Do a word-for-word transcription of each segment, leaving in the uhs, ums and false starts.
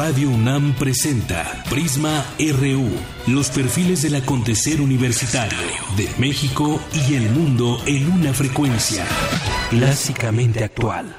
Radio UNAM presenta Prisma R U, los perfiles del acontecer universitario de México y el mundo en una frecuencia clásicamente actual.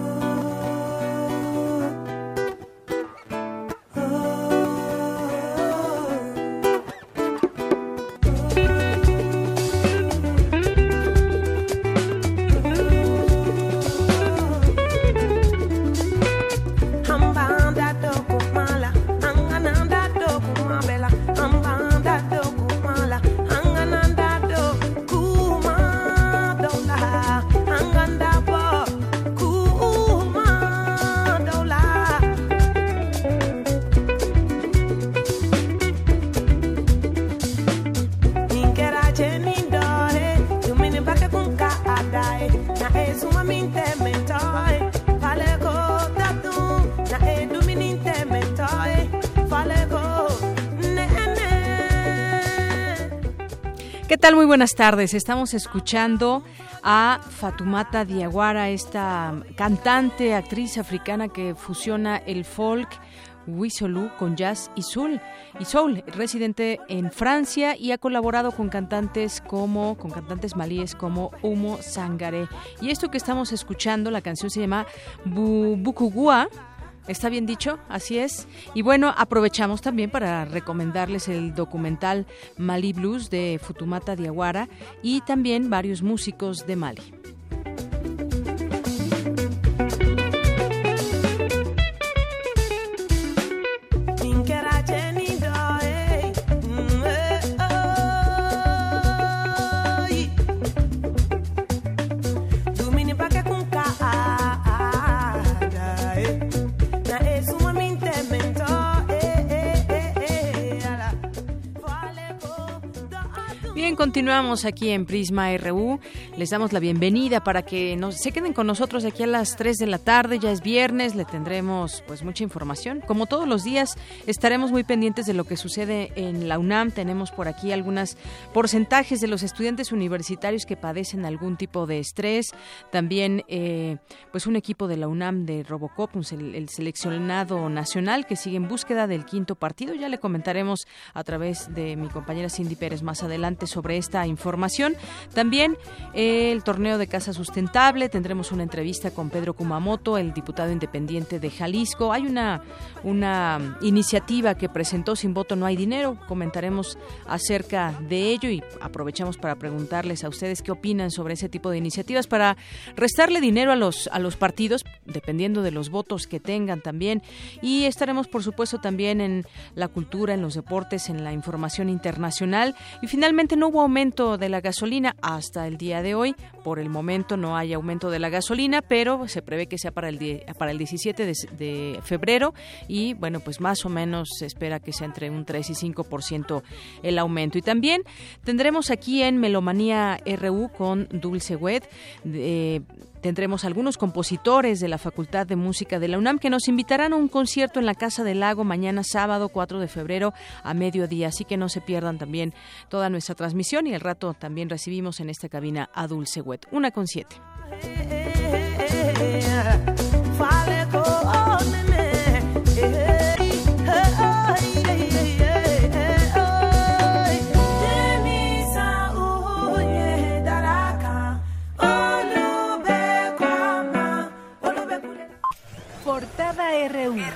¿Qué tal? Muy buenas tardes. Estamos escuchando a Fatoumata Diawara, esta cantante, actriz africana que fusiona el folk Wisolu con jazz y soul, y soul, residente en Francia y ha colaborado con cantantes como con cantantes malíes como Oumou Sangaré. Y esto que estamos escuchando, la canción se llama Bukugua. ¿Está bien dicho? Así es. Y bueno, aprovechamos también para recomendarles el documental Mali Blues de Fatoumata Diawara y también varios músicos de Mali. Bien, continuamos aquí en Prisma R U. Les damos la bienvenida para que nos, se queden con nosotros de aquí a las tres de la tarde. Ya es viernes, le tendremos pues mucha información. Como todos los días, estaremos muy pendientes de lo que sucede en la UNAM. Tenemos por aquí algunos porcentajes de los estudiantes universitarios que padecen algún tipo de estrés. También eh, pues un equipo de la UNAM de Robocop, el, el seleccionado nacional que sigue en búsqueda del quinto partido. Ya le comentaremos a través de mi compañera Cindy Pérez más adelante sobre esta información. También eh, el torneo de Casa Sustentable, tendremos una entrevista con Pedro Kumamoto, el diputado independiente de Jalisco. Hay una, una iniciativa que presentó Sin Voto No Hay Dinero, comentaremos acerca de ello y aprovechamos para preguntarles a ustedes qué opinan sobre ese tipo de iniciativas para restarle dinero a los, a los partidos, dependiendo de los votos que tengan también. Y estaremos, por supuesto, también en la cultura, en los deportes, en la información internacional. Y finalmente no hubo aumento de la gasolina hasta el día de hoy. Por el momento no hay aumento de la gasolina, pero se prevé que sea para el, die- para el diecisiete de, de febrero y bueno, pues más o menos se espera que sea entre un tres y cinco por ciento el aumento. Y también tendremos aquí en Melomanía R U con Dulce Wet, eh, tendremos algunos compositores de la Facultad de Música de la UNAM que nos invitarán a un concierto en la Casa del Lago mañana sábado cuatro de febrero a mediodía, así que no se pierdan también toda nuestra transmisión y al rato también recibimos en esta cabina a Dulce Wet, una con siete. Portada R U.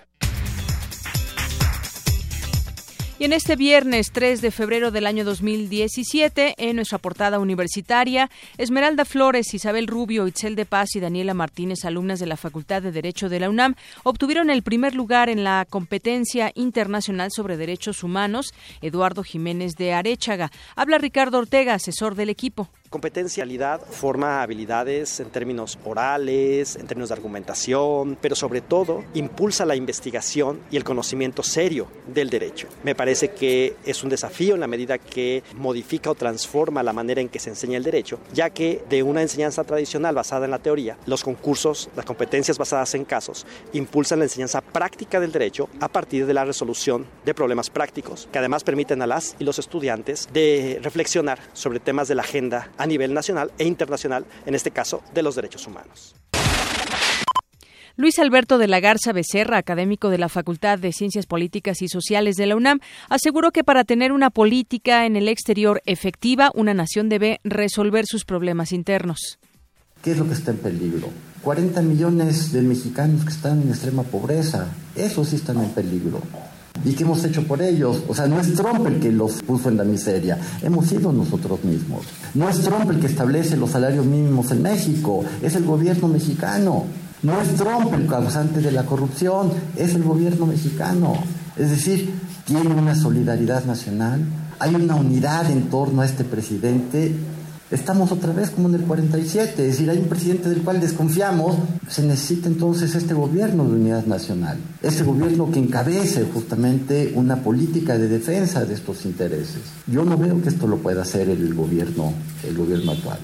Y en este viernes tres de febrero del año dos mil diecisiete, en nuestra portada universitaria, Esmeralda Flores, Isabel Rubio, Itzel de Paz y Daniela Martínez, alumnas de la Facultad de Derecho de la UNAM, obtuvieron el primer lugar en la competencia internacional sobre derechos humanos Eduardo Jiménez de Aréchaga. Habla Ricardo Ortega, asesor del equipo. Competencialidad forma habilidades en términos orales, en términos de argumentación, pero sobre todo impulsa la investigación y el conocimiento serio del derecho. Me parece que es un desafío en la medida que modifica o transforma la manera en que se enseña el derecho, ya que de una enseñanza tradicional basada en la teoría, los concursos, las competencias basadas en casos, impulsan la enseñanza práctica del derecho a partir de la resolución de problemas prácticos, que además permiten a las y los estudiantes de reflexionar sobre temas de la agenda a nivel nacional e internacional, en este caso de los derechos humanos. Luis Alberto de la Garza Becerra, académico de la Facultad de Ciencias Políticas y Sociales de la UNAM, aseguró que para tener una política en el exterior efectiva, una nación debe resolver sus problemas internos. ¿Qué es lo que está en peligro? cuarenta millones de mexicanos que están en extrema pobreza, esos sí están en peligro. ¿Y qué hemos hecho por ellos? O sea, no es Trump el que los puso en la miseria, hemos sido nosotros mismos. No es Trump el que establece los salarios mínimos en México, es el gobierno mexicano. No es Trump el causante de la corrupción, es el gobierno mexicano. Es decir, tiene una solidaridad nacional, hay una unidad en torno a este presidente. Estamos otra vez como en el cuarenta y siete, es decir, hay un presidente del cual desconfiamos. Se necesita entonces este gobierno de unidad nacional, este gobierno que encabece justamente una política de defensa de estos intereses. Yo no veo que esto lo pueda hacer el gobierno, el gobierno actual.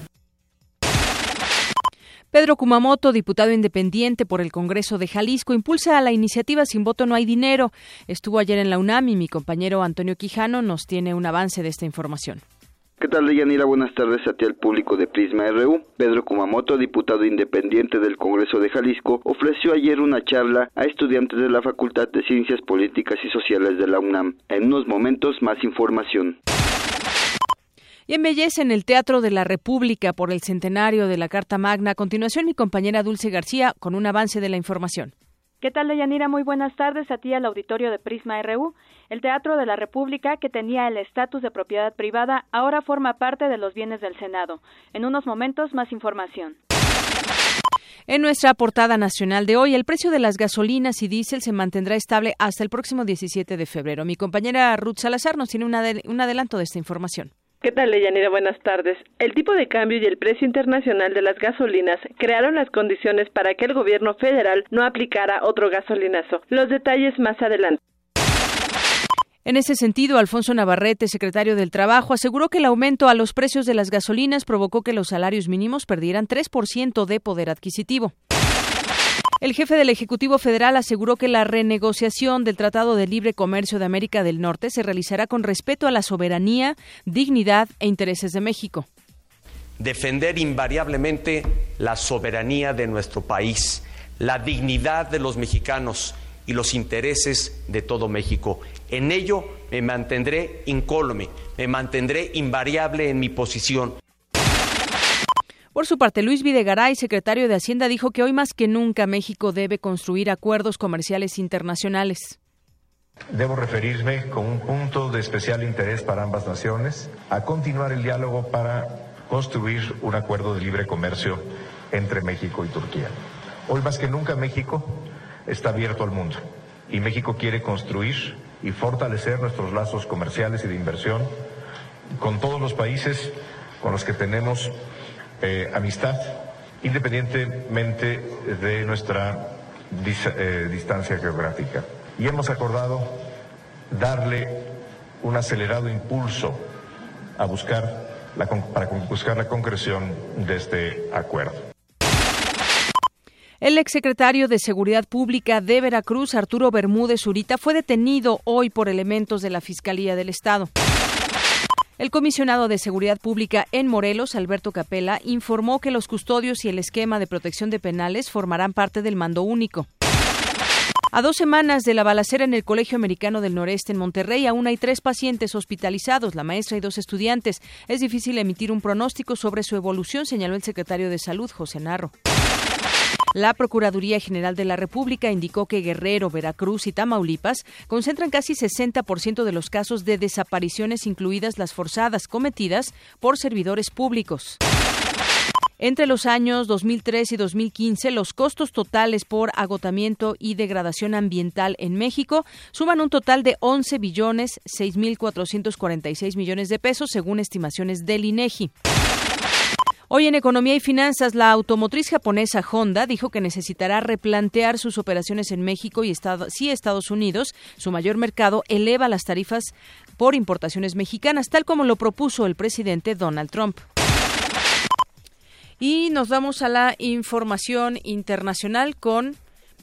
Pedro Kumamoto, diputado independiente por el Congreso de Jalisco, impulsa a la iniciativa Sin Voto No Hay Dinero. Estuvo ayer en la UNAM y mi compañero Antonio Quijano nos tiene un avance de esta información. ¿Qué tal, Deyanira? Buenas tardes a ti al público de Prisma R U. Pedro Kumamoto, diputado independiente del Congreso de Jalisco, ofreció ayer una charla a estudiantes de la Facultad de Ciencias Políticas y Sociales de la UNAM. En unos momentos, más información. Y embellece en el Teatro de la República por el centenario de la Carta Magna. A continuación, mi compañera Dulce García con un avance de la información. ¿Qué tal, Deyanira? Muy buenas tardes a ti al auditorio de Prisma R U. El Teatro de la República, que tenía el estatus de propiedad privada, ahora forma parte de los bienes del Senado. En unos momentos, más información. En nuestra portada nacional de hoy, el precio de las gasolinas y diésel se mantendrá estable hasta el próximo diecisiete de febrero. Mi compañera Ruth Salazar nos tiene un, adel- un adelanto de esta información. ¿Qué tal, Deyanira? Buenas tardes. El tipo de cambio y el precio internacional de las gasolinas crearon las condiciones para que el gobierno federal no aplicara otro gasolinazo. Los detalles más adelante. En ese sentido, Alfonso Navarrete, secretario del Trabajo, aseguró que el aumento a los precios de las gasolinas provocó que los salarios mínimos perdieran tres por ciento de poder adquisitivo. El jefe del Ejecutivo Federal aseguró que la renegociación del Tratado de Libre Comercio de América del Norte se realizará con respeto a la soberanía, dignidad e intereses de México. Defender invariablemente la soberanía de nuestro país, la dignidad de los mexicanos y los intereses de todo México. En ello me mantendré incólume, me mantendré invariable en mi posición. Por su parte, Luis Videgaray, secretario de Hacienda, dijo que hoy más que nunca México debe construir acuerdos comerciales internacionales. Debo referirme con un punto de especial interés para ambas naciones a continuar el diálogo para construir un acuerdo de libre comercio entre México y Turquía. Hoy más que nunca México está abierto al mundo y México quiere construir y fortalecer nuestros lazos comerciales y de inversión con todos los países con los que tenemos Eh, amistad, independientemente de nuestra dis, eh, distancia geográfica. Y hemos acordado darle un acelerado impulso a buscar la, para buscar la concreción de este acuerdo. El exsecretario de Seguridad Pública de Veracruz, Arturo Bermúdez Zurita, fue detenido hoy por elementos de la Fiscalía del Estado. El comisionado de Seguridad Pública en Morelos, Alberto Capella, informó que los custodios y el esquema de protección de penales formarán parte del mando único. A dos semanas de la balacera en el Colegio Americano del Noreste en Monterrey, aún hay tres pacientes hospitalizados, la maestra y dos estudiantes. Es difícil emitir un pronóstico sobre su evolución, señaló el secretario de Salud, José Narro. La Procuraduría General de la República indicó que Guerrero, Veracruz y Tamaulipas concentran casi sesenta por ciento de los casos de desapariciones, incluidas las forzadas cometidas por servidores públicos. Entre los años dos mil tres y dos mil quince, los costos totales por agotamiento y degradación ambiental en México suman un total de once billones seis mil cuatrocientos cuarenta y seis millones de pesos, según estimaciones del INEGI. Hoy en Economía y Finanzas, la automotriz japonesa Honda dijo que necesitará replantear sus operaciones en México y Estado, si Estados Unidos, su mayor mercado, eleva las tarifas por importaciones mexicanas, tal como lo propuso el presidente Donald Trump. Y nos vamos a la información internacional con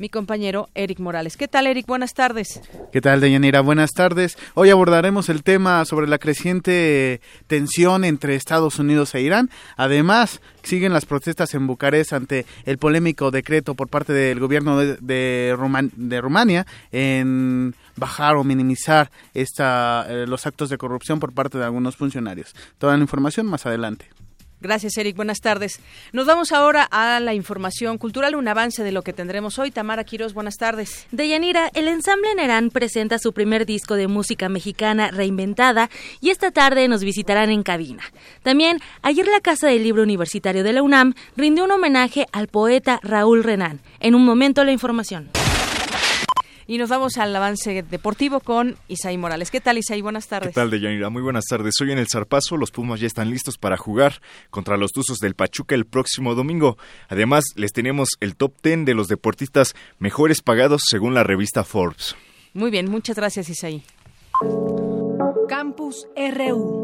mi compañero Eric Morales. ¿Qué tal, Eric? Buenas tardes. ¿Qué tal, Deyanira? Buenas tardes. Hoy abordaremos el tema sobre la creciente tensión entre Estados Unidos e Irán. Además, siguen las protestas en Bucarest ante el polémico decreto por parte del gobierno de, de, Ruman, de Rumania en bajar o minimizar esta, eh, los actos de corrupción por parte de algunos funcionarios. Toda la información más adelante. Gracias, Eric. Buenas tardes. Nos vamos ahora a la información cultural, un avance de lo que tendremos hoy. Tamara Quirós, buenas tardes. Deyanira, el ensamble Nerán presenta su primer disco de música mexicana reinventada y esta tarde nos visitarán en cabina. También, ayer la Casa del Libro Universitario de la UNAM rindió un homenaje al poeta Raúl Renán. En un momento, la información. Y nos vamos al avance deportivo con Isaí Morales. ¿Qué tal, Isaí? Buenas tardes. ¿Qué tal, Deyanira? Muy buenas tardes. Hoy en el Zarpazo los Pumas ya están listos para jugar contra los Tuzos del Pachuca el próximo domingo. Además, les tenemos el top diez de los deportistas mejores pagados según la revista Forbes. Muy bien, muchas gracias, Isaí. Campus R U.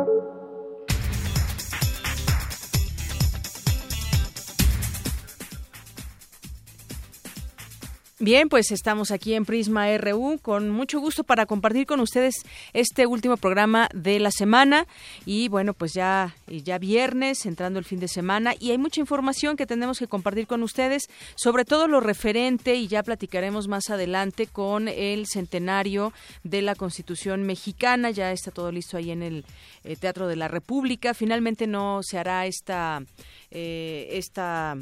Bien, pues estamos aquí en Prisma R U con mucho gusto para compartir con ustedes este último programa de la semana y bueno, pues ya ya viernes, entrando el fin de semana y hay mucha información que tenemos que compartir con ustedes, sobre todo lo referente y ya platicaremos más adelante con el centenario de la Constitución mexicana. Ya está todo listo ahí en el eh, Teatro de la República. Finalmente no se hará esta eh, esta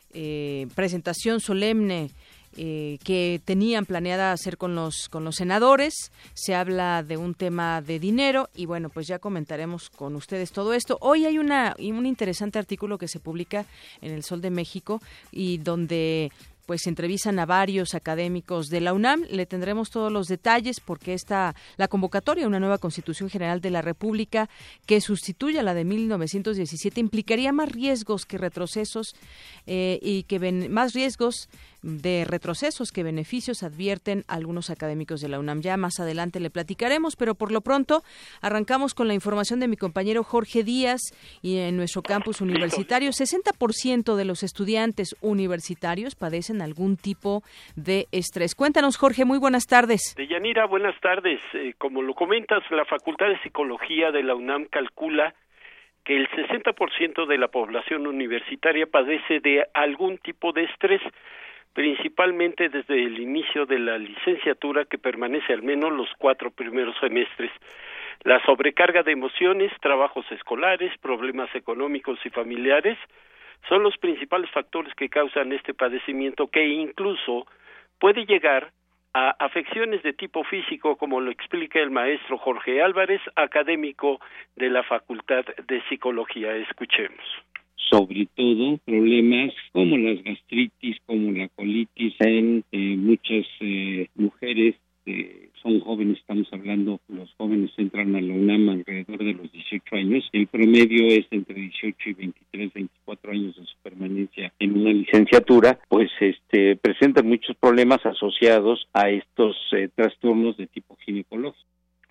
eh, presentación solemne Eh, que tenían planeada hacer con los con los senadores. Se habla de un tema de dinero y bueno, pues ya comentaremos con ustedes todo esto. Hoy hay una un interesante artículo que se publica en El Sol de México y donde pues entrevistan a varios académicos de la UNAM. Le tendremos todos los detalles porque esta la convocatoria a una nueva Constitución General de la República que sustituya la de mil novecientos diecisiete implicaría más riesgos que retrocesos eh, y que ven, más riesgos de retrocesos que beneficios, advierten algunos académicos de la UNAM. Ya más adelante le platicaremos, pero por lo pronto arrancamos con la información de mi compañero Jorge Díaz y en nuestro campus universitario, sesenta por ciento de los estudiantes universitarios padecen algún tipo de estrés. Cuéntanos, Jorge, muy buenas tardes. Deyanira, buenas tardes. Eh, como lo comentas, la Facultad de Psicología de la UNAM calcula que el sesenta por ciento de la población universitaria padece de algún tipo de estrés, principalmente desde el inicio de la licenciatura, que permanece al menos los cuatro primeros semestres. La sobrecarga de emociones, trabajos escolares, problemas económicos y familiares son los principales factores que causan este padecimiento, que incluso puede llegar a afecciones de tipo físico, como lo explica el maestro Jorge Álvarez, académico de la Facultad de Psicología. Escuchemos. Sobre todo problemas como las gastritis, como la colitis en eh, muchas eh, mujeres, eh, son jóvenes, estamos hablando, los jóvenes entran a la UNAM alrededor de los dieciocho años, el promedio es entre dieciocho y veintitrés, veinticuatro años de su permanencia en una licenciatura, pues este presentan muchos problemas asociados a estos eh, trastornos de tipo ginecológico.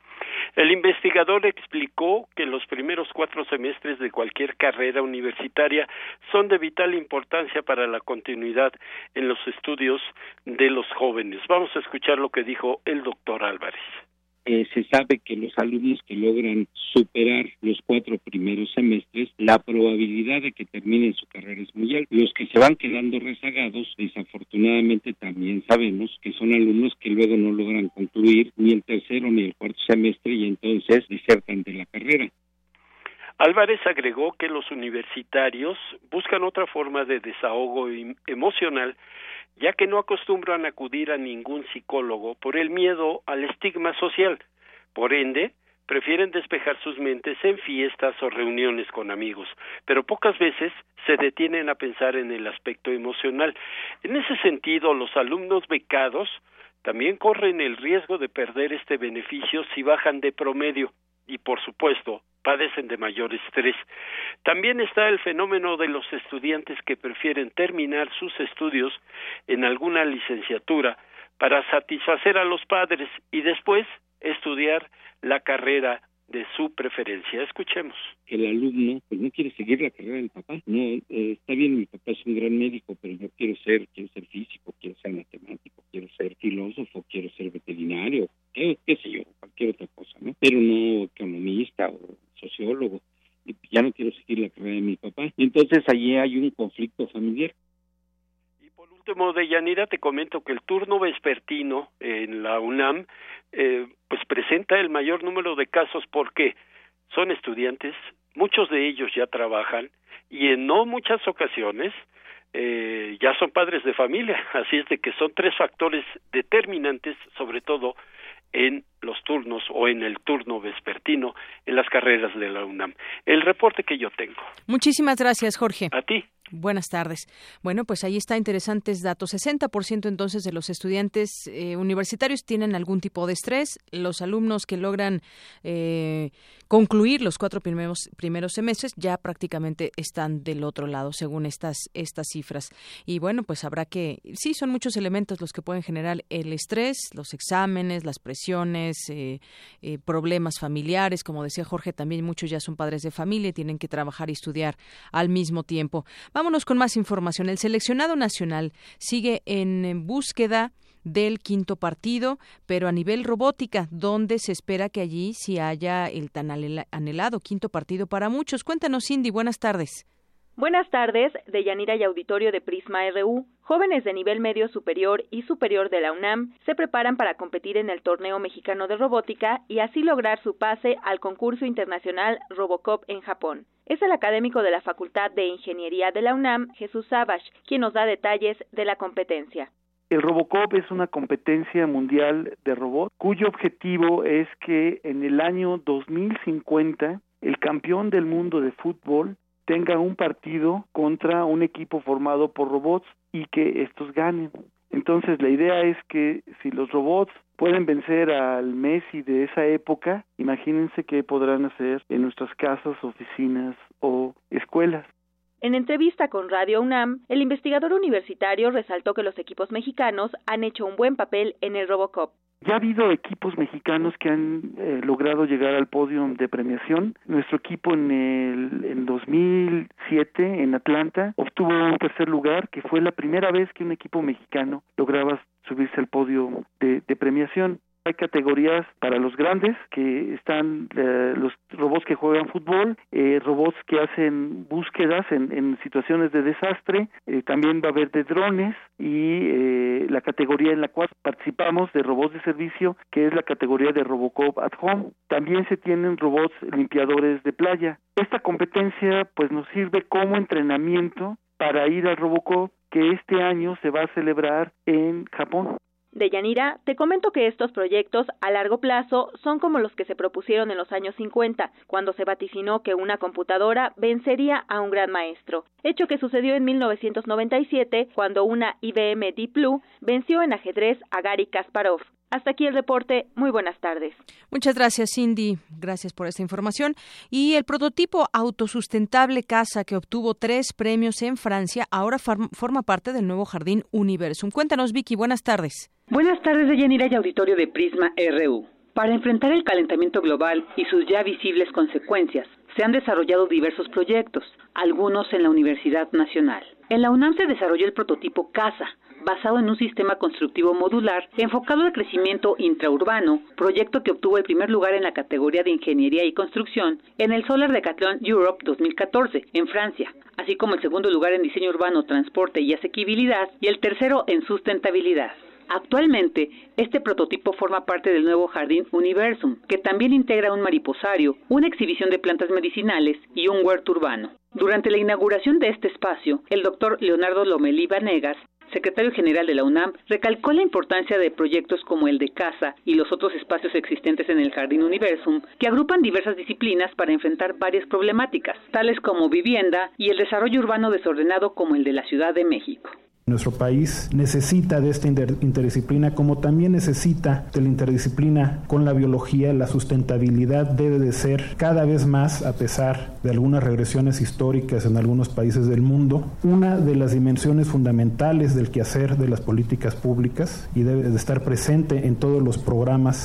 El investigador explicó que los primeros cuatro semestres de cualquier carrera universitaria son de vital importancia para la continuidad en los estudios de los jóvenes. Vamos a escuchar lo que dijo el doctor Álvarez. Eh, se sabe que los alumnos que logran superar los cuatro primeros semestres, la probabilidad de que terminen su carrera es muy alta. Los que se van quedando rezagados, desafortunadamente también sabemos que son alumnos que luego no logran concluir ni el tercero ni el cuarto semestre y entonces desertan de la carrera. Álvarez agregó que los universitarios buscan otra forma de desahogo emocional, ya que no acostumbran a acudir a ningún psicólogo por el miedo al estigma social. Por ende, prefieren despejar sus mentes en fiestas o reuniones con amigos, pero pocas veces se detienen a pensar en el aspecto emocional. En ese sentido, los alumnos becados también corren el riesgo de perder este beneficio si bajan de promedio y, por supuesto, padecen de mayor estrés. También está el fenómeno de los estudiantes que prefieren terminar sus estudios en alguna licenciatura para satisfacer a los padres y después estudiar la carrera de su preferencia. Escuchemos. El alumno pues no quiere seguir la carrera del papá. No, eh, está bien, mi papá es un gran médico, pero yo quiero ser, quiero ser físico, quiero ser matemático, quiero ser filósofo, quiero ser veterinario, qué, qué sé yo, cualquier otra cosa, ¿no? Pero no economista o sociólogo. Ya no quiero seguir la carrera de mi papá. Y entonces allí hay un conflicto familiar. Último, Deyanira, te comento que el turno vespertino en la UNAM eh, pues presenta el mayor número de casos porque son estudiantes, muchos de ellos ya trabajan y en no muchas ocasiones eh, ya son padres de familia, así es de que son tres factores determinantes, sobre todo en los turnos o en el turno vespertino en las carreras de la UNAM. El reporte que yo tengo. Muchísimas gracias, Jorge. A ti. Buenas tardes. Bueno, pues ahí está, interesantes datos. sesenta por ciento entonces de los estudiantes eh, universitarios tienen algún tipo de estrés. Los alumnos que logran eh, concluir los cuatro primeros, primeros semestres ya prácticamente están del otro lado, según estas, estas cifras. Y bueno, pues habrá que... Sí, son muchos elementos los que pueden generar el estrés, los exámenes, las presiones, eh, eh, problemas familiares. Como decía Jorge, también muchos ya son padres de familia y tienen que trabajar y estudiar al mismo tiempo. Vámonos con más información. El seleccionado nacional sigue en búsqueda del quinto partido, pero a nivel robótica, donde se espera que allí sí haya el tan anhelado quinto partido para muchos. Cuéntanos, Cindy, buenas tardes. Buenas tardes, Deyanira y auditorio de Prisma R U. Jóvenes de nivel medio superior y superior de la UNAM se preparan para competir en el Torneo Mexicano de Robótica y así lograr su pase al concurso internacional Robocop en Japón. Es el académico de la Facultad de Ingeniería de la UNAM, Jesús Sabash, quien nos da detalles de la competencia. El Robocop es una competencia mundial de robots cuyo objetivo es que en el año dos mil cincuenta el campeón del mundo de fútbol tenga un partido contra un equipo formado por robots y que estos ganen. Entonces la idea es que si los robots pueden vencer al Messi de esa época, imagínense qué podrán hacer en nuestras casas, oficinas o escuelas. En entrevista con Radio UNAM, el investigador universitario resaltó que los equipos mexicanos han hecho un buen papel en el Robocop. Ya ha habido equipos mexicanos que han eh, logrado llegar al podio de premiación. Nuestro equipo en el en dos mil siete en Atlanta obtuvo un tercer lugar, que fue la primera vez que un equipo mexicano lograba subirse al podio de, de premiación. Hay categorías para los grandes, que están eh, los robots que juegan fútbol, eh, robots que hacen búsquedas en, en situaciones de desastre, eh, también va a haber de drones y eh, la categoría en la cual participamos de robots de servicio, que es la categoría de Robocop at Home. También se tienen robots limpiadores de playa. Esta competencia pues nos sirve como entrenamiento para ir al Robocop, que este año se va a celebrar en Japón. Deyanira, te comento que estos proyectos a largo plazo son como los que se propusieron en los años cincuenta, cuando se vaticinó que una computadora vencería a un gran maestro, hecho que sucedió en mil novecientos noventa y siete, cuando una I B M Deep Blue venció en ajedrez a Garry Kasparov. Hasta aquí el reporte. Muy buenas tardes. Muchas gracias, Cindy. Gracias por esta información. Y el prototipo autosustentable casa que obtuvo tres premios en Francia ahora forma parte del nuevo Jardín Universum. Cuéntanos, Vicky. Buenas tardes. Buenas tardes, Deyanira y auditorio de Prisma R U. Para enfrentar el calentamiento global y sus ya visibles consecuencias, se han desarrollado diversos proyectos, algunos en la Universidad Nacional. En la UNAM se desarrolló el prototipo Casa, basado en un sistema constructivo modular enfocado al crecimiento intraurbano, proyecto que obtuvo el primer lugar en la categoría de Ingeniería y Construcción en el Solar Decathlon Europe dos mil catorce, en Francia, así como el segundo lugar en Diseño Urbano, Transporte y Asequibilidad y el tercero en Sustentabilidad. Actualmente, este prototipo forma parte del nuevo Jardín Universum, que también integra un mariposario, una exhibición de plantas medicinales y un huerto urbano. Durante la inauguración de este espacio, el doctor Leonardo Lomelí Vanegas, secretario general de la UNAM, recalcó la importancia de proyectos como el de Casa y los otros espacios existentes en el Jardín Universum, que agrupan diversas disciplinas para enfrentar varias problemáticas, tales como vivienda y el desarrollo urbano desordenado como el de la Ciudad de México. Nuestro país necesita de esta inter- interdisciplina, como también necesita de la interdisciplina con la biología. La sustentabilidad debe de ser cada vez más, a pesar de algunas regresiones históricas en algunos países del mundo, una de las dimensiones fundamentales del quehacer de las políticas públicas y debe de estar presente en todos los programas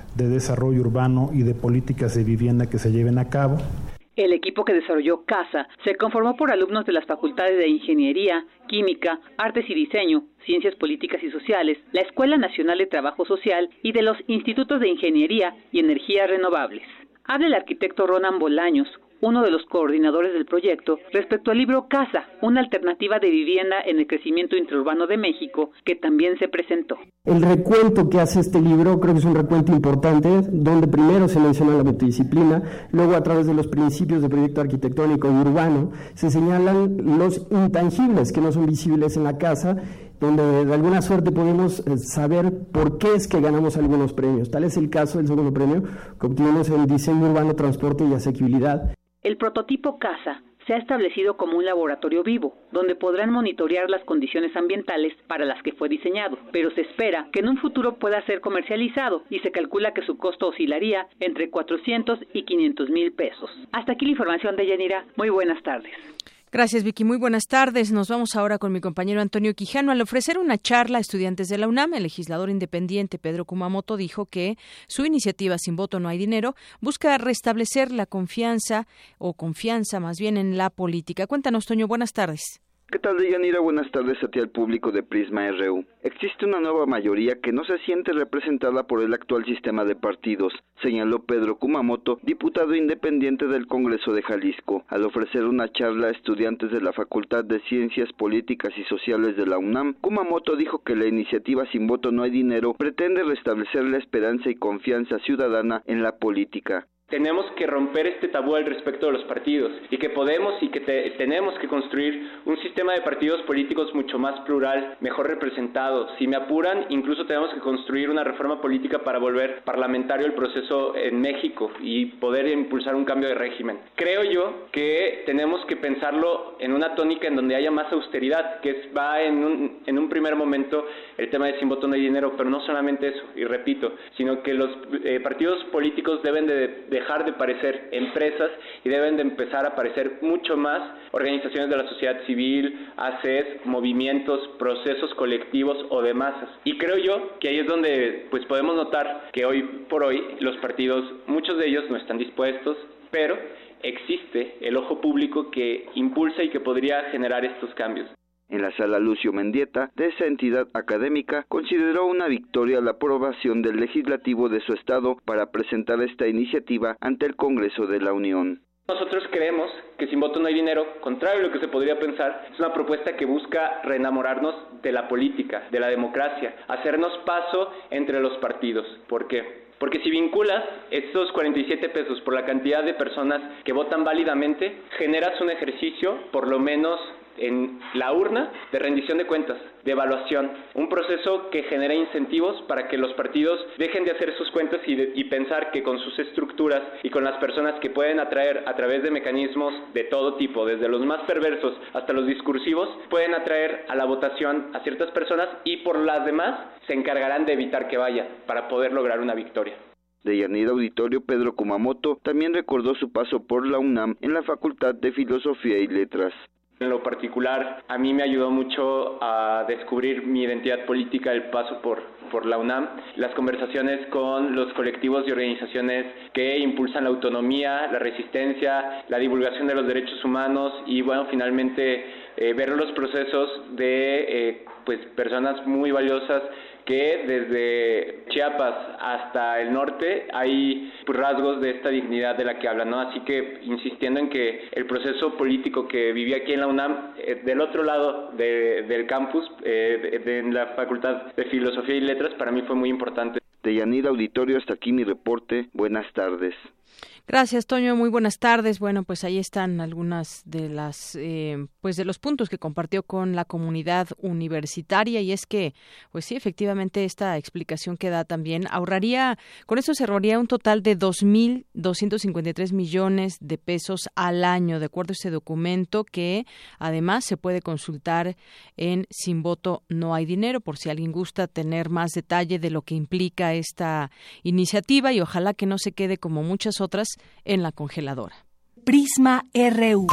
de desarrollo urbano y de políticas de vivienda que se lleven a cabo. El equipo que desarrolló CASA se conformó por alumnos de las facultades de Ingeniería, Química, Artes y Diseño, Ciencias Políticas y Sociales, la Escuela Nacional de Trabajo Social y de los Institutos de Ingeniería y Energías Renovables. Habla el arquitecto Ronan Bolaños, uno de los coordinadores del proyecto, respecto al libro Casa, una alternativa de vivienda en el crecimiento intraurbano de México, que también se presentó. El recuento que hace este libro creo que es un recuento importante, donde primero se menciona la multidisciplina, luego a través de los principios de proyecto arquitectónico y urbano, se señalan los intangibles que no son visibles en la casa, donde de alguna suerte podemos saber por qué es que ganamos algunos premios. Tal es el caso del segundo premio que obtuvimos en diseño urbano, transporte y asequibilidad. El prototipo Casa se ha establecido como un laboratorio vivo, donde podrán monitorear las condiciones ambientales para las que fue diseñado, pero se espera que en un futuro pueda ser comercializado y se calcula que su costo oscilaría entre cuatrocientos y quinientos mil pesos. Hasta aquí la información de Yanira. Muy buenas tardes. Gracias, Vicky. Muy buenas tardes. Nos vamos ahora con mi compañero Antonio Quijano. Al ofrecer una charla a estudiantes de la UNAM, el legislador independiente Pedro Kumamoto dijo que su iniciativa Sin voto no hay dinero busca restablecer la confianza, o confianza más bien, en la política. Cuéntanos, Toño. Buenas tardes. ¿Qué tal, Deyanira? Buenas tardes a ti, al público de Prisma R U. Existe una nueva mayoría que no se siente representada por el actual sistema de partidos, señaló Pedro Kumamoto, diputado independiente del Congreso de Jalisco, al ofrecer una charla a estudiantes de la Facultad de Ciencias Políticas y Sociales de la UNAM. Kumamoto dijo que la iniciativa Sin voto no hay dinero pretende restablecer la esperanza y confianza ciudadana en la política. Tenemos que romper este tabú al respecto de los partidos y que podemos y que te, tenemos que construir un sistema de partidos políticos mucho más plural, mejor representado. Si me apuran, incluso tenemos que construir una reforma política para volver parlamentario el proceso en México y poder impulsar un cambio de régimen. Creo yo que tenemos que pensarlo en una tónica en donde haya más austeridad, que es, va en un, en un primer momento el tema de Sin voto no hay dinero, pero no solamente eso, y repito, sino que los eh, partidos políticos deben de, de dejar de parecer empresas y deben de empezar a parecer mucho más organizaciones de la sociedad civil, A C E S, movimientos, procesos colectivos o de masas. Y creo yo que ahí es donde pues podemos notar que hoy por hoy los partidos, muchos de ellos no están dispuestos, pero existe el ojo público que impulsa y que podría generar estos cambios. En la sala, Lucio Mendieta, de esa entidad académica, consideró una victoria la aprobación del legislativo de su estado para presentar esta iniciativa ante el Congreso de la Unión. Nosotros creemos que Sin voto no hay dinero, contrario a lo que se podría pensar, es una propuesta que busca reenamorarnos de la política, de la democracia, hacernos paso entre los partidos. ¿Por qué? Porque si vinculas estos cuarenta y siete pesos por la cantidad de personas que votan válidamente, generas un ejercicio, por lo menos en la urna, de rendición de cuentas, de evaluación, un proceso que genera incentivos para que los partidos dejen de hacer sus cuentas y, de, y pensar que con sus estructuras y con las personas que pueden atraer a través de mecanismos de todo tipo, desde los más perversos hasta los discursivos, pueden atraer a la votación a ciertas personas y por las demás se encargarán de evitar que vayan para poder lograr una victoria. De Yanira Auditorio, Pedro Kumamoto también recordó su paso por la UNAM en la Facultad de Filosofía y Letras. En lo particular, a mí me ayudó mucho a descubrir mi identidad política el paso por, por la UNAM, las conversaciones con los colectivos y organizaciones que impulsan la autonomía, la resistencia, la divulgación de los derechos humanos y, bueno, finalmente eh, ver los procesos de eh, pues personas muy valiosas que desde Chiapas hasta el norte hay pues, rasgos de esta dignidad de la que hablan, ¿no? Así que insistiendo en que el proceso político que viví aquí en la UNAM, eh, del otro lado de, del campus, eh, de, de, en la Facultad de Filosofía y Letras, para mí fue muy importante. De Yanira Auditorio, hasta aquí mi reporte. Buenas tardes. Gracias, Toño. Muy buenas tardes. Bueno, pues ahí están algunas de las, eh, pues de los puntos que compartió con la comunidad universitaria, y es que, pues sí, efectivamente esta explicación que da también ahorraría, con eso se ahorraría un total de dos mil doscientos cincuenta y tres millones de pesos al año, de acuerdo a este documento que además se puede consultar en Sin voto no hay dinero, por si alguien gusta tener más detalle de lo que implica esta iniciativa, y ojalá que no se quede como muchas otras en la congeladora. Prisma R U.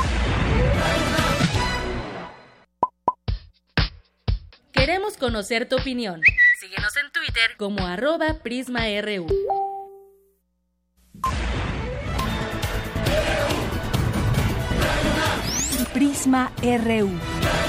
Queremos conocer tu opinión. Síguenos en Twitter como arroba Prisma R U. Prisma R U.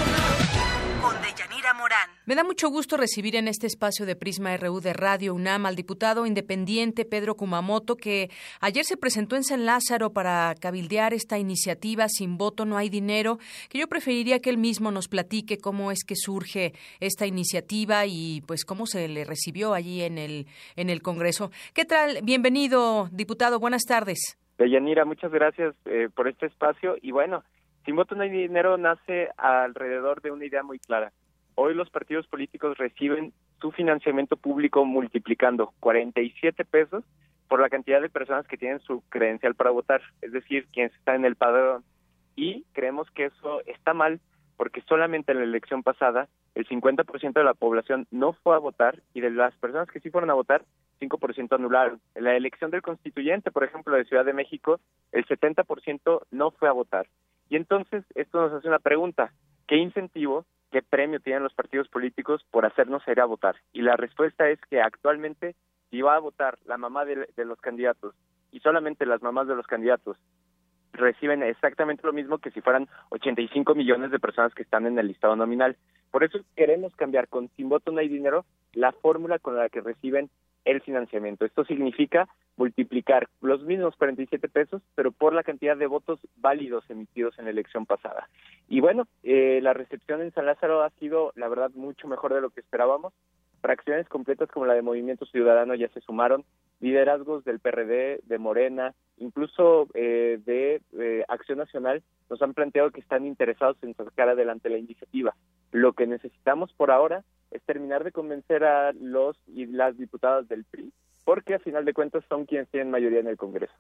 Me da mucho gusto recibir en este espacio de Prisma R U de Radio UNAM al diputado independiente Pedro Kumamoto, que ayer se presentó en San Lázaro para cabildear esta iniciativa Sin voto no hay dinero, que yo preferiría que él mismo nos platique cómo es que surge esta iniciativa y pues cómo se le recibió allí en el en el Congreso. ¿Qué tal? Bienvenido, diputado. Buenas tardes. Deyanira, muchas gracias eh, por este espacio. Y bueno, Sin voto no hay dinero nace alrededor de una idea muy clara. Hoy los partidos políticos reciben su financiamiento público multiplicando cuarenta y siete pesos por la cantidad de personas que tienen su credencial para votar, es decir, quienes están en el padrón. Y creemos que eso está mal porque solamente en la elección pasada el cincuenta por ciento de la población no fue a votar y de las personas que sí fueron a votar, cinco por ciento anularon. En la elección del constituyente, por ejemplo, de Ciudad de México, el setenta por ciento no fue a votar. Y entonces esto nos hace una pregunta: ¿qué incentivo, qué premio tienen los partidos políticos por hacernos ir a votar? Y la respuesta es que actualmente, si va a votar la mamá de, de los candidatos y solamente las mamás de los candidatos reciben exactamente lo mismo que si fueran ochenta y cinco millones de personas que están en el listado nominal. Por eso queremos cambiar con Sin voto no hay dinero la fórmula con la que reciben el financiamiento. Esto significa multiplicar los mismos cuarenta y siete pesos, pero por la cantidad de votos válidos emitidos en la elección pasada. Y bueno, eh, la recepción en San Lázaro ha sido, la verdad, mucho mejor de lo que esperábamos. Fracciones completas como la de Movimiento Ciudadano ya se sumaron, liderazgos del P R D, de Morena, incluso eh, de eh, Acción Nacional, nos han planteado que están interesados en sacar adelante la iniciativa. Lo que necesitamos por ahora es terminar de convencer a los y las diputadas del P R I, porque a final de cuentas son quienes tienen mayoría en el Congreso.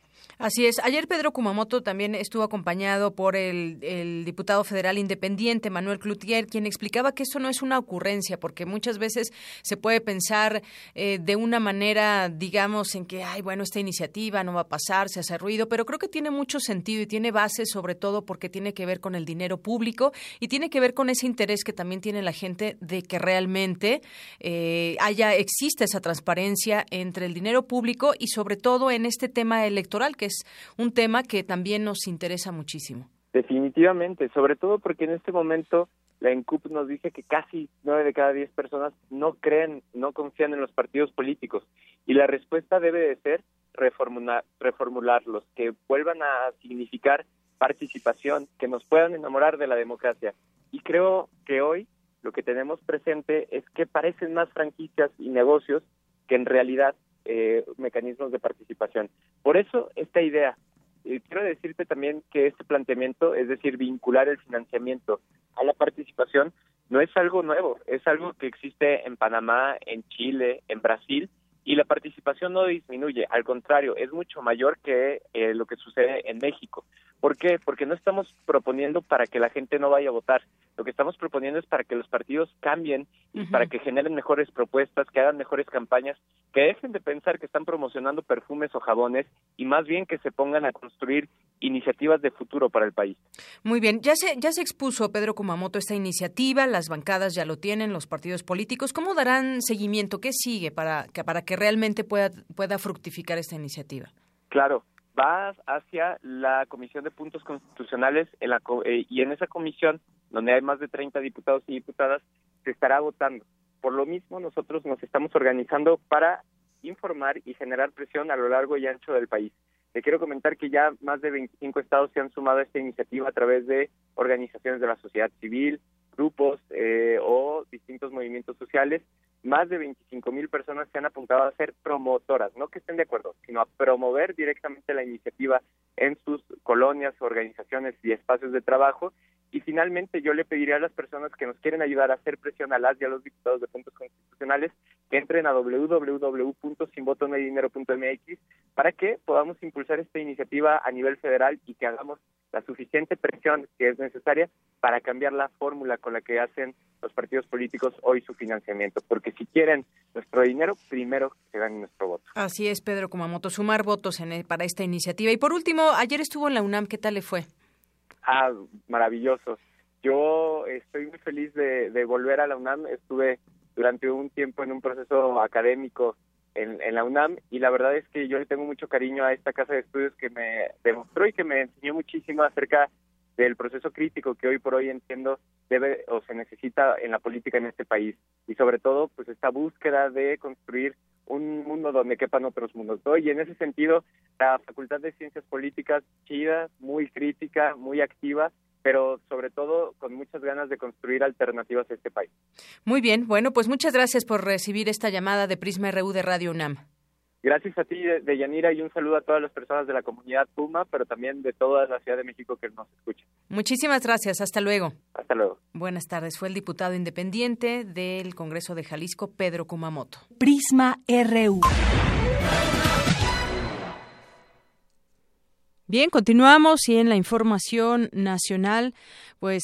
Así es. Ayer Pedro Kumamoto también estuvo acompañado por el, el diputado federal independiente Manuel Cloutier, quien explicaba que eso no es una ocurrencia, porque muchas veces se puede pensar eh, de una manera, digamos, en que, ay, bueno, esta iniciativa no va a pasar, se hace ruido, pero creo que tiene mucho sentido y tiene base, sobre todo porque tiene que ver con el dinero público y tiene que ver con ese interés que también tiene la gente de que realmente eh, haya, exista esa transparencia entre el dinero público y sobre todo en este tema electoral, que es un tema que también nos interesa muchísimo. Definitivamente, sobre todo porque en este momento la ENCUP nos dice que casi nueve de cada diez personas no creen, no confían en los partidos políticos, y la respuesta debe de ser reformular, reformularlos, que vuelvan a significar participación, que nos puedan enamorar de la democracia. Y creo que hoy lo que tenemos presente es que parecen más franquicias y negocios que en realidad Eh, mecanismos de participación. Por eso esta idea. Eh, quiero decirte también que este planteamiento, es decir, vincular el financiamiento a la participación, no es algo nuevo, es algo que existe en Panamá, en Chile, en Brasil, y la participación no disminuye, al contrario, es mucho mayor que eh, lo que sucede en México. ¿Por qué? Porque no estamos proponiendo para que la gente no vaya a votar, lo que estamos proponiendo es para que los partidos cambien y uh-huh. para que generen mejores propuestas, que hagan mejores campañas, que dejen de pensar que están promocionando perfumes o jabones y más bien que se pongan a construir iniciativas de futuro para el país. Muy bien, ya se ya se expuso Pedro Kumamoto esta iniciativa, las bancadas ya lo tienen, los partidos políticos. ¿Cómo darán seguimiento? ¿Qué sigue para que, para que realmente pueda, pueda fructificar esta iniciativa? Claro, va hacia la Comisión de Puntos Constitucionales en la, eh, y en esa comisión, donde hay más de treinta diputados y diputadas, se estará votando. Por lo mismo, nosotros nos estamos organizando para informar y generar presión a lo largo y ancho del país. Te quiero comentar que ya más de veinticinco estados se han sumado a esta iniciativa a través de organizaciones de la sociedad civil, grupos eh, o distintos movimientos sociales. Más de veinticinco mil personas se han apuntado a ser promotoras, no que estén de acuerdo, sino a promover directamente la iniciativa en sus colonias, organizaciones y espacios de trabajo. Y finalmente yo le pediré a las personas que nos quieren ayudar a hacer presión a las y a los diputados de puntos constitucionales que entren a doble u doble u doble u punto sin voto no hay dinero punto eme equis para que podamos impulsar esta iniciativa a nivel federal y que hagamos la suficiente presión que es necesaria para cambiar la fórmula con la que hacen los partidos políticos hoy su financiamiento, porque si quieren nuestro dinero, primero se ganen nuestro voto. Así es, Pedro Kumamoto, sumar votos en, para esta iniciativa. Y por último, ayer estuvo en la UNAM, ¿qué tal le fue? Ah, maravilloso. Yo estoy muy feliz de, de volver a la UNAM. Estuve durante un tiempo en un proceso académico en, en la UNAM y la verdad es que yo le tengo mucho cariño a esta casa de estudios que me demostró y que me enseñó muchísimo acerca del proceso crítico que hoy por hoy entiendo debe o se necesita en la política en este país, y sobre todo pues esta búsqueda de construir un mundo donde quepan otros mundos, ¿no? Y en ese sentido la Facultad de Ciencias Políticas, chida, muy crítica, muy activa, pero sobre todo con muchas ganas de construir alternativas a este país. Muy bien, bueno, pues muchas gracias por recibir esta llamada de Prisma R U de Radio UNAM. Gracias a ti, Deyanira, y un saludo a todas las personas de la comunidad Puma, pero también de toda la Ciudad de México que nos escuchan. Muchísimas gracias, hasta luego. Hasta luego. Buenas tardes, fue el diputado independiente del Congreso de Jalisco, Pedro Kumamoto. Prisma R U. Bien, continuamos y en la información nacional, pues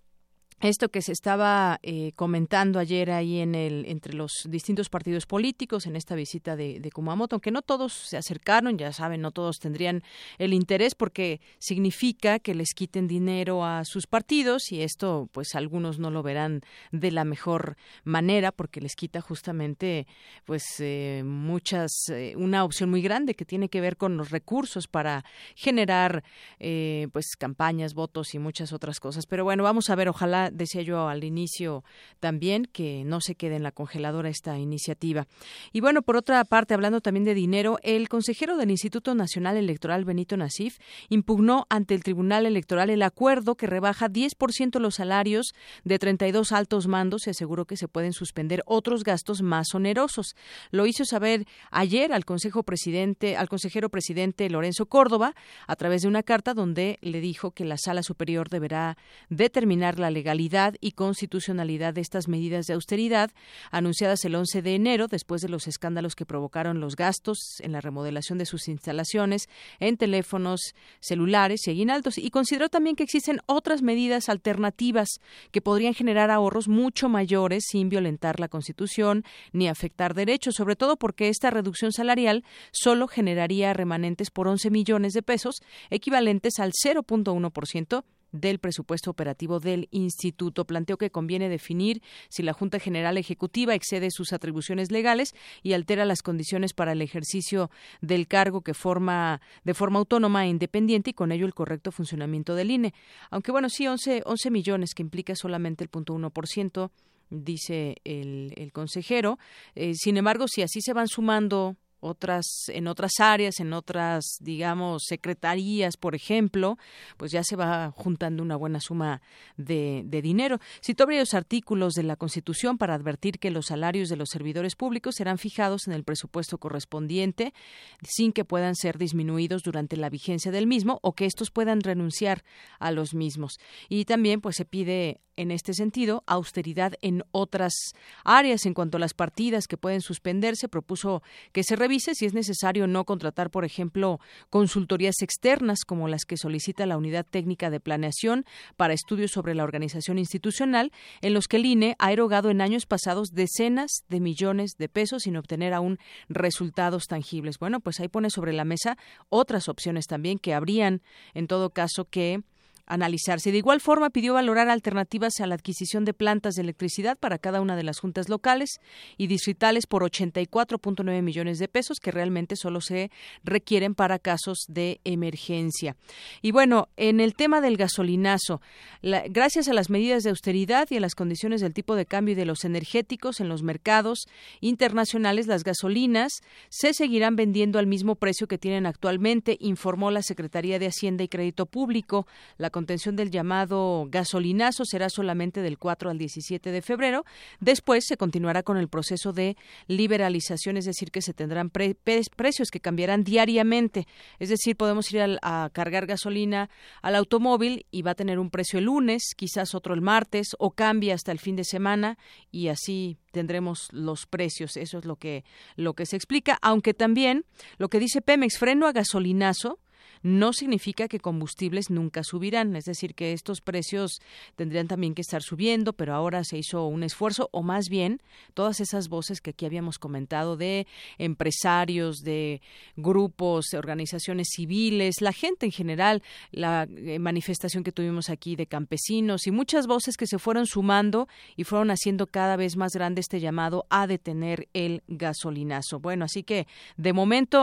esto que se estaba eh, comentando ayer ahí en el entre los distintos partidos políticos en esta visita de, de Kumamoto, aunque no todos se acercaron, ya saben, no todos tendrían el interés porque significa que les quiten dinero a sus partidos y esto pues algunos no lo verán de la mejor manera porque les quita justamente pues eh, muchas, eh, una opción muy grande que tiene que ver con los recursos para generar eh, pues campañas, votos y muchas otras cosas. Pero bueno, vamos a ver, ojalá, decía yo al inicio también, que no se quede en la congeladora esta iniciativa. Y bueno, por otra parte, hablando también de dinero, el consejero del Instituto Nacional Electoral, Benito Nasif, impugnó ante el Tribunal Electoral el acuerdo que rebaja diez por ciento los salarios de treinta y dos altos mandos y aseguró que se pueden suspender otros gastos más onerosos. Lo hizo saber ayer al Consejo Presidente, al consejero presidente Lorenzo Córdoba, a través de una carta donde le dijo que la Sala Superior deberá determinar la legalidad y constitucionalidad de estas medidas de austeridad anunciadas el once de enero después de los escándalos que provocaron los gastos en la remodelación de sus instalaciones en teléfonos celulares y aguinaldos, y consideró también que existen otras medidas alternativas que podrían generar ahorros mucho mayores sin violentar la Constitución ni afectar derechos, sobre todo porque esta reducción salarial solo generaría remanentes por once millones de pesos, equivalentes al cero punto uno por ciento del presupuesto operativo del instituto. Planteó que conviene definir si la Junta General Ejecutiva excede sus atribuciones legales y altera las condiciones para el ejercicio del cargo que forma de forma autónoma e independiente y con ello el correcto funcionamiento del I N E. Aunque bueno, sí, once millones que implica solamente el punto uno por ciento, dice el, el consejero. Eh, sin embargo, si así se van sumando otras en otras áreas, en otras, digamos, secretarías, por ejemplo, pues ya se va juntando una buena suma de, de dinero. Citó varios artículos de la Constitución para advertir que los salarios de los servidores públicos serán fijados en el presupuesto correspondiente sin que puedan ser disminuidos durante la vigencia del mismo o que estos puedan renunciar a los mismos. Y también pues se pide en este sentido austeridad en otras áreas. En cuanto a las partidas que pueden suspenderse, propuso que se revise si es necesario no contratar, por ejemplo, consultorías externas como las que solicita la Unidad Técnica de Planeación para estudios sobre la organización institucional, en los que el I N E ha erogado en años pasados decenas de millones de pesos sin obtener aún resultados tangibles. Bueno, pues ahí pone sobre la mesa otras opciones también que habrían, en todo caso, que analizarse. De igual forma, pidió valorar alternativas a la adquisición de plantas de electricidad para cada una de las juntas locales y distritales por ochenta y cuatro punto nueve millones de pesos, que realmente solo se requieren para casos de emergencia. Y bueno, en el tema del gasolinazo, la, gracias a las medidas de austeridad y a las condiciones del tipo de cambio y de los energéticos en los mercados internacionales, las gasolinas se seguirán vendiendo al mismo precio que tienen actualmente, informó la Secretaría de Hacienda y Crédito Público. La contención del llamado gasolinazo será solamente del cuatro al diecisiete de febrero. Después se continuará con el proceso de liberalización, es decir, que se tendrán pre- pre- precios que cambiarán diariamente. Es decir, podemos ir al, a cargar gasolina al automóvil y va a tener un precio el lunes, quizás otro el martes, o cambia hasta el fin de semana y así tendremos los precios. Eso es lo que, lo que se explica, aunque también lo que dice Pemex, freno a gasolinazo, no significa que combustibles nunca subirán, es decir, que estos precios tendrían también que estar subiendo, pero ahora se hizo un esfuerzo, o más bien, todas esas voces que aquí habíamos comentado de empresarios, de grupos, de organizaciones civiles, la gente en general, la eh, manifestación que tuvimos aquí de campesinos y muchas voces que se fueron sumando y fueron haciendo cada vez más grande este llamado a detener el gasolinazo. Bueno, así que de momento,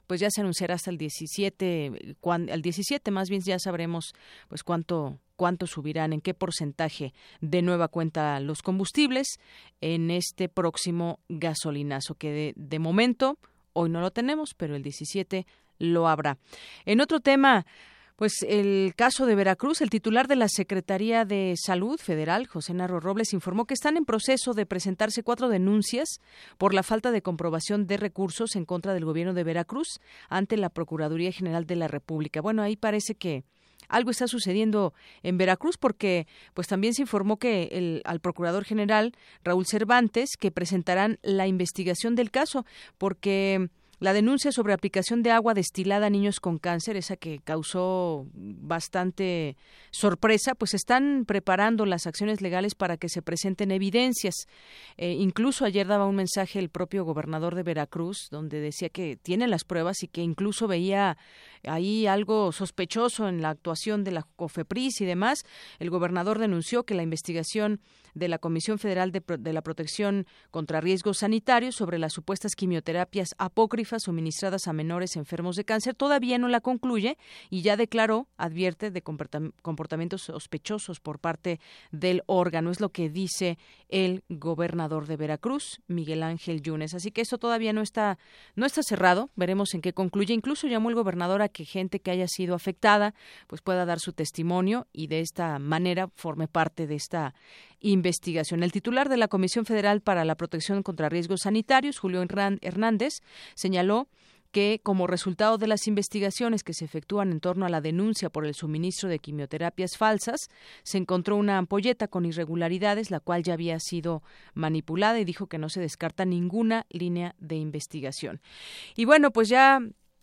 pues ya se anunciará hasta el diecisiete, cuando, el diecisiete más bien ya sabremos pues cuánto cuánto subirán, en qué porcentaje de nueva cuenta los combustibles en este próximo gasolinazo, que de, de momento hoy no lo tenemos, pero el diecisiete lo habrá. En otro tema, pues el caso de Veracruz, el titular de la Secretaría de Salud Federal, José Narro Robles, informó que están en proceso de presentarse cuatro denuncias por la falta de comprobación de recursos en contra del gobierno de Veracruz ante la Procuraduría General de la República. Bueno, ahí parece que algo está sucediendo en Veracruz, porque pues también se informó que el, al Procurador General Raúl Cervantes que presentarán la investigación del caso, porque la denuncia sobre aplicación de agua destilada a niños con cáncer, esa que causó bastante sorpresa, pues están preparando las acciones legales para que se presenten evidencias. Eh, incluso ayer daba un mensaje el propio gobernador de Veracruz, donde decía que tiene las pruebas y que incluso veía ahí algo sospechoso en la actuación de la COFEPRIS y demás. El gobernador denunció que la investigación de la Comisión Federal de, Pro- de la Protección contra Riesgos Sanitarios sobre las supuestas quimioterapias apócrifas suministradas a menores enfermos de cáncer todavía no la concluye y ya declaró, advierte de comportamientos sospechosos por parte del órgano. Es lo que dice el gobernador de Veracruz, Miguel Ángel Yunes. Así que esto todavía no está, no está cerrado. Veremos en qué concluye. Incluso llamó el gobernador a que gente que haya sido afectada pues pueda dar su testimonio y de esta manera forme parte de esta investigación. El titular de la Comisión Federal para la Protección contra Riesgos Sanitarios, Julio Hernández, señaló que como resultado de las investigaciones que se efectúan en torno a la denuncia por el suministro de quimioterapias falsas, se encontró una ampolleta con irregularidades, la cual ya había sido manipulada, y dijo que no se descarta ninguna línea de investigación. Y bueno, pues ya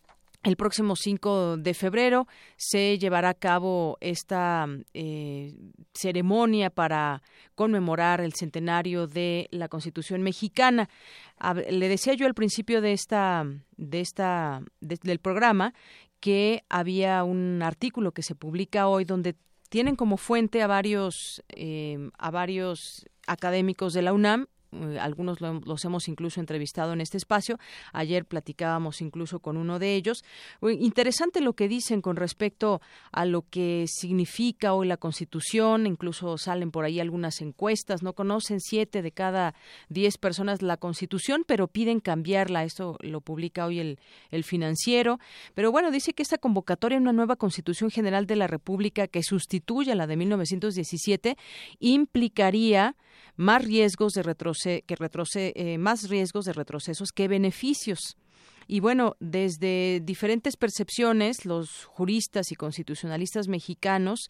el próximo cinco de febrero se llevará a cabo esta eh, ceremonia para conmemorar el centenario de la Constitución mexicana. A, le decía yo al principio de esta, de esta, de, del programa que había un artículo que se publica hoy donde tienen como fuente a varios, eh, a varios académicos de la UNAM. Algunos los hemos incluso entrevistado en este espacio. Ayer platicábamos incluso con uno de ellos. Interesante lo que dicen con respecto a lo que significa hoy la Constitución. Incluso salen por ahí algunas encuestas. No conocen siete de cada diez personas la Constitución, pero piden cambiarla. Esto lo publica hoy el, el Financiero. Pero bueno, dice que esta convocatoria a una nueva Constitución General de la República que sustituya la de mil novecientos diecisiete implicaría más riesgos de retroce- que retroce- eh, más riesgos de retrocesos que beneficios. Y bueno, desde diferentes percepciones, los juristas y constitucionalistas mexicanos,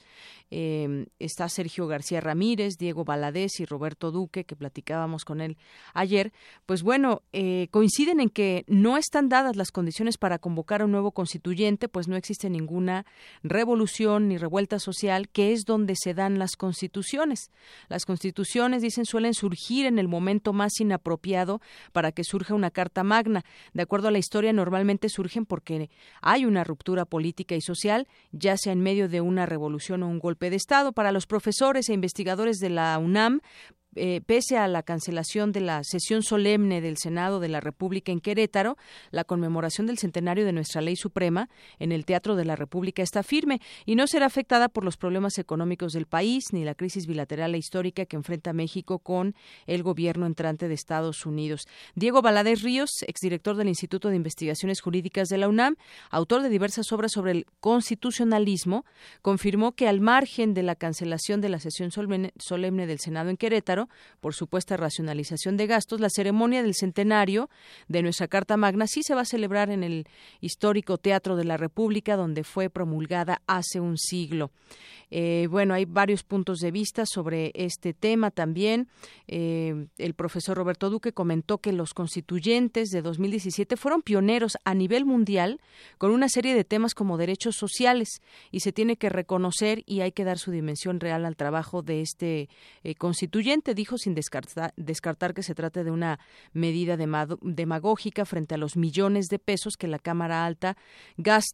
eh, está Sergio García Ramírez, Diego Valadez y Roberto Duque, que platicábamos con él ayer, pues bueno, eh, coinciden en que no están dadas las condiciones para convocar a un nuevo constituyente, pues no existe ninguna revolución ni revuelta social, que es donde se dan las constituciones. Las constituciones, dicen, suelen surgir en el momento más inapropiado para que surja una carta magna. De acuerdo a la historia, normalmente surgen porque hay una ruptura política y social, ya sea en medio de una revolución o un golpe de Estado. Para los profesores e investigadores de la UNAM, Eh, pese a la cancelación de la sesión solemne del Senado de la República en Querétaro, la conmemoración del centenario de nuestra Ley Suprema en el Teatro de la República está firme y no será afectada por los problemas económicos del país ni la crisis bilateral e histórica que enfrenta México con el gobierno entrante de Estados Unidos. Diego Valadez Ríos, exdirector del Instituto de Investigaciones Jurídicas de la UNAM, autor de diversas obras sobre el constitucionalismo, confirmó que al margen de la cancelación de la sesión solemne, solemne del Senado en Querétaro, por supuesta racionalización de gastos, la ceremonia del centenario de nuestra Carta Magna sí se va a celebrar en el histórico Teatro de la República, donde fue promulgada hace un siglo. Eh, bueno, hay varios puntos de vista sobre este tema también. Eh, el profesor Roberto Duque comentó que los constituyentes de dos mil diecisiete fueron pioneros a nivel mundial con una serie de temas como derechos sociales y se tiene que reconocer y hay que dar su dimensión real al trabajo de este eh, constituyente. Dijo sin descartar, descartar que se trate de una medida demagógica frente a los millones de pesos que la Cámara Alta gasta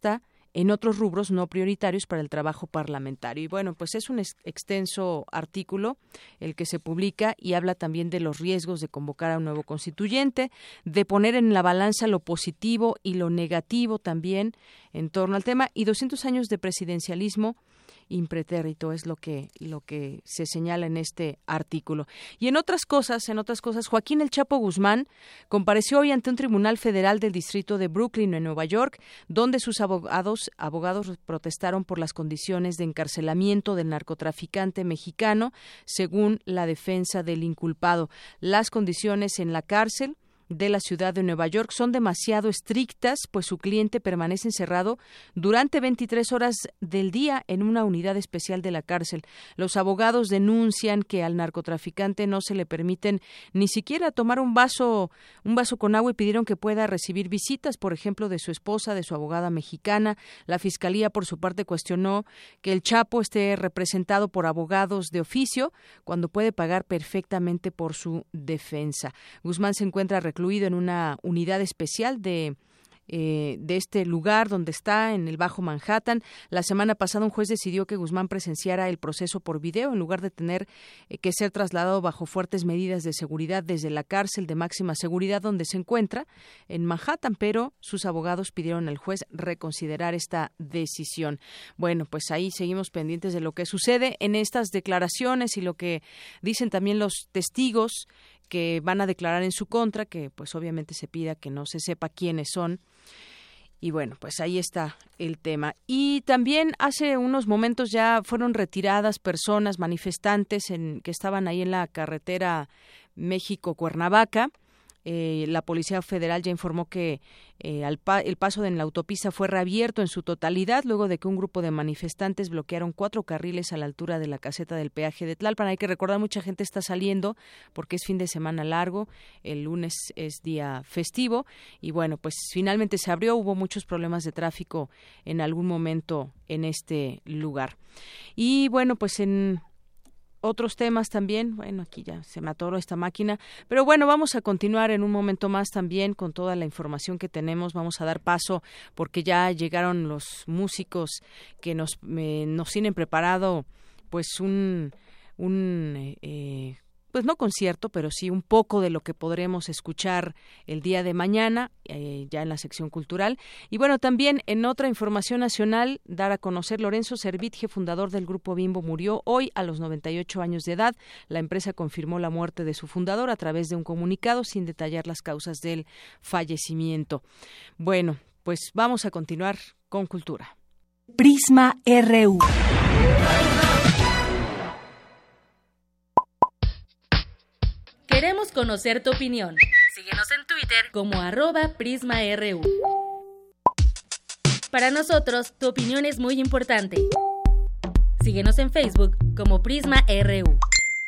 en otros rubros no prioritarios para el trabajo parlamentario. Y bueno, pues es un ex- extenso artículo el que se publica y habla también de los riesgos de convocar a un nuevo constituyente, de poner en la balanza lo positivo y lo negativo también en torno al tema, y doscientos años de presidencialismo impretérrito es lo que lo que se señala en este artículo. Y en otras cosas, en otras cosas, Joaquín El Chapo Guzmán compareció hoy ante un tribunal federal del distrito de Brooklyn en Nueva York, donde sus abogados abogados protestaron por las condiciones de encarcelamiento del narcotraficante mexicano, según la defensa del inculpado. Las condiciones en la cárcel de la ciudad de Nueva York son demasiado estrictas, pues su cliente permanece encerrado durante veintitrés horas del día en una unidad especial de la cárcel. Los abogados denuncian que al narcotraficante no se le permiten ni siquiera tomar un vaso, un vaso con agua, y pidieron que pueda recibir visitas, por ejemplo, de su esposa, de su abogada mexicana. La Fiscalía, por su parte, cuestionó que el Chapo esté representado por abogados de oficio cuando puede pagar perfectamente por su defensa. Guzmán se encuentra recluido en una unidad especial de eh, de este lugar donde está en el Bajo Manhattan. La semana pasada un juez decidió que Guzmán presenciara el proceso por video en lugar de tener eh, que ser trasladado bajo fuertes medidas de seguridad desde la cárcel de máxima seguridad donde se encuentra en Manhattan, pero sus abogados pidieron al juez reconsiderar esta decisión. Bueno, pues ahí seguimos pendientes de lo que sucede en estas declaraciones y lo que dicen también los testigos que van a declarar en su contra, que pues obviamente se pida que no se sepa quiénes son. Y bueno, pues ahí está el tema. Y también hace unos momentos ya fueron retiradas personas, manifestantes en, que estaban ahí en la carretera México-Cuernavaca. Eh, la Policía Federal ya informó que eh, al pa- el paso en la autopista fue reabierto en su totalidad luego de que un grupo de manifestantes bloquearon cuatro carriles a la altura de la caseta del peaje de Tlalpan. Hay que recordar, mucha gente está saliendo porque es fin de semana largo, el lunes es día festivo y bueno, pues finalmente se abrió. Hubo muchos problemas de tráfico en algún momento en este lugar. Y bueno, pues en otros temas también, bueno, aquí ya se me atoró esta máquina, pero bueno, vamos a continuar en un momento más también con toda la información que tenemos. Vamos a dar paso porque ya llegaron los músicos que nos eh, nos tienen preparado pues un un eh, pues no concierto, pero sí un poco de lo que podremos escuchar el día de mañana, eh, ya en la sección cultural. Y bueno, también en otra información nacional, dar a conocer Lorenzo Servitje, fundador del Grupo Bimbo, murió hoy a los noventa y ocho años de edad. La empresa confirmó la muerte de su fundador a través de un comunicado sin detallar las causas del fallecimiento. Bueno, pues vamos a continuar con cultura. Prisma R U. Queremos conocer tu opinión. Síguenos en Twitter como arroba PrismaRU. Para nosotros, tu opinión es muy importante. Síguenos en Facebook como Prisma R U.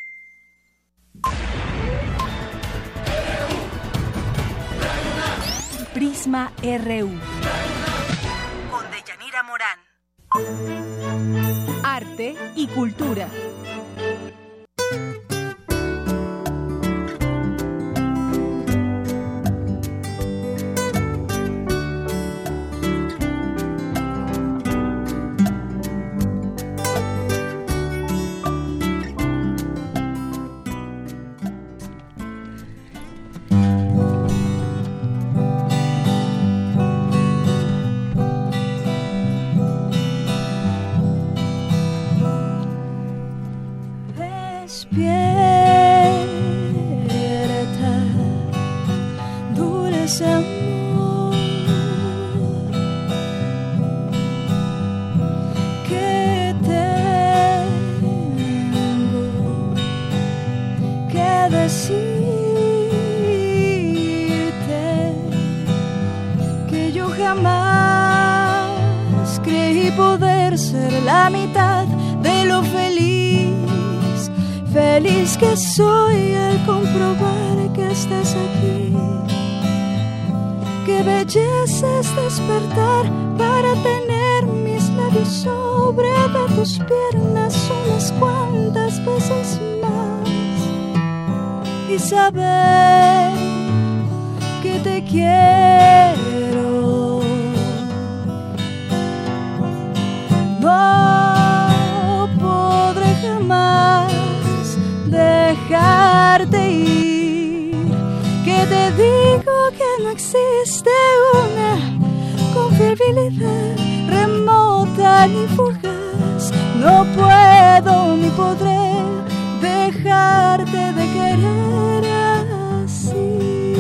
Prisma R U. Con Deyanira Morán. Arte y cultura. Dulce amor, que tengo que decirte que yo jamás creí poder ser la mitad de lo feliz, feliz que soy al comprobar que estás aquí. Qué belleza es despertar para tener mis labios sobre de tus piernas unas cuantas veces más y saber que te quiero existe una confiabilidad remota ni fugaz. No puedo ni podré dejarte de querer así.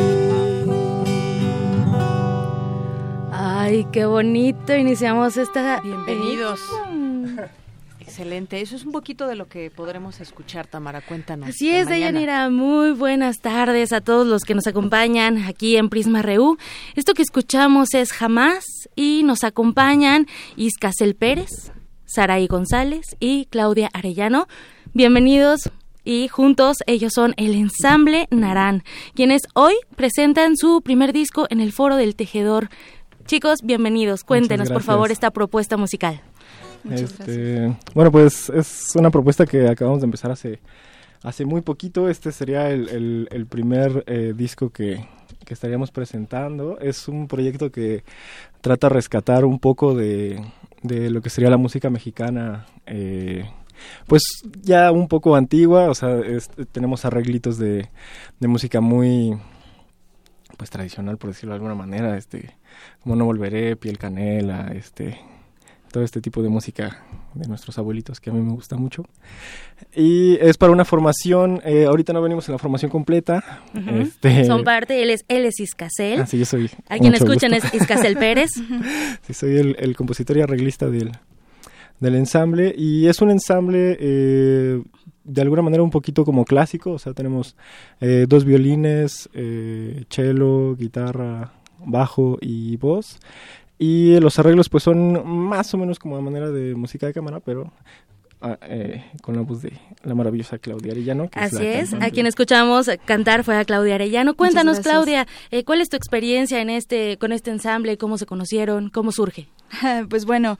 Ay, qué bonito iniciamos esta... Bienvenidos. Excelente, eso es un poquito de lo que podremos escuchar, Tamara, cuéntanos. Así es, Deyanira, muy buenas tardes a todos los que nos acompañan aquí en Prisma R U. Esto que escuchamos es Jamás y nos acompañan Iscasel Pérez, Saraí González y Claudia Arellano. Bienvenidos y juntos ellos son el Ensamble Narán, quienes hoy presentan su primer disco en el Foro del Tejedor. Chicos, bienvenidos, cuéntenos por favor esta propuesta musical. Este, bueno, pues es una propuesta que acabamos de empezar hace hace muy poquito. Este sería el, el, el primer eh, disco que, que estaríamos presentando. Es un proyecto que trata de rescatar un poco de, de lo que sería la música mexicana, eh, pues ya un poco antigua. O sea, es, tenemos arreglitos de, de música muy pues tradicional, por decirlo de alguna manera, este, como No Volveré, Piel Canela, este... todo este tipo de música de nuestros abuelitos que a mí me gusta mucho. Y es para una formación, eh, ahorita no venimos en la formación completa. Uh-huh. este... Son parte, él es, él es Iscasel. Ah, sí, yo soy. A quien escuchan gusto. Es Iscasel Pérez. Sí, soy el, el compositor y arreglista del, del ensamble. Y es un ensamble eh, de alguna manera un poquito como clásico. O sea, tenemos eh, dos violines, eh, cello, guitarra, bajo y voz. Y los arreglos pues son más o menos como de manera de música de cámara, pero ah, eh, con la voz de la maravillosa Claudia Arellano. Que Así es, es, a quien escuchamos cantar fue a Claudia Arellano. Cuéntanos, Claudia, eh, ¿cuál es tu experiencia en este con este ensamble? ¿Cómo se conocieron? ¿Cómo surge? Pues bueno,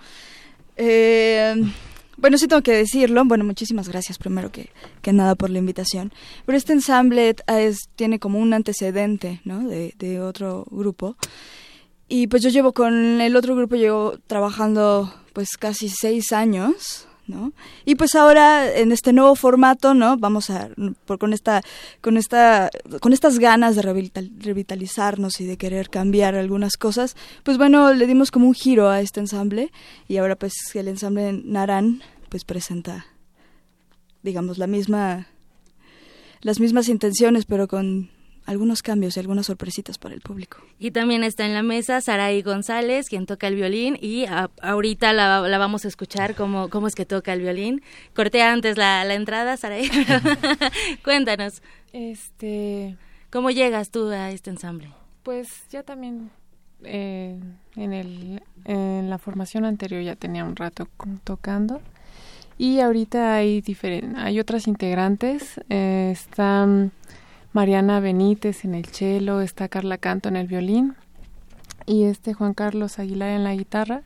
eh, bueno, sí tengo que decirlo. Bueno, muchísimas gracias primero que, que nada por la invitación. Pero este ensamble es, tiene como un antecedente, ¿no? de, de otro grupo. Y pues yo llevo con el otro grupo, llevo trabajando pues casi seis años, ¿no? Y pues ahora en este nuevo formato, ¿no? Vamos a, por, con esta, con esta, con estas ganas de revital, revitalizarnos y de querer cambiar algunas cosas, pues bueno, le dimos como un giro a este ensamble y ahora pues el ensamble Narán pues presenta, digamos, la misma, las mismas intenciones, pero con algunos cambios y algunas sorpresitas para el público. Y también está en la mesa Saraí González, quien toca el violín, y a, ahorita la, la vamos a escuchar cómo, cómo es que toca el violín. Corté antes la, la entrada, Saraí. Cuéntanos. Este, ¿Cómo llegas tú a este ensamble? Pues ya también eh, en, el, en la formación anterior ya tenía un rato tocando, y ahorita hay, diferen- hay otras integrantes. Eh, están Mariana Benítez en el cello, está Carla Canto en el violín y este Juan Carlos Aguilar en la guitarra.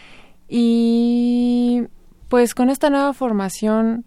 Y pues con esta nueva formación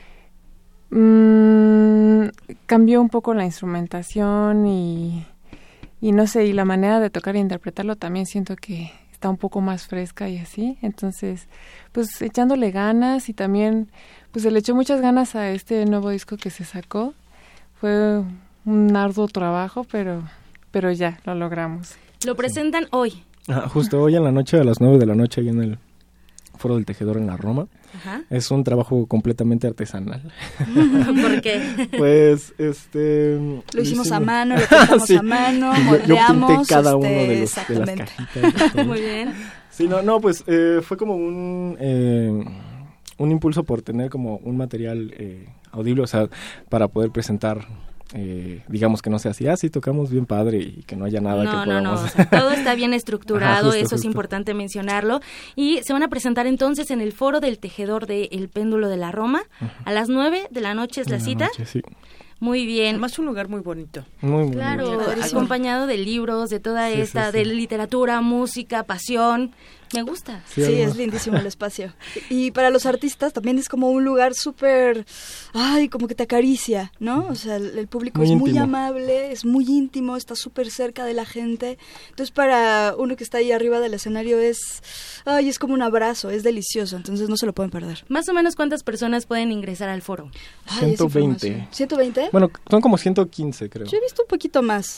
mmm, cambió un poco la instrumentación y, y no sé, y la manera de tocar e interpretarlo también siento que está un poco más fresca y así. Entonces, pues echándole ganas, y también pues se le echó muchas ganas a este nuevo disco que se sacó. Fue un arduo trabajo, pero pero ya lo logramos. Lo presentan hoy. Ah, justo hoy en la noche, a las nueve de la noche, ahí en el Foro del Tejedor en la Roma. Ajá. Es un trabajo completamente artesanal. ¿Por qué? Pues, este... Lo hicimos a mano, lo pintamos sí. a mano, moldeamos. Yo pinté cada este, uno de, los, de las cajitas. Muy bien. Sí, no, no, pues eh, fue como un... Eh, un impulso por tener como un material eh, audible, o sea, para poder presentar... Eh, digamos que no sea así, ah, sí, tocamos bien padre y que no haya nada no, que podamos... No, no, o sea, todo está bien estructurado, Ajá, justo, eso justo. Es importante mencionarlo. Y se van a presentar entonces en el Foro del Tejedor de El Péndulo de la Roma. Uh-huh. A las nueve de la noche es la, la cita. Noche, sí. Muy bien. Además un lugar muy bonito. Muy, muy Claro, bonito. acompañado de libros, de toda sí, esta, sí, de sí. literatura, música, pasión. Me gusta. Sí, sí es lindísimo el espacio. Y para los artistas también es como un lugar súper, ay, como que te acaricia, ¿no? O sea, el, el público muy es íntimo. Muy amable, es muy íntimo, está súper cerca de la gente. Entonces para uno que está ahí arriba del escenario es, ay, es como un abrazo, es delicioso, entonces no se lo pueden perder. Más o menos, ¿cuántas personas pueden ingresar al foro? Ay, ciento veinte. ¿ciento veinte? Bueno, son como ciento quince, creo. Yo he visto un poquito más.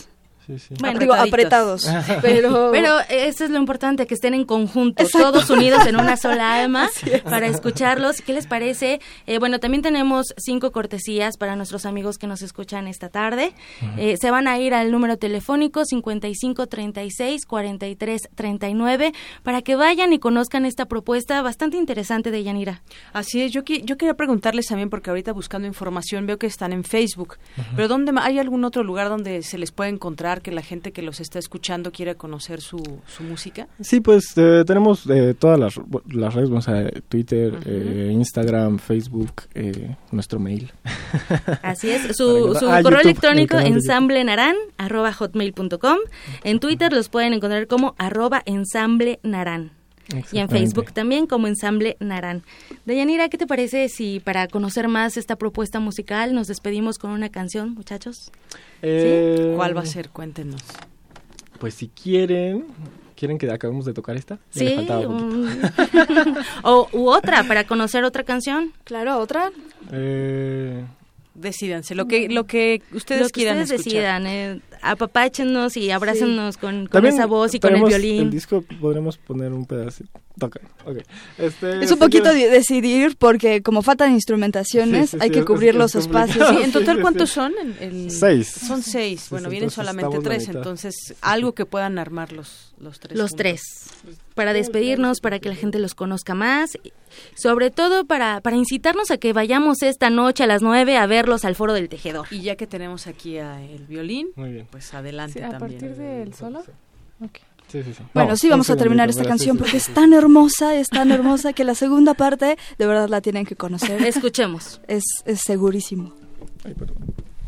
Sí, sí. Bueno, digo, apretados. pero... pero eso es lo importante, que estén en conjunto, exacto, todos unidos en una sola alma para escucharlos. ¿Qué les parece? Eh, bueno, también tenemos cinco cortesías para nuestros amigos que nos escuchan esta tarde. Uh-huh. Eh, se van a ir al número telefónico cincuenta y cinco treinta y seis cuarenta y tres treinta y nueve para que vayan y conozcan esta propuesta bastante interesante de Yanira. Así es, yo, yo quería preguntarles también, porque ahorita buscando información veo que están en Facebook, uh-huh, pero ¿dónde hay algún otro lugar donde se les puede encontrar, que la gente que los está escuchando quiere conocer su, su música? Sí, pues eh, tenemos eh, todas las, las redes, vamos a Twitter, uh-huh, eh, Instagram, Facebook, eh, nuestro mail. Así es, su, su ah, correo YouTube, electrónico ensamblenaran arroba hotmail punto com. En Twitter los pueden encontrar como arroba ensamblenaran. Y en Facebook también como Ensamble Narán. Deyanira, ¿qué te parece si para conocer más esta propuesta musical nos despedimos con una canción, muchachos? Eh, ¿Sí? ¿Cuál va a ser? Cuéntenos. Pues si quieren, ¿quieren que acabemos de tocar esta? Sí, un... o u otra, para conocer otra canción. Claro, otra. Eh... Decídanse, lo que lo que ustedes lo que quieran ustedes escuchar. decidan, eh, apapáchenos y abrácennos sí. con, con esa voz y con el violín. El disco podremos poner un pedacito. Okay, okay. Este, es un poquito quiero... decidir porque como faltan instrumentaciones sí, sí, hay sí, que cubrir es, los es espacios. Sí, en total, ¿cuántos son? El, el... Seis. Son seis. Sí, bueno, vienen solamente tres, entonces algo que puedan armar los, los tres. Los juntos. tres. Para despedirnos, para que la gente los conozca más, sobre todo para, para incitarnos a que vayamos esta noche a las nueve a verlos al Foro del Tejedor. Y ya que tenemos aquí a el violín, pues adelante sí, ¿a también. ¿A partir del solo? Okay. Sí, sí, sí. Bueno, no, sí, vamos a terminar esta canción porque es tan hermosa, es tan hermosa que la segunda parte de verdad la tienen que conocer. Escuchemos. Es, es segurísimo. Ay, perdón.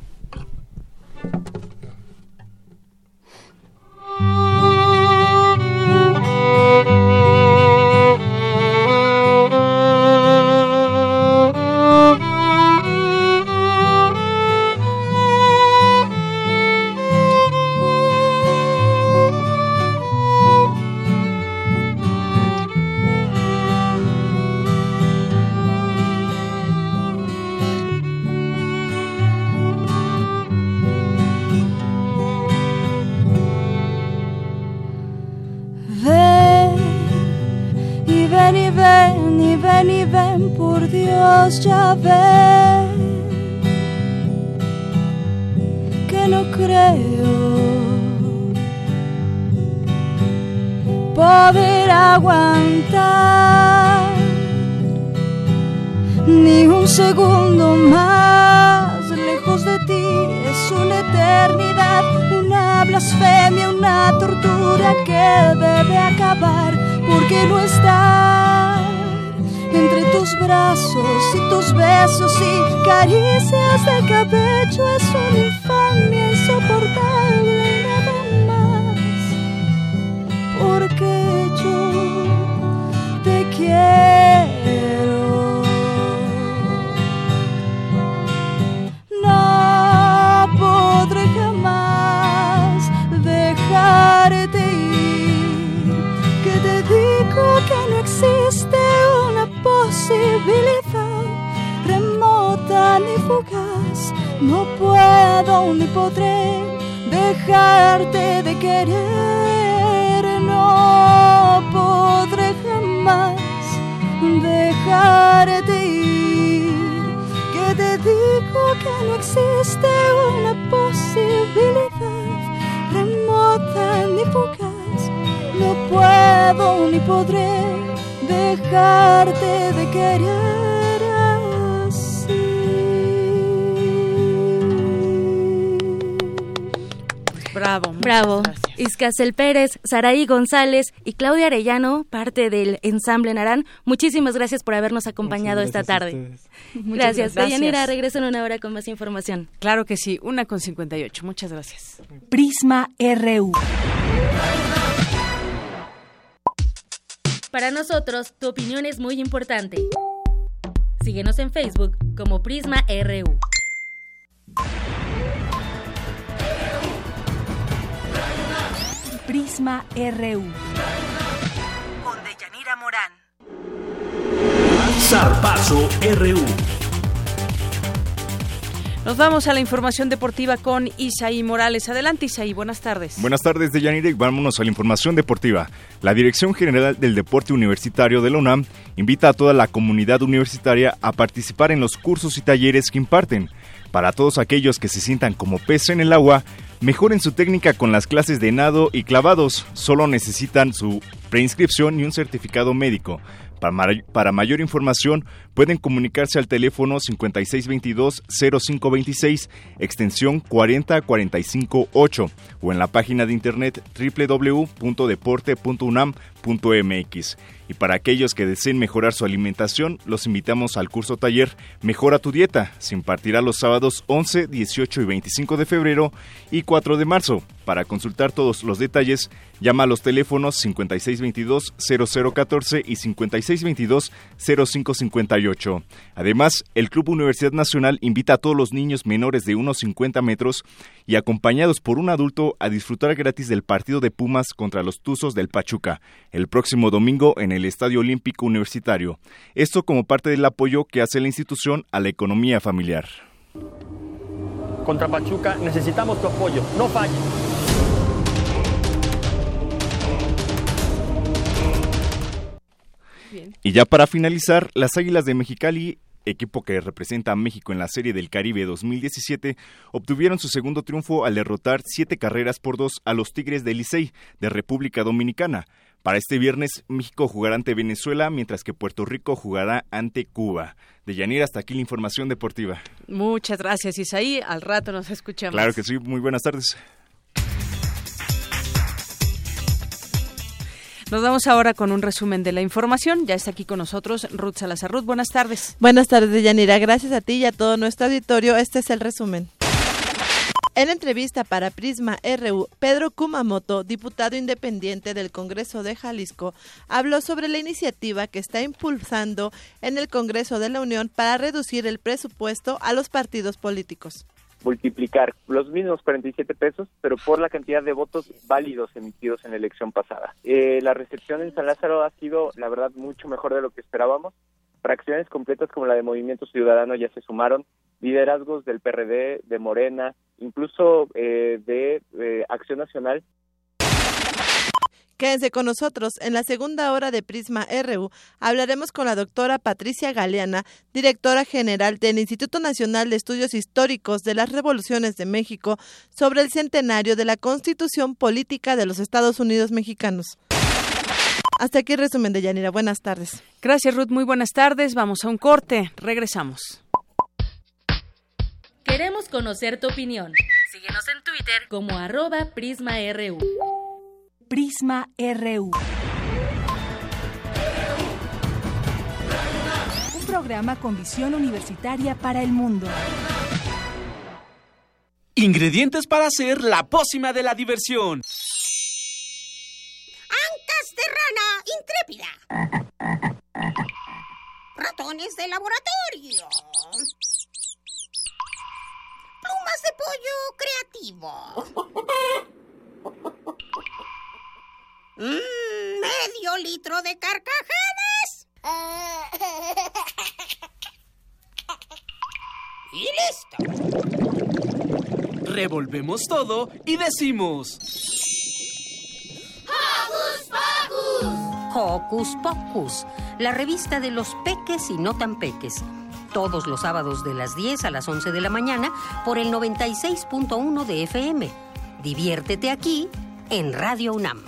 Ven y ven y ven y ven, por Dios ya ven que no creo poder aguantar ni un segundo más lejos de ti. Es una eternidad, una blasfemia, una tortura que debe acabar. Porque no estar entre tus brazos y tus besos y caricias de cabello es una infamia insoportable nada más. Porque yo te quiero. No podré jamás dejarte ir. Que no existe una posibilidad remota ni fugaz. No puedo ni podré dejarte de querer. No podré jamás dejarte ir. Que te digo que no existe una posibilidad remota ni fugaz. No puedo ni podré dejarte de querer así. Bravo, bravo. Iscasel Pérez, Saraí González y Claudia Arellano, parte del Ensamble Narán. Muchísimas gracias por habernos acompañado esta tarde. Gracias. Deyanira, regreso en una hora con más información. Claro que sí, una con cincuenta y ocho. Muchas gracias. Prisma R U. Para nosotros, tu opinión es muy importante. Síguenos en Facebook como Prisma R U. Prisma R U. Con Deyanira Morán. Zarpazo R U. Nos vamos a la información deportiva con Isaí Morales. Adelante, Isaí, buenas tardes. Buenas tardes, Deyanira, y vámonos a la información deportiva. La Dirección General del Deporte Universitario de la UNAM invita a toda la comunidad universitaria a participar en los cursos y talleres que imparten. Para todos aquellos que se sientan como pez en el agua, mejoren su técnica con las clases de nado y clavados. Solo necesitan su preinscripción y un certificado médico. Para, mar- para mayor información, pueden comunicarse al teléfono cincuenta y seis veintidós cero cinco veintiséis, extensión cuarenta cuarenta y cinco ocho, o en la página de internet doble u doble u doble u punto deporte punto unam punto m x. Y para aquellos que deseen mejorar su alimentación, los invitamos al curso taller Mejora tu dieta. Se impartirá los sábados once, dieciocho y veinticinco de febrero y cuatro de marzo. Para consultar todos los detalles, llama a los teléfonos cincuenta y seis veintidós cero cero catorce y cincuenta y seis veintidós cero cinco cincuenta y ocho. Además, el Club Universidad Nacional invita a todos los niños menores de unos cincuenta metros y acompañados por un adulto a disfrutar gratis del partido de Pumas contra los Tuzos del Pachuca, el próximo domingo en el Estadio Olímpico Universitario. Esto como parte del apoyo que hace la institución a la economía familiar. Contra Pachuca necesitamos tu apoyo, no falles. Bien. Y ya para finalizar, las Águilas de Mexicali, equipo que representa a México en la Serie del Caribe dos mil diecisiete, obtuvieron su segundo triunfo al derrotar siete carreras por dos a los Tigres del Licey de República Dominicana. Para este viernes, México jugará ante Venezuela, mientras que Puerto Rico jugará ante Cuba. Deyanira, hasta aquí la información deportiva. Muchas gracias, Isaí. Al rato nos escuchamos. Claro que sí, muy buenas tardes. Nos vamos ahora con un resumen de la información. Ya está aquí con nosotros Ruth Salazar. Ruth, buenas tardes. Buenas tardes, Deyanira. Gracias a ti y a todo nuestro auditorio. Este es el resumen. En entrevista para Prisma R U, Pedro Kumamoto, diputado independiente del Congreso de Jalisco, habló sobre la iniciativa que está impulsando en el Congreso de la Unión para reducir el presupuesto a los partidos políticos. Multiplicar los mismos cuarenta y siete pesos, pero por la cantidad de votos válidos emitidos en la elección pasada. Eh, la recepción en San Lázaro ha sido, la verdad, mucho mejor de lo que esperábamos. Fracciones completas como la de Movimiento Ciudadano ya se sumaron, liderazgos del P R D, de Morena, incluso eh, de eh, Acción Nacional. Quédense con nosotros. En la segunda hora de Prisma R U hablaremos con la doctora Patricia Galeana, directora general del Instituto Nacional de Estudios Históricos de las Revoluciones de México, sobre el centenario de la Constitución Política de los Estados Unidos Mexicanos. Hasta aquí el resumen, de Yanira. Buenas tardes. Gracias, Ruth. Muy buenas tardes. Vamos a un corte. Regresamos. Queremos conocer tu opinión. Síguenos en Twitter como arroba Prisma R U. Prisma R U. Un programa con visión universitaria para el mundo. Ingredientes para hacer la pócima de la diversión. Ancas de rana intrépida. Ratones de laboratorio. Plumas de pollo creativo. Mm, medio litro de carcajadas. Y listo. Revolvemos todo y decimos... ¡Hocus Pocus! Hocus Pocus, la revista de los peques y no tan peques. Todos los sábados de las diez a las once de la mañana por el noventa y seis punto uno de F M. Diviértete aquí en Radio UNAM.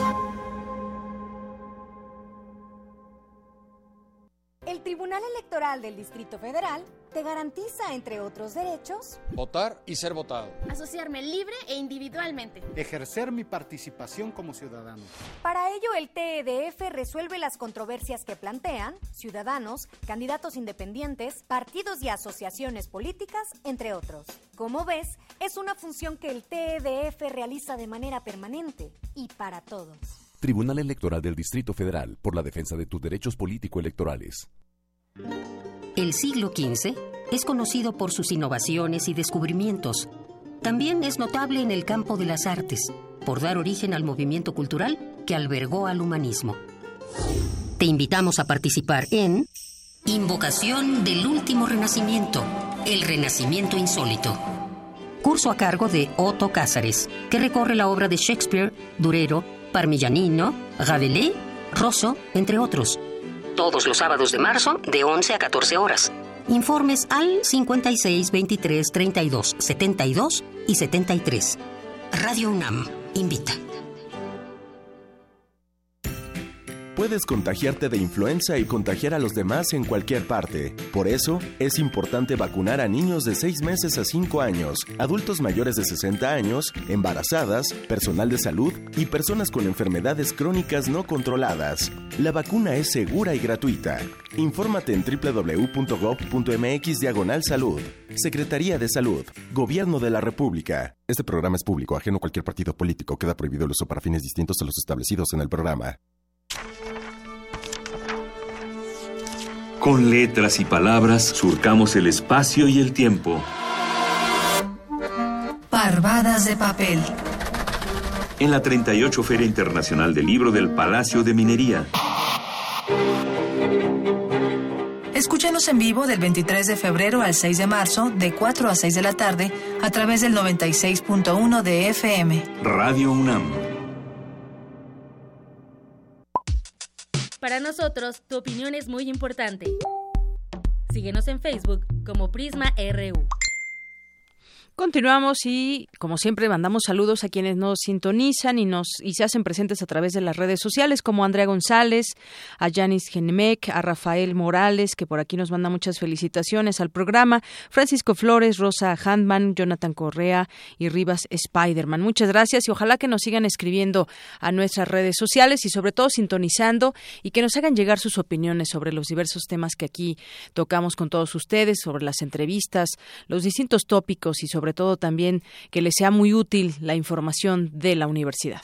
El Tribunal Electoral del Distrito Federal te garantiza, entre otros derechos, votar y ser votado, asociarme libre e individualmente, ejercer mi participación como ciudadano. Para ello, el T E D F resuelve las controversias que plantean ciudadanos, candidatos independientes, partidos y asociaciones políticas, entre otros. Como ves, es una función que el T E D F realiza de manera permanente y para todos. Tribunal Electoral del Distrito Federal, por la defensa de tus derechos político-electorales. El siglo quince es conocido por sus innovaciones y descubrimientos. También es notable en el campo de las artes, por dar origen al movimiento cultural que albergó al humanismo. Te invitamos a participar en Invocación del Último Renacimiento, El Renacimiento Insólito. Curso a cargo de Otto Cázares, que recorre la obra de Shakespeare, Durero, Parmigianino, Rabelais, Rosso, entre otros. Todos los sábados de marzo, de once a catorce horas. Informes al cincuenta y seis, veintitrés, treinta y dos, setenta y dos y setenta y tres. Radio UNAM invita. Puedes contagiarte de influenza y contagiar a los demás en cualquier parte. Por eso, es importante vacunar a niños de seis meses a cinco años, adultos mayores de sesenta años, embarazadas, personal de salud y personas con enfermedades crónicas no controladas. La vacuna es segura y gratuita. Infórmate en doble u doble u doble u punto gob punto eme equis diagonal salud. Secretaría de Salud. Gobierno de la República. Este programa es público, ajeno a cualquier partido político. Queda prohibido el uso para fines distintos a los establecidos en el programa. Con letras y palabras surcamos el espacio y el tiempo. Parvadas de papel. En la treinta y ocho Feria Internacional del Libro del Palacio de Minería. Escúchanos en vivo del veintitrés de febrero al seis de marzo, de cuatro a seis de la tarde, a través del noventa y seis punto uno de F M. Radio UNAM. Para nosotros, tu opinión es muy importante. Síguenos en Facebook como Prisma R U. Continuamos y, como siempre, mandamos saludos a quienes nos sintonizan y nos y se hacen presentes a través de las redes sociales, como Andrea González, a Yanis Genemec, a Rafael Morales, que por aquí nos manda muchas felicitaciones al programa, Francisco Flores, Rosa Handman, Jonathan Correa y Rivas Spiderman. Muchas gracias y ojalá que nos sigan escribiendo a nuestras redes sociales y sobre todo sintonizando y que nos hagan llegar sus opiniones sobre los diversos temas que aquí tocamos con todos ustedes, sobre las entrevistas, los distintos tópicos y sobre sobre todo también que les sea muy útil la información de la universidad.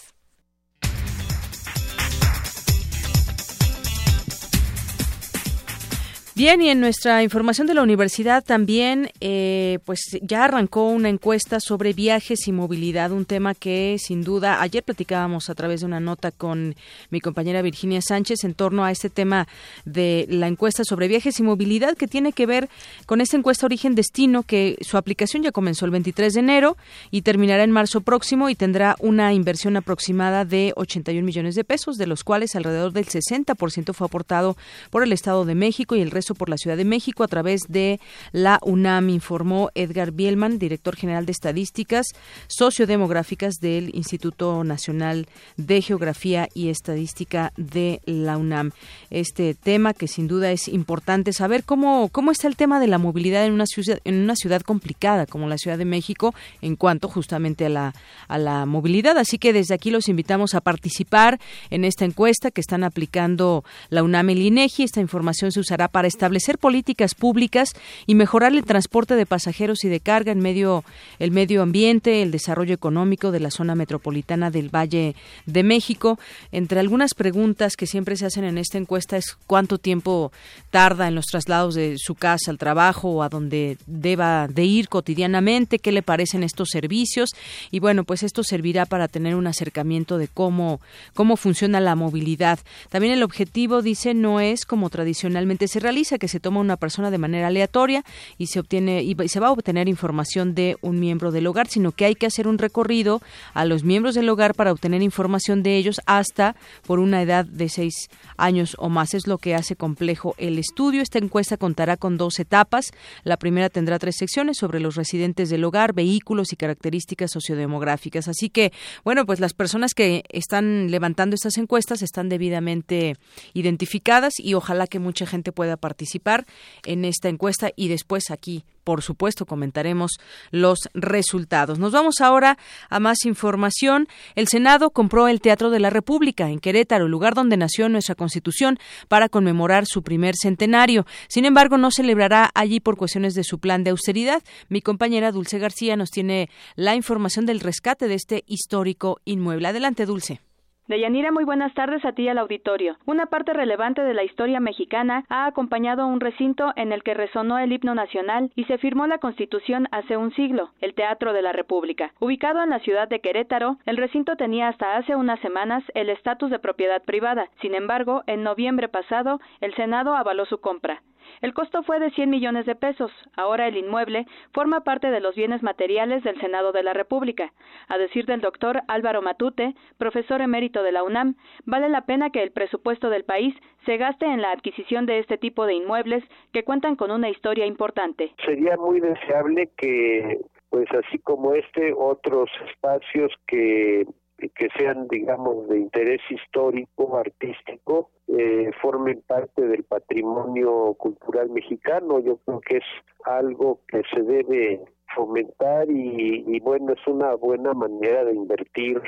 Bien, y en nuestra información de la universidad también, eh, pues ya arrancó una encuesta sobre viajes y movilidad, un tema que sin duda, ayer platicábamos a través de una nota con mi compañera Virginia Sánchez en torno a este tema de la encuesta sobre viajes y movilidad que tiene que ver con esta encuesta Origen-Destino, que su aplicación ya comenzó el veintitrés de enero y terminará en marzo próximo y tendrá una inversión aproximada de ochenta y un millones de pesos, de los cuales alrededor del sesenta por ciento fue aportado por el Estado de México y el resto por la Ciudad de México a través de la UNAM, informó Edgar Bielman, director general de Estadísticas Sociodemográficas del Instituto Nacional de Geografía y Estadística de la UNAM. Este tema que sin duda es importante saber cómo, cómo está el tema de la movilidad en una ciudad, en una ciudad complicada como la Ciudad de México en cuanto justamente a la, a la movilidad. Así que desde aquí los invitamos a participar en esta encuesta que están aplicando la UNAM y el INEGI. Esta información se usará para establecer políticas públicas y mejorar el transporte de pasajeros y de carga en medio el medio ambiente, el desarrollo económico de la zona metropolitana del Valle de México. Entre algunas preguntas que siempre se hacen en esta encuesta es cuánto tiempo tarda en los traslados de su casa al trabajo o a donde deba de ir cotidianamente, qué le parecen estos servicios y bueno, pues esto servirá para tener un acercamiento de cómo cómo funciona la movilidad. También el objetivo, dice, no es como tradicionalmente se realiza, que se toma una persona de manera aleatoria y se obtiene y se va a obtener información de un miembro del hogar, sino que hay que hacer un recorrido a los miembros del hogar para obtener información de ellos hasta por una edad de seis años o más. Es lo que hace complejo el estudio. Esta encuesta contará con dos etapas. La primera tendrá tres secciones sobre los residentes del hogar, vehículos y características sociodemográficas. Así que, bueno, pues las personas que están levantando estas encuestas están debidamente identificadas y ojalá que mucha gente pueda participar en esta encuesta y después aquí, por supuesto, comentaremos los resultados. Nos vamos ahora a más información. El Senado compró el Teatro de la República en Querétaro, lugar donde nació nuestra Constitución, para conmemorar su primer centenario. Sin embargo, no celebrará allí por cuestiones de su plan de austeridad. Mi compañera Dulce García nos tiene la información del rescate de este histórico inmueble. Adelante, Dulce. Deyanira, muy buenas tardes a ti y al auditorio. Una parte relevante de la historia mexicana ha acompañado un recinto en el que resonó el himno nacional y se firmó la Constitución hace un siglo, el Teatro de la República. Ubicado en la ciudad de Querétaro, el recinto tenía hasta hace unas semanas el estatus de propiedad privada. Sin embargo, en noviembre pasado, el Senado avaló su compra. El costo fue de cien millones de pesos. Ahora el inmueble forma parte de los bienes materiales del Senado de la República. A decir del doctor Álvaro Matute, profesor emérito de la UNAM, vale la pena que el presupuesto del país se gaste en la adquisición de este tipo de inmuebles que cuentan con una historia importante. Sería muy deseable que, pues así como este, otros espacios que que sean, digamos, de interés histórico, artístico, eh, formen parte del patrimonio cultural mexicano. Yo creo que es algo que se debe fomentar y, y bueno, es una buena manera de invertir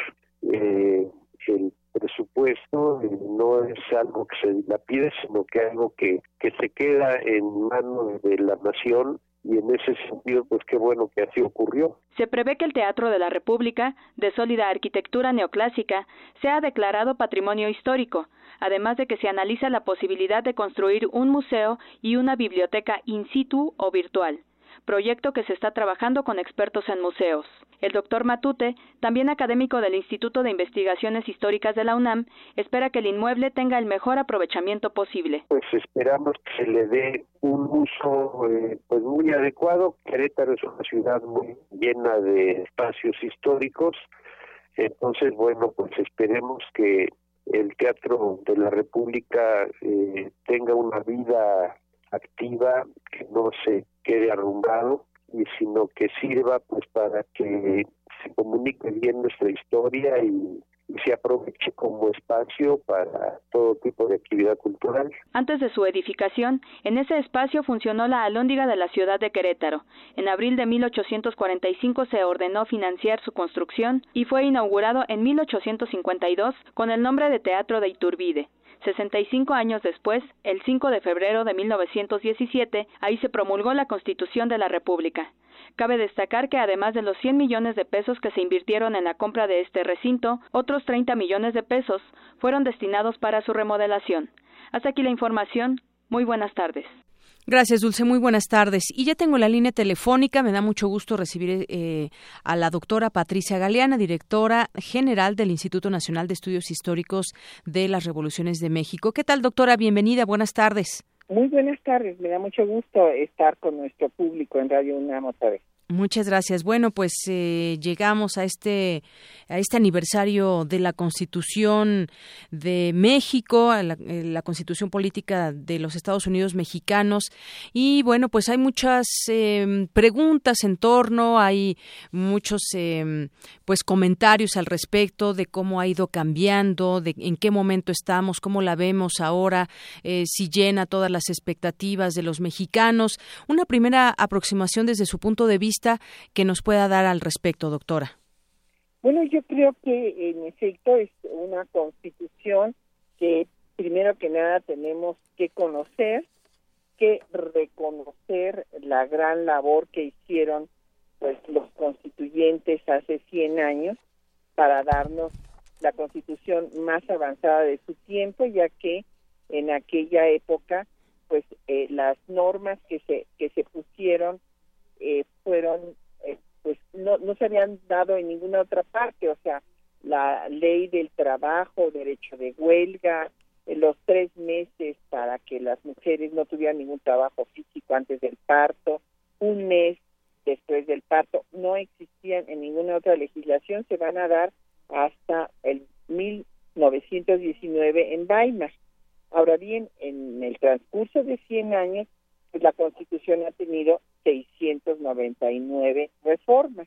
eh, el presupuesto. Eh, no es algo que se dilapide, sino que algo que, que se queda en manos de la nación. Y en ese sentido, pues qué bueno que así ocurrió. Se prevé que el Teatro de la República, de sólida arquitectura neoclásica, sea declarado patrimonio histórico, además de que se analiza la posibilidad de construir un museo y una biblioteca in situ o virtual, proyecto que se está trabajando con expertos en museos. El doctor Matute, también académico del Instituto de Investigaciones Históricas de la UNAM, espera que el inmueble tenga el mejor aprovechamiento posible. Pues esperamos que se le dé un uso eh, pues muy adecuado. Querétaro es una ciudad muy llena de espacios históricos, entonces bueno, pues esperemos que el Teatro de la República eh, tenga una vida activa, que no se quede arrumbado, y sino que sirva pues para que se comunique bien nuestra historia y, y se aproveche como espacio para todo tipo de actividad cultural. Antes de su edificación, en ese espacio funcionó la Alhóndiga de la ciudad de Querétaro. En abril de mil ochocientos cuarenta y cinco se ordenó financiar su construcción y fue inaugurado en mil ochocientos cincuenta y dos con el nombre de Teatro de Iturbide. sesenta y cinco años después, el cinco de febrero de mil novecientos diecisiete, ahí se promulgó la Constitución de la República. Cabe destacar que además de los cien millones de pesos que se invirtieron en la compra de este recinto, otros treinta millones de pesos fueron destinados para su remodelación. Hasta aquí la información. Muy buenas tardes. Gracias, Dulce. Muy buenas tardes. Y ya tengo la línea telefónica. Me da mucho gusto recibir eh, a la doctora Patricia Galeana, directora general del Instituto Nacional de Estudios Históricos de las Revoluciones de México. ¿Qué tal, doctora? Bienvenida. Buenas tardes. Muy buenas tardes. Me da mucho gusto estar con nuestro público en Radio UNAM otra vez. Muchas gracias. Bueno, pues eh, llegamos a este a este aniversario de la Constitución de México, a la, la Constitución Política de los Estados Unidos Mexicanos, y bueno, pues hay muchas eh, preguntas en torno, hay muchos eh, pues comentarios al respecto de cómo ha ido cambiando, de en qué momento estamos, cómo la vemos ahora, eh, si llena todas las expectativas de los mexicanos. Una primera aproximación desde su punto de vista que nos pueda dar al respecto, doctora. Bueno, yo creo que en efecto es una constitución que primero que nada tenemos que conocer, que reconocer la gran labor que hicieron pues los constituyentes hace cien años para darnos la constitución más avanzada de su tiempo, ya que en aquella época pues eh, las normas que se que se pusieron Eh, fueron, eh, pues no, no se habían dado en ninguna otra parte, o sea, la ley del trabajo, derecho de huelga, eh, los tres meses para que las mujeres no tuvieran ningún trabajo físico antes del parto, un mes después del parto, no existían en ninguna otra legislación, se van a dar hasta el mil novecientos diecinueve en Weimar. Ahora bien, en el transcurso de cien años, pues la Constitución ha tenido seiscientos noventa y nueve reformas.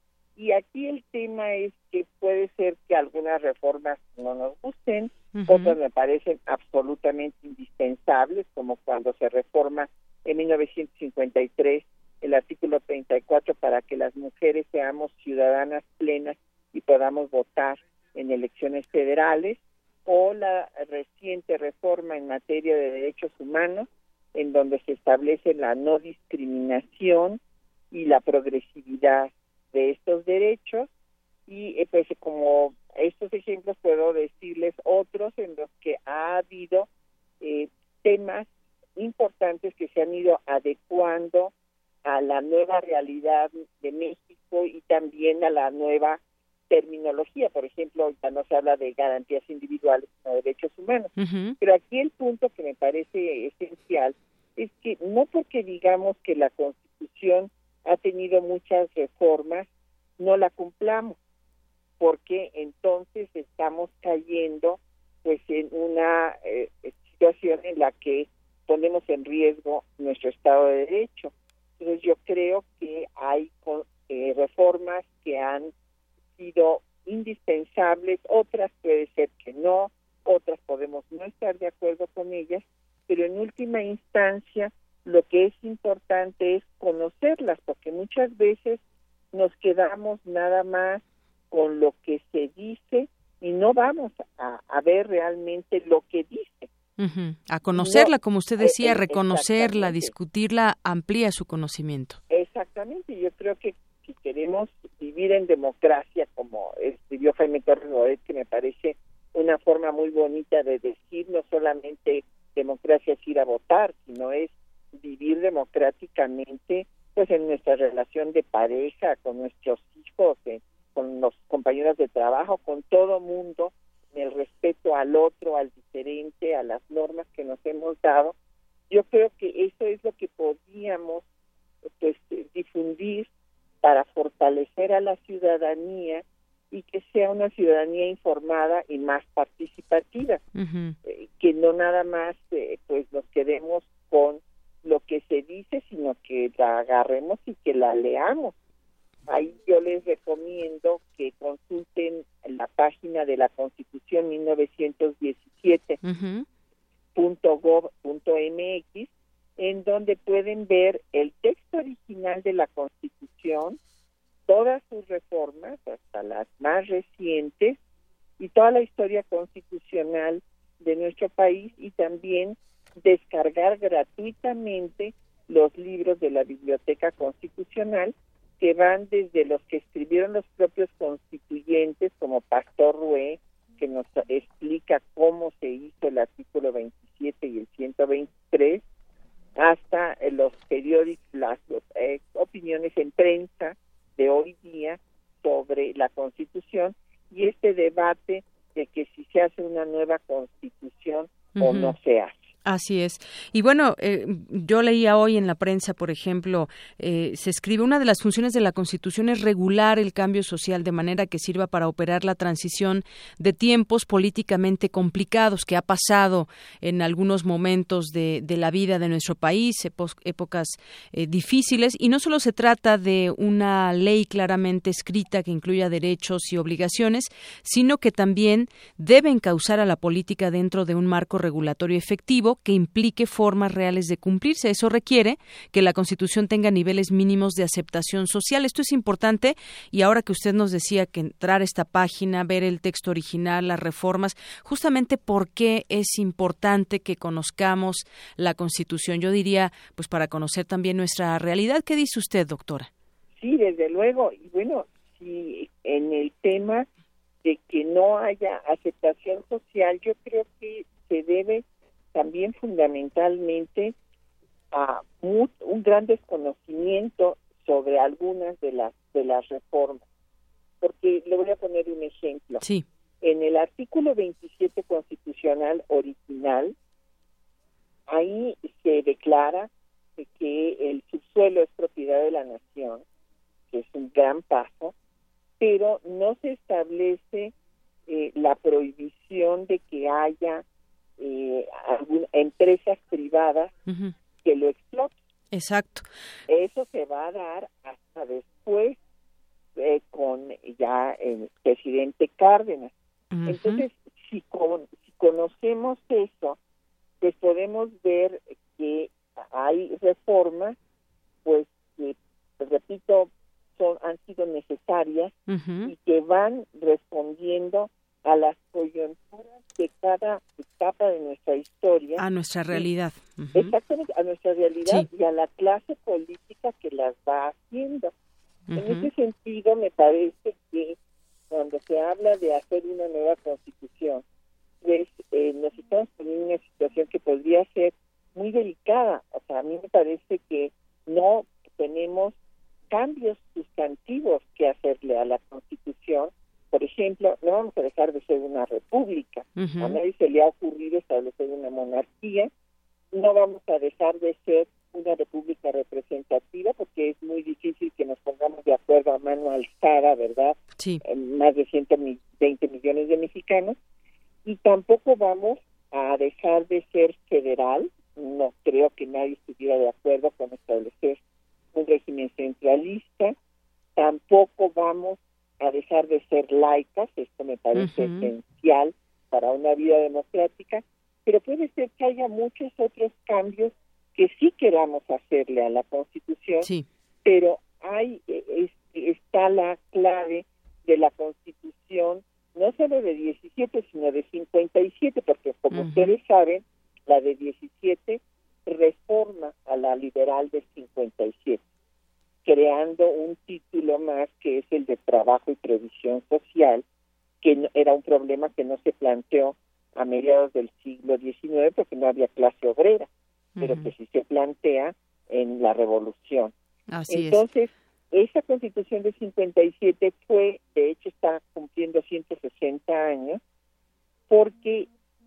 Y aquí el tema es que puede ser que algunas reformas no nos gusten, uh-huh. Otras me parecen absolutamente indispensables, como cuando se reforma en mil novecientos cincuenta y tres el artículo treinta y cuatro para que las mujeres seamos ciudadanas plenas y podamos votar en elecciones federales, o la reciente reforma en materia de derechos humanos, en donde se establece la no discriminación y la progresividad de estos derechos. Y eh, pues como estos ejemplos puedo decirles otros en los que ha habido eh, temas importantes que se han ido adecuando a la nueva realidad de México y también a la nueva terminología. Por ejemplo, ya no se habla de garantías individuales, sino de derechos humanos. Uh-huh. Pero aquí el punto que me parece esencial es que no porque digamos que la Constitución ha tenido muchas reformas, no la cumplamos, porque entonces estamos cayendo pues en una eh, situación en la que ponemos en riesgo nuestro Estado de Derecho. Entonces yo creo que hay eh, reformas que han sido indispensables, otras puede ser que no, otras podemos no estar de acuerdo con ellas, pero en última instancia lo que es importante es conocerlas, porque muchas veces nos quedamos nada más con lo que se dice y no vamos a, a ver realmente lo que dice. Uh-huh. A conocerla, no, como usted decía, eh, reconocerla, discutirla, amplía su conocimiento. Exactamente, yo creo que si queremos vivir en democracia, como escribió Jaime Torres Bodet, que me parece una forma muy bonita de decir, no solamente democracia es ir a votar, sino es vivir democráticamente pues en nuestra relación de pareja, con nuestros hijos, eh, con los compañeros de trabajo, con todo mundo, en el respeto al otro, al diferente, a las normas que nos hemos dado. Yo creo que eso es lo que podríamos pues difundir para fortalecer a la ciudadanía y que sea una ciudadanía informada y más participativa, uh-huh. eh, que no nada más eh, pues nos quedemos con lo que se dice, sino que la agarremos y que la leamos. Ahí yo les recomiendo que consulten la página de la Constitución mil novecientos diecisiete punto gov punto m x, en donde pueden ver el texto original de la Constitución, todas sus reformas, hasta las más recientes, y toda la historia constitucional de nuestro país, y también descargar gratuitamente los libros de la Biblioteca Constitucional, que van desde los que escribieron los propios constituyentes, como Pastor Rué, que nos explica cómo se hizo el artículo veintisiete y el ciento veintitrés, hasta los periódicos, las eh, opiniones en prensa de hoy día sobre la Constitución, y este debate de que si se hace una nueva Constitución uh-huh. o no se hace. Así es. Y bueno, eh, yo leía hoy en la prensa, por ejemplo, eh, se escribe: una de las funciones de la Constitución es regular el cambio social de manera que sirva para operar la transición de tiempos políticamente complicados que ha pasado en algunos momentos de, de la vida de nuestro país, epos, épocas eh, difíciles. Y no solo se trata de una ley claramente escrita que incluya derechos y obligaciones, sino que también debe encauzar a la política dentro de un marco regulatorio efectivo que implique formas reales de cumplirse. Eso requiere que la Constitución tenga niveles mínimos de aceptación social. Esto es importante, y ahora que usted nos decía que entrar a esta página, ver el texto original, las reformas, justamente por qué es importante que conozcamos la Constitución. Yo diría, pues para conocer también nuestra realidad. ¿Qué dice usted, doctora? Sí, desde luego. Y bueno, si en el tema de que no haya aceptación social, yo creo que se debe también fundamentalmente a un, un gran desconocimiento sobre algunas de las de las reformas. Porque le voy a poner un ejemplo. Sí. En el artículo veintisiete constitucional original, ahí se declara que el subsuelo es propiedad de la nación, que es un gran paso, pero no se establece eh, la prohibición de que haya Eh, algunas empresas privadas uh-huh. que lo exploten. Exacto. Eso se va a dar hasta después eh, con ya el presidente Cárdenas. Uh-huh. Entonces, si, con, si conocemos eso, pues podemos ver que hay reformas, pues que, pues, repito, son han sido necesarias uh-huh. y que van respondiendo a las coyunturas de cada etapa de nuestra historia. A nuestra realidad. Uh-huh. Exactamente, a nuestra realidad sí. y a la clase política que las va haciendo. Uh-huh. En ese sentido, me parece que cuando se habla de hacer una nueva constitución, pues eh, nos estamos poniendo en una situación que podría ser muy delicada. O sea, a mí me parece que no tenemos cambios sustantivos que hacerle a la Constitución. Por ejemplo, no vamos a dejar de ser una república. Uh-huh. A nadie se le ha ocurrido establecer una monarquía. No vamos a dejar dejar de ser una república representativa, porque es muy difícil que nos pongamos de acuerdo a mano alzada, ¿verdad? Sí. Eh, más de ciento veinte millones de mexicanos, y tampoco vamos a dejar de ser federal. No creo que nadie estuviera de acuerdo con establecer un régimen centralista. Tampoco vamos a dejar de ser laicas, esto me parece uh-huh. esencial para una vida democrática, pero puede ser que haya muchos otros cambios que sí queramos hacerle a la Constitución, sí. pero hay es, está la clave de la Constitución, no solo de diecisiete, sino de cincuenta y siete, porque como uh-huh. ustedes saben, la de diecisiete reforma a la liberal de cincuenta y siete, creando un título más que es el de trabajo y previsión social, que no, era un problema que no se planteó a mediados del siglo diecinueve porque no había clase obrera, uh-huh. pero que sí se plantea en la Revolución. Así Entonces, es. esa Constitución de cincuenta y siete fue, de hecho está cumpliendo ciento sesenta años, porque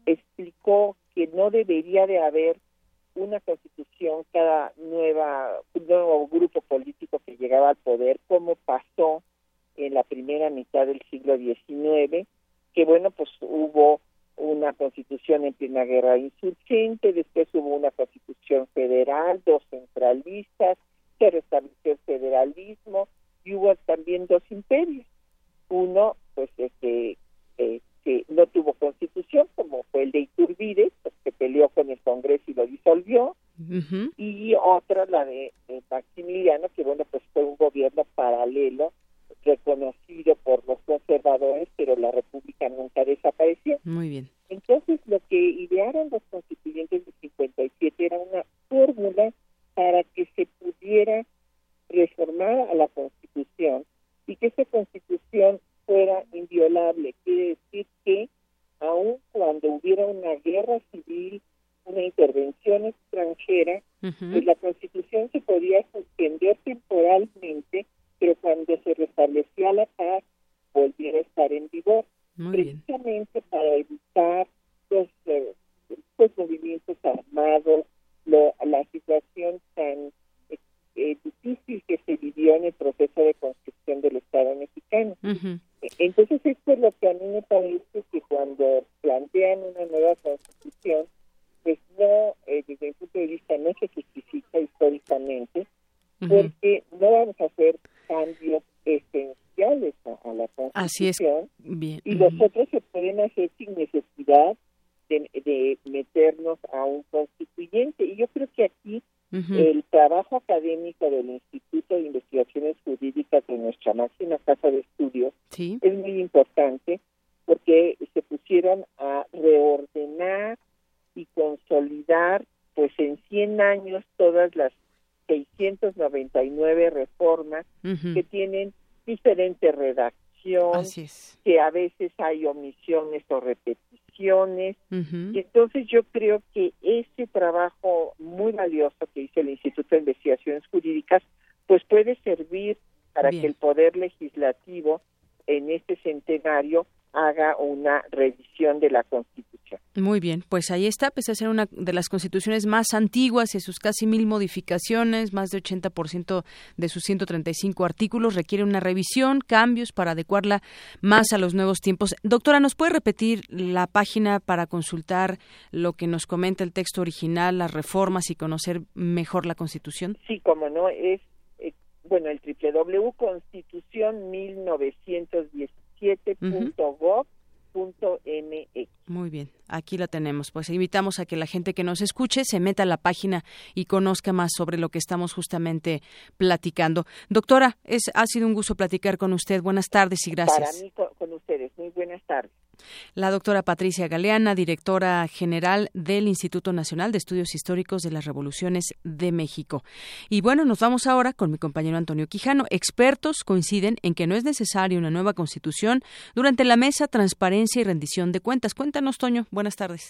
explicó que no debería de haber una Constitución cada nueva un nuevo grupo político que llegaba al poder, como pasó en la primera mitad del siglo diecinueve, que bueno, pues hubo una Constitución en plena guerra insurgente, después hubo una Constitución federal, dos centralistas, se restableció el federalismo y hubo también dos imperios. Uno, pues, este, eh, que no tuvo Constitución, como fue el de Iturbide, pues, que peleó con el Congreso y lo disolvió, uh-huh. y otra, la de, de Maximiliano, que bueno, pues fue un gobierno paralelo, reconocido por los conservadores, pero la República nunca desapareció. Muy bien. Entonces, lo que idearon los constituyentes de cincuenta y siete era una fórmula para que se pudiera reformar a la Constitución y que esa Constitución fuera inviolable. Quiere decir que aun cuando hubiera una guerra civil, una intervención extranjera, uh-huh. pues la Constitución se podía suspender temporalmente, pero cuando se restablecía la paz, volviera a estar en vigor. Muy precisamente bien. Para evitar los, eh, los movimientos armados, lo, la situación tan eh, eh, difícil que se vivió en el proceso de construcción del Estado mexicano. Uh-huh. Entonces, esto es lo que a mí me parece que cuando plantean una nueva Constitución, pues no, eh, desde mi punto de vista, no se justifica históricamente, uh-huh. porque no vamos a hacer cambios esenciales a, a la Constitución. Así es. Bien. Y los otros se pueden hacer sin necesidad de, de meternos a un constituyente. Y yo creo que aquí uh-huh. el trabajo académico del Instituto de Investigaciones Jurídicas de nuestra máxima casa de estudios ¿Sí? es muy importante, porque se pusieron a reordenar y consolidar pues en cien años todas las seiscientas noventa y nueve reformas uh-huh. que tienen diferente redacción, Así es. que a veces hay omisiones o repeticiones, uh-huh. y entonces yo creo que ese trabajo muy valioso que hizo el Instituto de Investigaciones Jurídicas pues puede servir para Bien. que el Poder Legislativo en este centenario haga una revisión de la Constitución. Muy bien, pues ahí está, pese a ser una de las constituciones más antiguas y sus casi mil modificaciones, más de ochenta por ciento de sus ciento treinta y cinco artículos, requiere una revisión, cambios para adecuarla más a los nuevos tiempos. Doctora, ¿nos puede repetir la página para consultar lo que nos comenta el texto original, las reformas y conocer mejor la Constitución? Sí, como no, es, eh, bueno, el doble u doble u doble u punto constitución mil novecientos diecisiete punto gov punto m x. Muy bien, aquí la tenemos. Pues invitamos a que la gente que nos escuche se meta a la página y conozca más sobre lo que estamos justamente platicando. Doctora, es ha sido un gusto platicar con usted. Buenas tardes y gracias. Para mí con, con ustedes. Muy buenas tardes. La doctora Patricia Galeana, directora general del Instituto Nacional de Estudios Históricos de las Revoluciones de México. Y bueno, nos vamos ahora con mi compañero Antonio Quijano. Expertos coinciden en que no es necesaria una nueva Constitución durante la mesa Transparencia y Rendición de Cuentas. Cuéntanos, Toño. Buenas tardes.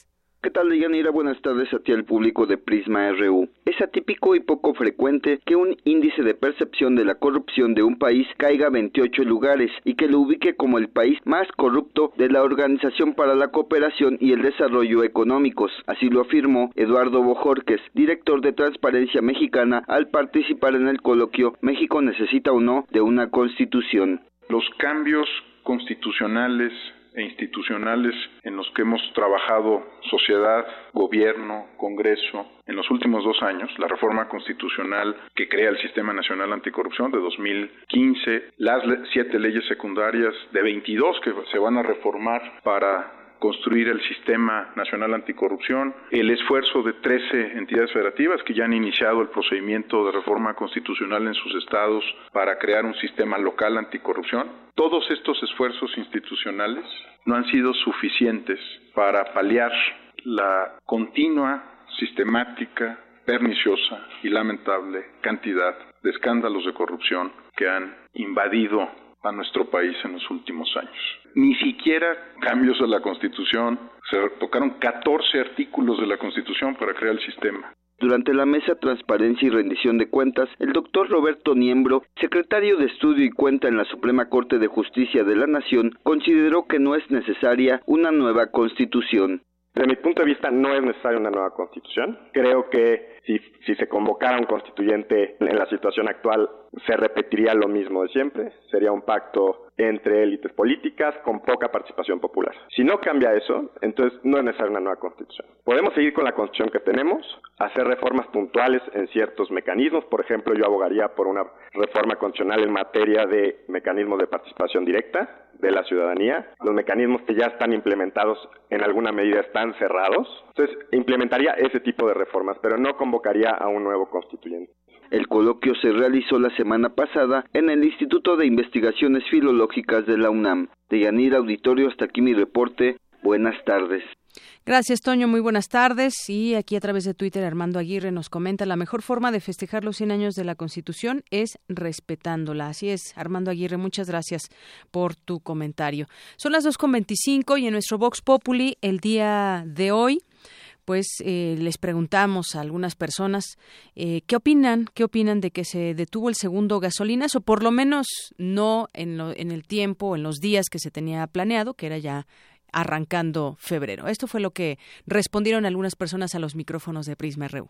¿Qué tal, Deyanira? Buenas tardes a ti al público de Prisma R U. Es atípico y poco frecuente que un índice de percepción de la corrupción de un país caiga a veintiocho lugares y que lo ubique como el país más corrupto de la Organización para la Cooperación y el Desarrollo Económicos. Así lo afirmó Eduardo Bojorquez, director de Transparencia Mexicana, al participar en el coloquio ¿México necesita o no de una constitución? Los cambios constitucionales e institucionales en los que hemos trabajado sociedad, gobierno, Congreso en los últimos dos años, la reforma constitucional que crea el Sistema Nacional Anticorrupción de dos mil quince, las le- siete leyes secundarias de veintidós que se van a reformar para construir el Sistema Nacional Anticorrupción, el esfuerzo de trece entidades federativas que ya han iniciado el procedimiento de reforma constitucional en sus estados para crear un sistema local anticorrupción. Todos estos esfuerzos institucionales no han sido suficientes para paliar la continua, sistemática, perniciosa y lamentable cantidad de escándalos de corrupción que han invadido a nuestro país en los últimos años. Ni siquiera cambios a la Constitución, se tocaron catorce artículos de la Constitución para crear el sistema. Durante la mesa Transparencia y Rendición de Cuentas, el doctor Roberto Niembro, secretario de Estudio y Cuenta en la Suprema Corte de Justicia de la Nación, consideró que no es necesaria una nueva Constitución. Desde mi punto de vista, no es necesaria una nueva Constitución. Creo que si, si se convocara un constituyente en la situación actual, se repetiría lo mismo de siempre. Sería un pacto entre élites políticas con poca participación popular. Si no cambia eso, entonces no es necesaria una nueva Constitución. Podemos seguir con la Constitución que tenemos, hacer reformas puntuales en ciertos mecanismos. Por ejemplo, yo abogaría por una reforma constitucional en materia de mecanismos de participación directa de la ciudadanía. Los mecanismos que ya están implementados en alguna medida están cerrados. Entonces, implementaría ese tipo de reformas, pero no convocaría a un nuevo constituyente. El coloquio se realizó la semana pasada en el Instituto de Investigaciones Filológicas de la UNAM. Deyanira, auditorio, hasta aquí mi reporte. Buenas tardes. Gracias, Toño. Muy buenas tardes. Y aquí a través de Twitter, Armando Aguirre nos comenta: la mejor forma de festejar los cien años de la Constitución es respetándola. Así es, Armando Aguirre, muchas gracias por tu comentario. Son las dos con veinticinco y en nuestro Vox Populi el día de hoy, pues eh, les preguntamos a algunas personas eh, qué opinan, qué opinan de que se detuvo el segundo gasolinas, o por lo menos no en, lo, en el tiempo, en los días que se tenía planeado, que era ya arrancando febrero. Esto fue lo que respondieron algunas personas a los micrófonos de Prisma R U.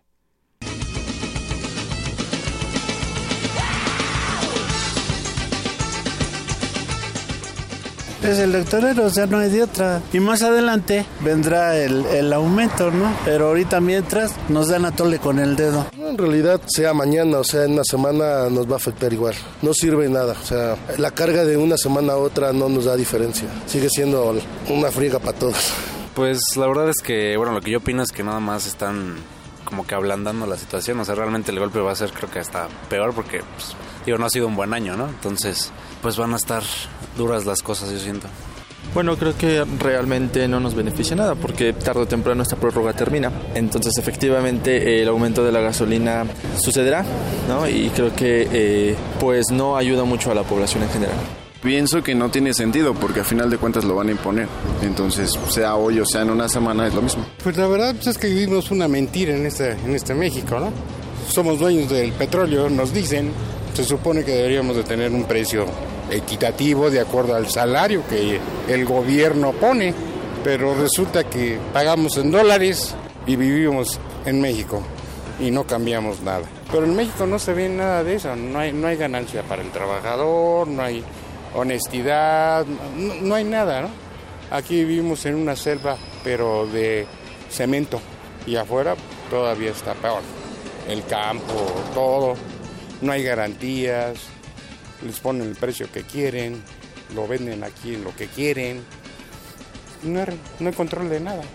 Es electorero, o sea, no hay de otra. Y más adelante vendrá el, el aumento, ¿no? Pero ahorita mientras nos dan a tole con el dedo. En realidad, sea mañana o sea en una semana, nos va a afectar igual. No sirve nada, o sea, la carga de una semana a otra no nos da diferencia. Sigue siendo una friega para todos. Pues la verdad es que, bueno, lo que yo opino es que nada más están como que ablandando la situación. O sea, realmente el golpe va a ser, creo que hasta peor porque, pues, digo, no ha sido un buen año, ¿no? Entonces, pues van a estar duras las cosas, yo siento. Bueno, creo que realmente no nos beneficia nada porque tarde o temprano esta prórroga termina. Entonces, efectivamente, el aumento de la gasolina sucederá, ¿no? Y creo que eh, pues no ayuda mucho a la población en general. Pienso que no tiene sentido porque a final de cuentas lo van a imponer. Entonces, sea hoy o sea en una semana, es lo mismo. Pues la verdad pues es que vivimos una mentira en este, en este México, ¿no? Somos dueños del petróleo, nos dicen. Se supone que deberíamos de tener un precio equitativo de acuerdo al salario que el gobierno pone, pero resulta que pagamos en dólares y vivimos en México y no cambiamos nada. Pero en México no se ve nada de eso, no hay, no hay ganancia para el trabajador, no hay honestidad, no, no hay nada, ¿no? Aquí vivimos en una selva, pero de cemento, y afuera todavía está peor. El campo, todo, no hay garantías, les ponen el precio que quieren, lo venden aquí en lo que quieren, no hay, no hay control de nada.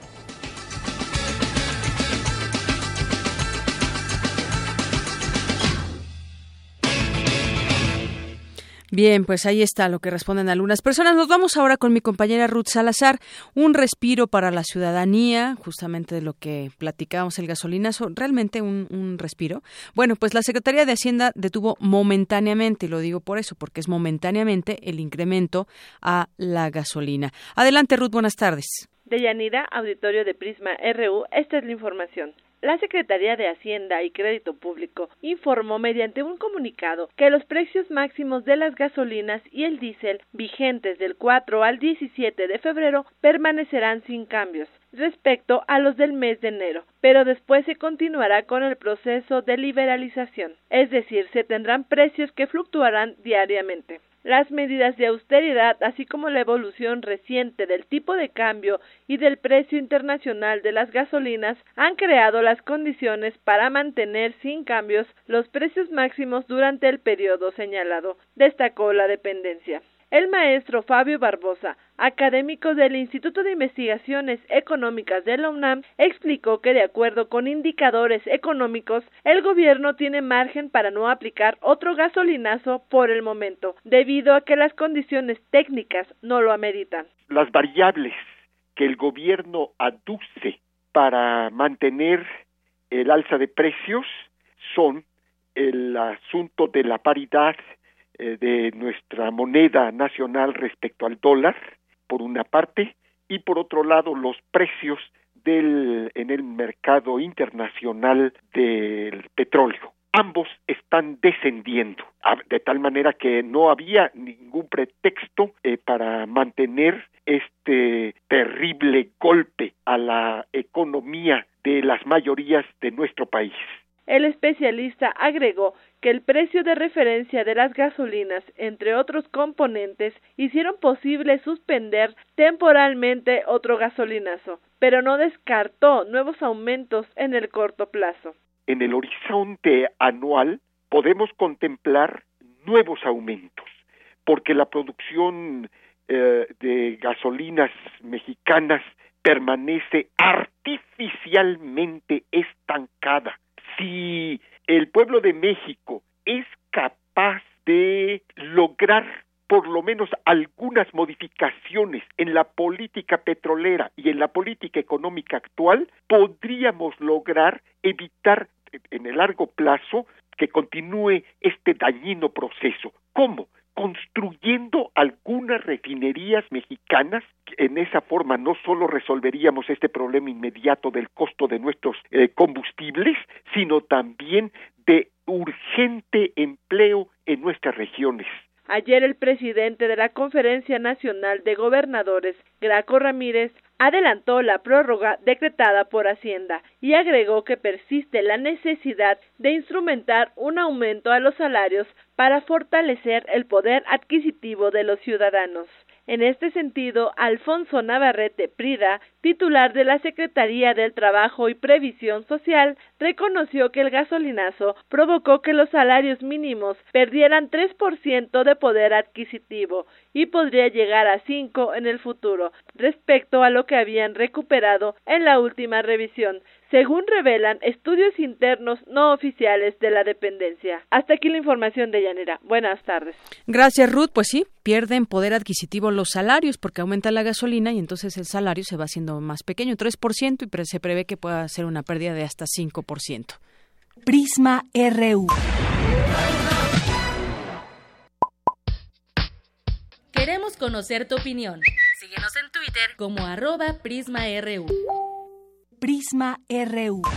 Bien, pues ahí está lo que responden algunas personas. Nos vamos ahora con mi compañera Ruth Salazar. Un respiro para la ciudadanía, justamente de lo que platicábamos, el gasolinazo, realmente un, un respiro. Bueno, pues la Secretaría de Hacienda detuvo momentáneamente, y lo digo por eso, porque es momentáneamente el incremento a la gasolina. Adelante, Ruth, buenas tardes. Deyanira, auditorio de Prisma R U, esta es la información. La Secretaría de Hacienda y Crédito Público informó mediante un comunicado que los precios máximos de las gasolinas y el diésel vigentes del cuatro al diecisiete de febrero permanecerán sin cambios respecto a los del mes de enero, pero después se continuará con el proceso de liberalización, es decir, se tendrán precios que fluctuarán diariamente. Las medidas de austeridad, así como la evolución reciente del tipo de cambio y del precio internacional de las gasolinas, han creado las condiciones para mantener sin cambios los precios máximos durante el periodo señalado, destacó la dependencia. El maestro Fabio Barbosa, académico del Instituto de Investigaciones Económicas de la UNAM, explicó que de acuerdo con indicadores económicos, el gobierno tiene margen para no aplicar otro gasolinazo por el momento, debido a que las condiciones técnicas no lo ameritan. Las variables que el gobierno aduce para mantener el alza de precios son el asunto de la paridad de nuestra moneda nacional respecto al dólar, por una parte, y por otro lado los precios del en el mercado internacional del petróleo. Ambos están descendiendo, de tal manera que no había ningún pretexto eh, para mantener este terrible golpe a la economía de las mayorías de nuestro país. El especialista agregó que el precio de referencia de las gasolinas, entre otros componentes, hicieron posible suspender temporalmente otro gasolinazo, pero no descartó nuevos aumentos en el corto plazo. En el horizonte anual podemos contemplar nuevos aumentos, porque la producción eh, de gasolinas mexicanas permanece artificialmente estancada. Si el pueblo de México es capaz de lograr por lo menos algunas modificaciones en la política petrolera y en la política económica actual, podríamos lograr evitar en el largo plazo que continúe este dañino proceso. ¿Cómo? Construyendo algunas refinerías mexicanas. En esa forma no solo resolveríamos este problema inmediato del costo de nuestros eh, combustibles, sino también de urgente empleo en nuestras regiones. Ayer el presidente de la Conferencia Nacional de Gobernadores, Graco Ramírez, adelantó la prórroga decretada por Hacienda y agregó que persiste la necesidad de instrumentar un aumento a los salarios para fortalecer el poder adquisitivo de los ciudadanos. En este sentido, Alfonso Navarrete Prida, titular de la Secretaría del Trabajo y Previsión Social, reconoció que el gasolinazo provocó que los salarios mínimos perdieran tres por ciento de poder adquisitivo y podría llegar a cinco por ciento en el futuro, respecto a lo que habían recuperado en la última revisión, según revelan estudios internos no oficiales de la dependencia. Hasta aquí la información de Yanira. Buenas tardes. Gracias, Ruth. Pues sí, pierden poder adquisitivo los salarios porque aumenta la gasolina y entonces el salario se va haciendo más pequeño, tres por ciento, y se prevé que pueda ser una pérdida de hasta cinco por ciento. Prisma R U. Queremos conocer tu opinión. Síguenos en Twitter como arroba Prisma R U. Prisma R U.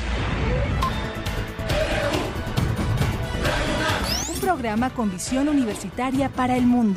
Un programa con visión universitaria para el mundo.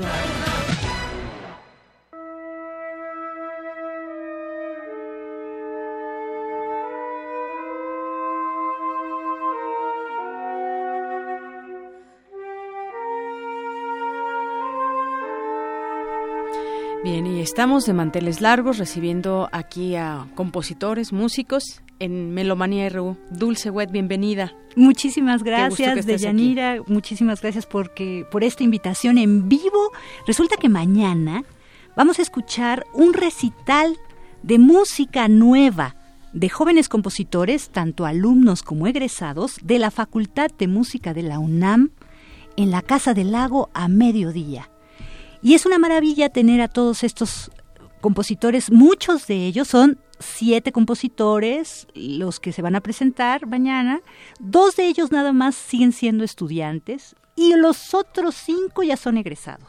Bien, y estamos de manteles largos recibiendo aquí a compositores, músicos en Melomanía R U. Dulce Wet, bienvenida. Muchísimas gracias, Deyanira. Muchísimas gracias porque, por esta invitación en vivo. Resulta que mañana vamos a escuchar un recital de música nueva de jóvenes compositores, tanto alumnos como egresados, de la Facultad de Música de la UNAM en la Casa del Lago a mediodía. Y es una maravilla tener a todos estos compositores. Muchos de ellos son siete compositores, los que se van a presentar mañana. Dos de ellos nada más siguen siendo estudiantes y los otros cinco ya son egresados.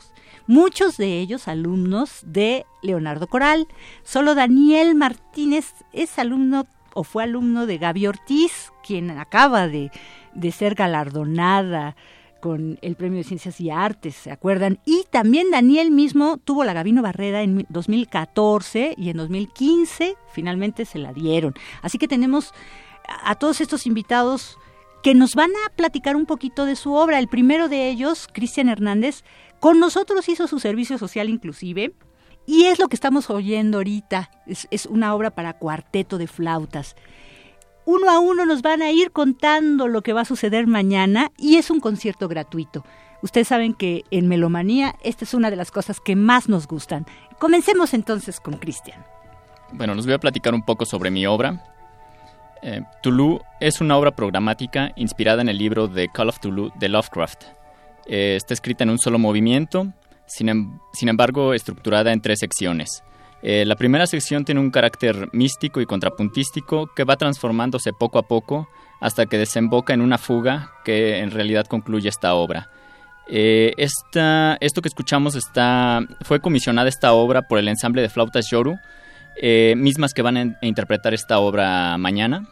muchos de ellos alumnos de Leonardo Coral. Solo Daniel Martínez es alumno o fue alumno de Gaby Ortiz, quien acaba de, de ser galardonada con el Premio de Ciencias y Artes, ¿se acuerdan? Y también Daniel mismo tuvo la Gabino Barrera en dos mil catorce y en dos mil quince finalmente se la dieron. Así que tenemos a todos estos invitados que nos van a platicar un poquito de su obra. El primero de ellos, Cristian Hernández, con nosotros hizo su servicio social inclusive, y es lo que estamos oyendo ahorita, es, es una obra para cuarteto de flautas. Uno a uno nos van a ir contando lo que va a suceder mañana y es un concierto gratuito. Ustedes saben que en Melomanía esta es una de las cosas que más nos gustan. Comencemos entonces con Cristian. Bueno, les voy a platicar un poco sobre mi obra. Eh, Cthulhu es una obra programática inspirada en el libro The Call of Cthulhu de Lovecraft. Eh, está escrita en un solo movimiento, sin, em- sin embargo estructurada en tres secciones. Eh, la primera sección tiene un carácter místico y contrapuntístico que va transformándose poco a poco hasta que desemboca en una fuga que en realidad concluye esta obra. Eh, esta, esto que escuchamos está, fue comisionada esta obra por el ensamble de flautas Yoru, eh, mismas que van a, a interpretar esta obra mañana.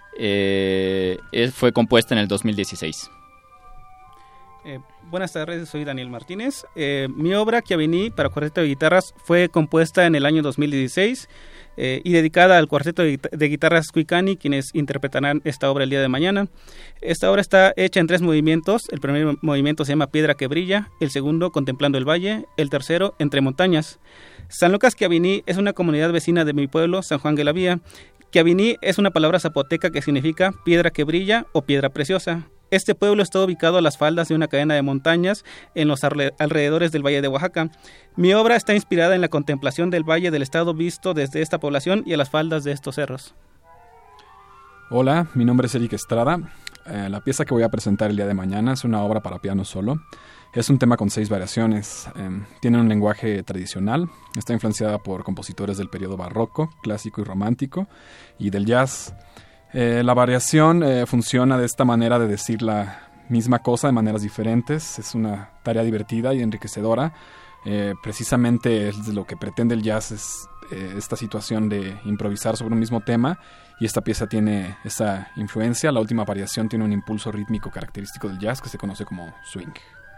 Eh, fue compuesta en el dos mil dieciséis. Eh, buenas tardes, soy Daniel Martínez. Eh, mi obra, Chiavini, para cuarteto de guitarras, fue compuesta en el año dos mil dieciséis eh, y dedicada al cuarteto de, de guitarras Cuicani, quienes interpretarán esta obra el día de mañana. Esta obra está hecha en tres movimientos. El primer movimiento se llama Piedra que brilla, el segundo Contemplando el valle, el tercero Entre montañas. San Lucas Chiavini es una comunidad vecina de mi pueblo, San Juan de la Vía. Chiavini es una palabra zapoteca que significa piedra que brilla o piedra preciosa. Este pueblo está ubicado a las faldas de una cadena de montañas en los alrededores del Valle de Oaxaca. Mi obra está inspirada en la contemplación del valle del estado visto desde esta población y a las faldas de estos cerros. Hola, mi nombre es Eric Estrada. Eh, la pieza que voy a presentar el día de mañana es una obra para piano solo. Es un tema con seis variaciones. Eh, tiene un lenguaje tradicional. Está influenciada por compositores del periodo barroco, clásico y romántico, y del jazz. Eh, la variación eh, funciona de esta manera de decir la misma cosa de maneras diferentes. Es una tarea divertida y enriquecedora. Eh, precisamente es lo que pretende el jazz, es eh, esta situación de improvisar sobre un mismo tema, y esta pieza tiene esa influencia. La última variación tiene un impulso rítmico característico del jazz que se conoce como swing.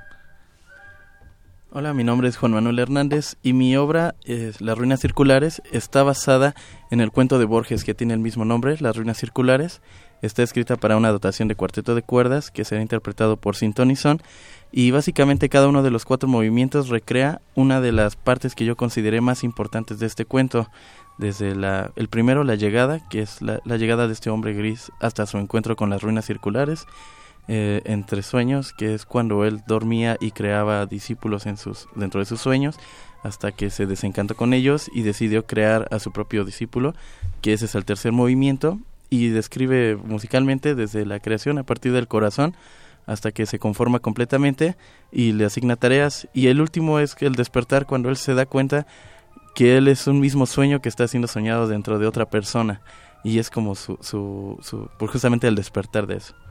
Hola, mi nombre es Juan Manuel Hernández y mi obra, eh, Las Ruinas Circulares, está basada en el cuento de Borges que tiene el mismo nombre, Las Ruinas Circulares. Está escrita para una dotación de cuarteto de cuerdas que será interpretado por Sinton y Son, y básicamente cada uno de los cuatro movimientos recrea una de las partes que yo consideré más importantes de este cuento. Desde la, el primero, la llegada, que es la, la llegada de este hombre gris hasta su encuentro con las ruinas circulares. Eh, entre sueños, que es cuando él dormía y creaba discípulos en sus, dentro de sus sueños, hasta que se desencantó con ellos y decidió crear a su propio discípulo, que ese es el tercer movimiento, y describe musicalmente desde la creación a partir del corazón hasta que se conforma completamente y le asigna tareas. Y el último es el despertar, cuando él se da cuenta que él es un mismo sueño que está siendo soñado dentro de otra persona, y es como su, su, su por justamente el despertar de eso.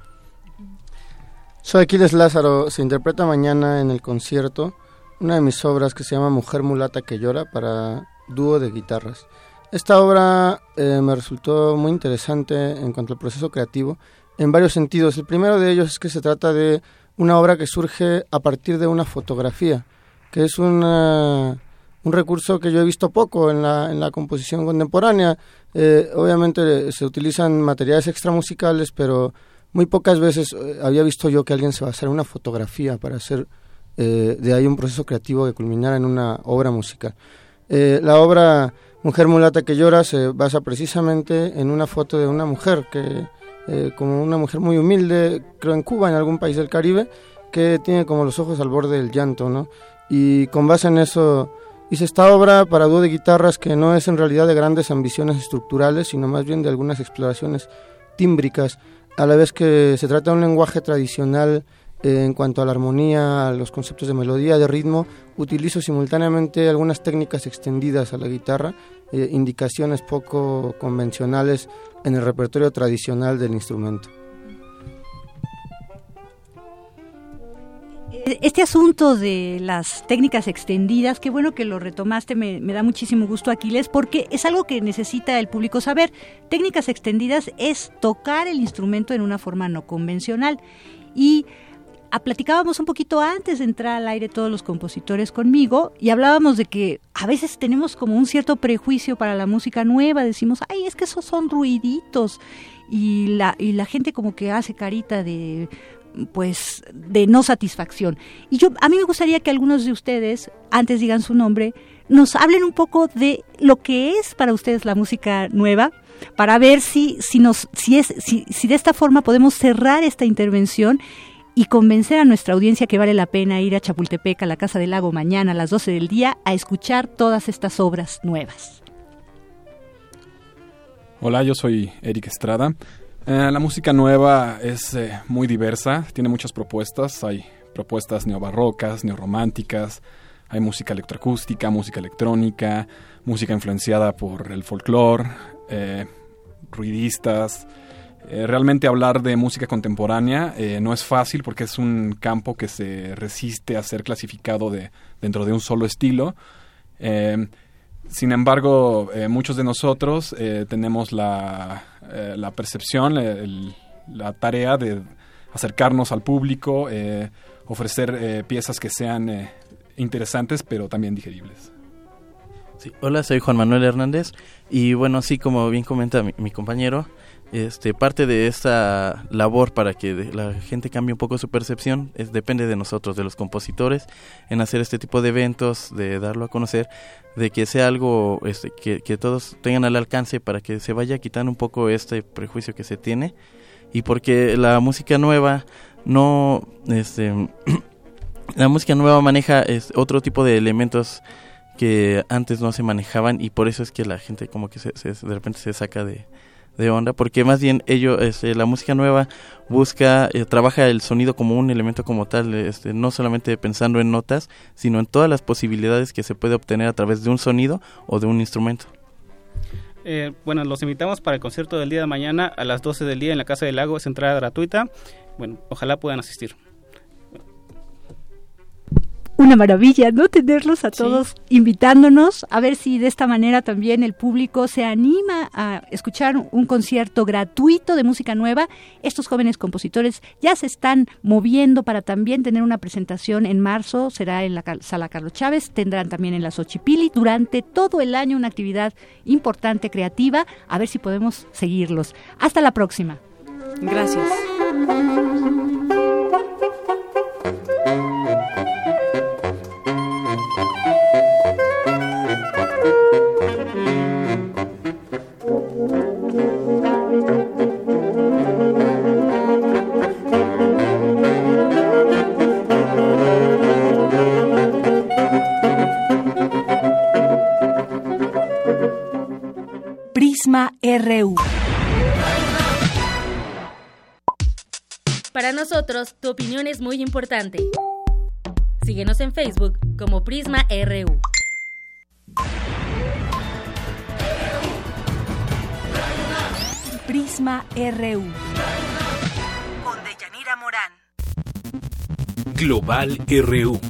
Soy Aquiles Lázaro. Se interpreta mañana en el concierto una de mis obras que se llama Mujer mulata que llora, para dúo de guitarras. Esta obra eh, me resultó muy interesante en cuanto al proceso creativo, en varios sentidos. El primero de ellos es que se trata de una obra que surge a partir de una fotografía, que es una, un recurso que yo he visto poco en la, en la composición contemporánea. Eh, obviamente se utilizan materiales extramusicales, pero muy pocas veces eh, había visto yo que alguien se basara en una fotografía para hacer eh, de ahí un proceso creativo que culminara en una obra musical. Eh, la obra Mujer mulata que llora se basa precisamente en una foto de una mujer, que eh, como una mujer muy humilde, creo en Cuba, en algún país del Caribe, que tiene como los ojos al borde del llanto, ¿no? Y con base en eso hice esta obra para dúo de guitarras, que no es en realidad de grandes ambiciones estructurales, sino más bien de algunas exploraciones tímbricas, a la vez que se trata de un lenguaje tradicional eh, en cuanto a la armonía, a los conceptos de melodía, de ritmo. Utilizo simultáneamente algunas técnicas extendidas a la guitarra, eh, indicaciones poco convencionales en el repertorio tradicional del instrumento. Este asunto de las técnicas extendidas, qué bueno que lo retomaste, me, me da muchísimo gusto, Aquiles, porque es algo que necesita el público saber. Técnicas extendidas es tocar el instrumento en una forma no convencional. Y a, platicábamos un poquito antes de entrar al aire todos los compositores conmigo y hablábamos de que a veces tenemos como un cierto prejuicio para la música nueva, decimos, ay, es que esos son ruiditos, y la, y la gente como que hace carita de... pues de no satisfacción. Y yo a mí me gustaría que algunos de ustedes, antes digan su nombre, nos hablen un poco de lo que es para ustedes la música nueva, para ver si si nos si es si, si de esta forma podemos cerrar esta intervención y convencer a nuestra audiencia que vale la pena ir a Chapultepec, a la Casa del Lago, mañana a las doce del día a escuchar todas estas obras nuevas. Hola, yo soy Eric Estrada. Eh, la música nueva es eh, muy diversa, tiene muchas propuestas, hay propuestas neobarrocas, neorrománticas, hay música electroacústica, música electrónica, música influenciada por el folclore, eh, ruidistas. Eh, realmente hablar de música contemporánea eh, no es fácil porque es un campo que se resiste a ser clasificado de, dentro de un solo estilo. Eh, Sin embargo, eh, muchos de nosotros eh, tenemos la, eh, la percepción, el, la tarea de acercarnos al público, eh, ofrecer eh, piezas que sean eh, interesantes, pero también digeribles. Sí. Hola, soy Juan Manuel Hernández y bueno, sí, como bien comenta mi, mi compañero, este, parte de esta labor para que la gente cambie un poco su percepción es, depende de nosotros, de los compositores, en hacer este tipo de eventos, de darlo a conocer, de que sea algo este, que, que todos tengan al alcance para que se vaya quitando un poco este prejuicio que se tiene, y porque la música nueva no este la música nueva maneja es, otro tipo de elementos que antes no se manejaban, y por eso es que la gente como que se, se, de repente se saca de de onda, porque más bien ello, este, la música nueva busca, eh, trabaja el sonido como un elemento como tal, este, no solamente pensando en notas, sino en todas las posibilidades que se puede obtener a través de un sonido o de un instrumento. Eh, bueno, los invitamos para el concierto del día de mañana a las doce del día en la Casa del Lago, es entrada gratuita, bueno, ojalá puedan asistir. Una maravilla, ¿no? Tenerlos a todos sí. invitándonos, a ver si de esta manera también el público se anima a escuchar un concierto gratuito de música nueva. Estos jóvenes compositores ya se están moviendo para también tener una presentación en marzo, será en la Sala Carlos Chávez, tendrán también en la Xochipilli durante todo el año una actividad importante, creativa, a ver si podemos seguirlos. Hasta la próxima. Gracias. Prisma R U. Para nosotros, tu opinión es muy importante. Síguenos en Facebook como Prisma R U. Prisma R U. Con Deyanira Morán. Global R U.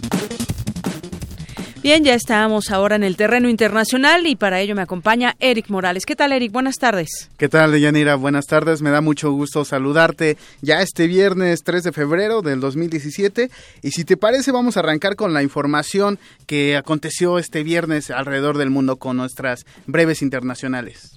Bien, ya estamos ahora en el terreno internacional y para ello me acompaña Eric Morales. ¿Qué tal, Eric? Buenas tardes. ¿Qué tal, Deyanira? Buenas tardes. Me da mucho gusto saludarte ya este viernes tres de febrero del dos mil diecisiete. Y si te parece, vamos a arrancar con la información que aconteció este viernes alrededor del mundo con nuestras breves internacionales.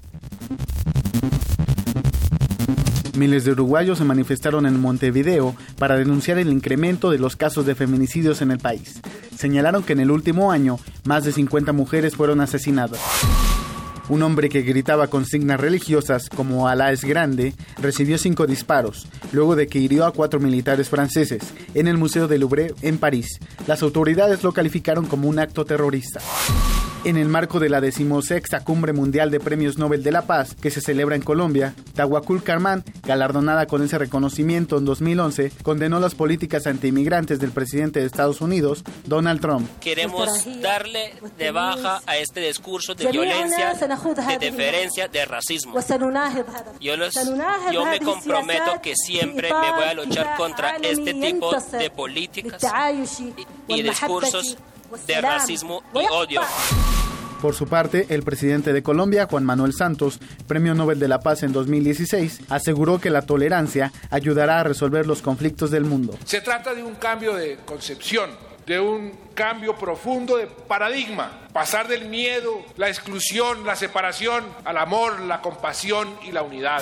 Miles de uruguayos se manifestaron en Montevideo para denunciar el incremento de los casos de feminicidios en el país. Señalaron que en el último año, más de cincuenta mujeres fueron asesinadas. Un hombre que gritaba consignas religiosas como Alá es grande, recibió cinco disparos, luego de que hirió a cuatro militares franceses en el Museo del Louvre en París. Las autoridades lo calificaron como un acto terrorista. En el marco de la decimosexta Cumbre Mundial de Premios Nobel de la Paz, que se celebra en Colombia, Tawakkul Karman, galardonada con ese reconocimiento en dos mil once, condenó las políticas antiinmigrantes del presidente de Estados Unidos, Donald Trump. Queremos darle de baja a este discurso de violencia, de deferencia, de racismo. Yo, los, yo me comprometo que siempre me voy a luchar contra este tipo de políticas y, y discursos de racismo y odio. Por su parte, el presidente de Colombia, Juan Manuel Santos, Premio Nobel de la Paz en dos mil dieciséis, aseguró que la tolerancia ayudará a resolver los conflictos del mundo. Se trata de un cambio de concepción, de un cambio profundo de paradigma, pasar del miedo, la exclusión, la separación, al amor, la compasión y la unidad.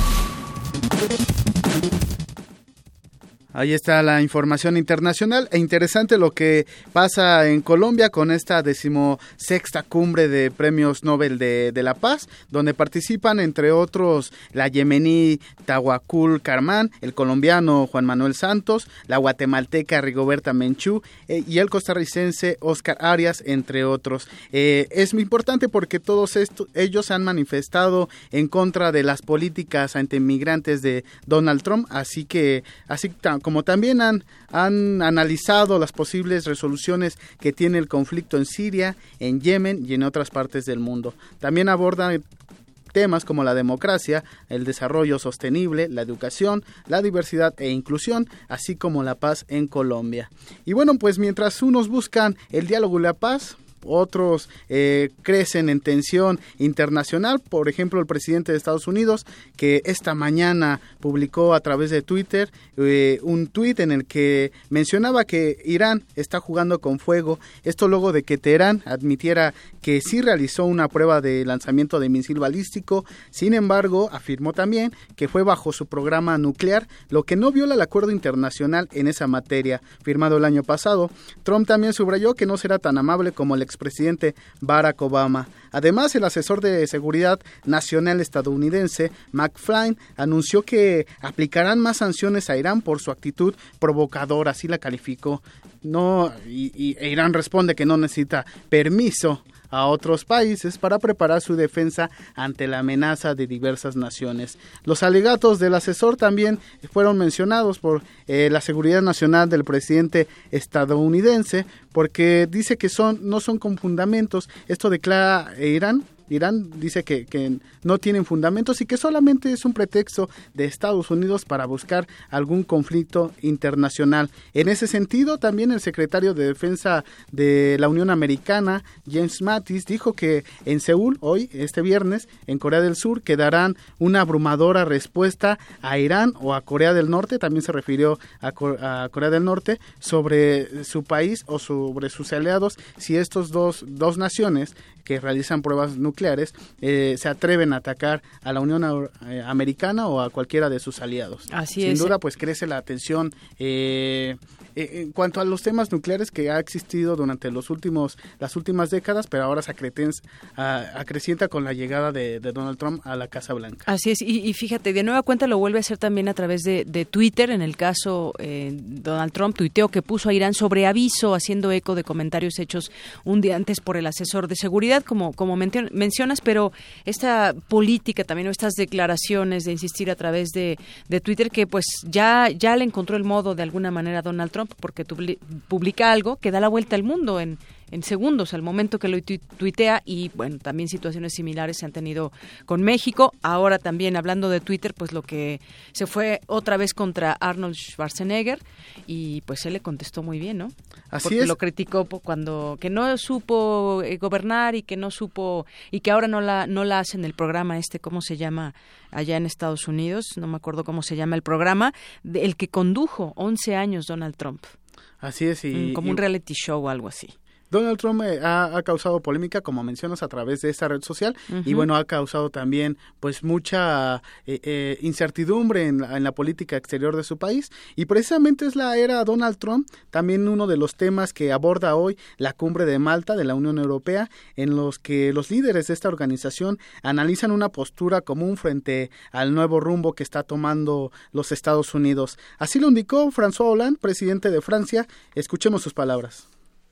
Ahí está la información internacional e interesante lo que pasa en Colombia con esta decimosexta cumbre de premios Nobel de, de la Paz, donde participan entre otros la yemení Tawakkul Karman, el colombiano Juan Manuel Santos, la guatemalteca Rigoberta Menchú eh, y el costarricense Oscar Arias, entre otros. Eh, es muy importante porque todos estos, ellos han manifestado en contra de las políticas antiinmigrantes de Donald Trump, así que así como también han, han analizado las posibles resoluciones que tiene el conflicto en Siria, en Yemen y en otras partes del mundo. También abordan temas como la democracia, el desarrollo sostenible, la educación, la diversidad e inclusión, así como la paz en Colombia. Y bueno, pues mientras unos buscan el diálogo y la paz, otros eh, crecen en tensión internacional. Por ejemplo, el presidente de Estados Unidos, que esta mañana publicó a través de Twitter eh, un tuit en el que mencionaba que Irán está jugando con fuego. Esto luego de que Teherán admitiera que sí realizó una prueba de lanzamiento de misil balístico. Sin embargo, afirmó también que fue bajo su programa nuclear, lo que no viola el acuerdo internacional en esa materia firmado el año pasado. Trump también subrayó que no será tan amable como el expresidente Barack Obama. Además, el asesor de seguridad nacional estadounidense, McFlynn, anunció que aplicarán más sanciones a Irán por su actitud provocadora, así la calificó. No, y, y e Irán responde que no necesita permiso a otros países para preparar su defensa ante la amenaza de diversas naciones. Los alegatos del asesor también fueron mencionados por eh, la seguridad nacional del presidente estadounidense, porque dice que son no son con fundamentos. Esto declara eh, Irán. Irán dice que, que no tienen fundamentos y que solamente es un pretexto de Estados Unidos para buscar algún conflicto internacional. En ese sentido, también el secretario de Defensa de la Unión Americana, James Mattis, dijo que en Seúl, hoy, este viernes, en Corea del Sur, quedarán una abrumadora respuesta a Irán o a Corea del Norte, también se refirió a, a Corea del Norte, sobre su país o sobre sus aliados, si estos dos, dos naciones que realizan pruebas nucleares eh, se atreven a atacar a la Unión eh, Americana o a cualquiera de sus aliados. Así Sin es. duda, pues crece la tensión eh, eh, en cuanto a los temas nucleares que ha existido durante los últimos las últimas décadas, pero ahora se acreten- a- acrecienta con la llegada de, de Donald Trump a la Casa Blanca. Así es, y, y fíjate, de nueva cuenta lo vuelve a hacer también a través de, de Twitter. En el caso, eh, Donald Trump tuiteó que puso a Irán sobre aviso, haciendo eco de comentarios hechos un día antes por el asesor de seguridad, como, como men- mencionas, pero esta política también, o estas declaraciones de insistir a través de, de Twitter, que pues ya, ya le encontró el modo de alguna manera a Donald Trump, porque tubli- publica algo que da la vuelta al mundo en en segundos, al momento que lo tu- tuitea, y bueno, también situaciones similares se han tenido con México. Ahora también, hablando de Twitter, pues lo que se fue otra vez contra Arnold Schwarzenegger, y pues él le contestó muy bien, ¿no? Así Porque es. lo criticó po- cuando que no supo eh, gobernar y que no supo, y que ahora no la no la hacen el programa este, ¿cómo se llama allá en Estados Unidos? No me acuerdo cómo se llama el programa, de- el que condujo once años Donald Trump. Así es. Y, Mm, como y- un reality show o algo así. Donald Trump eh, ha, ha causado polémica, como mencionas, a través de esta red social. Ujú. Y bueno, ha causado también pues mucha eh, eh, incertidumbre en la, en la política exterior de su país, y precisamente es la era Donald Trump también uno de los temas que aborda hoy la cumbre de Malta de la Unión Europea, en los que los líderes de esta organización analizan una postura común frente al nuevo rumbo que está tomando los Estados Unidos. Así lo indicó François Hollande, presidente de Francia. Escuchemos sus palabras.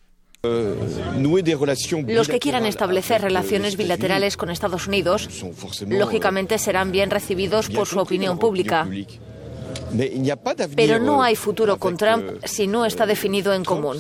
Los que quieran establecer relaciones bilaterales con Estados Unidos, lógicamente serán bien recibidos por su opinión pública. Pero no hay futuro con Trump si no está definido en común.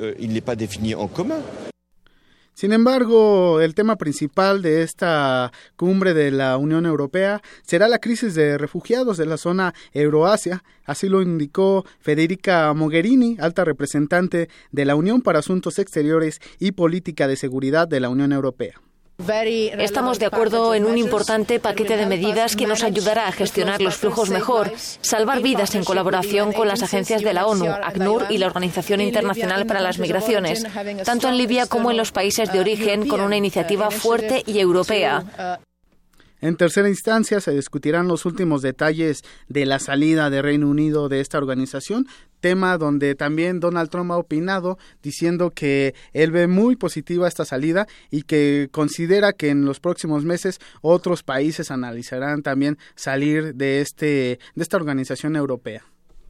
Sin embargo, el tema principal de esta cumbre de la Unión Europea será la crisis de refugiados de la zona Euroasia. Así lo indicó Federica Mogherini, alta representante de la Unión para Asuntos Exteriores y Política de Seguridad de la Unión Europea. Estamos de acuerdo en un importante paquete de medidas que nos ayudará a gestionar los flujos mejor, salvar vidas en colaboración con las agencias de la ONU, ACNUR y la Organización Internacional para las Migraciones, tanto en Libia como en los países de origen, con una iniciativa fuerte y europea. En tercera instancia se discutirán los últimos detalles de la salida de Reino Unido de esta organización, tema donde también Donald Trump ha opinado, diciendo que él ve muy positiva esta salida y que considera que en los próximos meses otros países analizarán también salir de este de esta organización europea.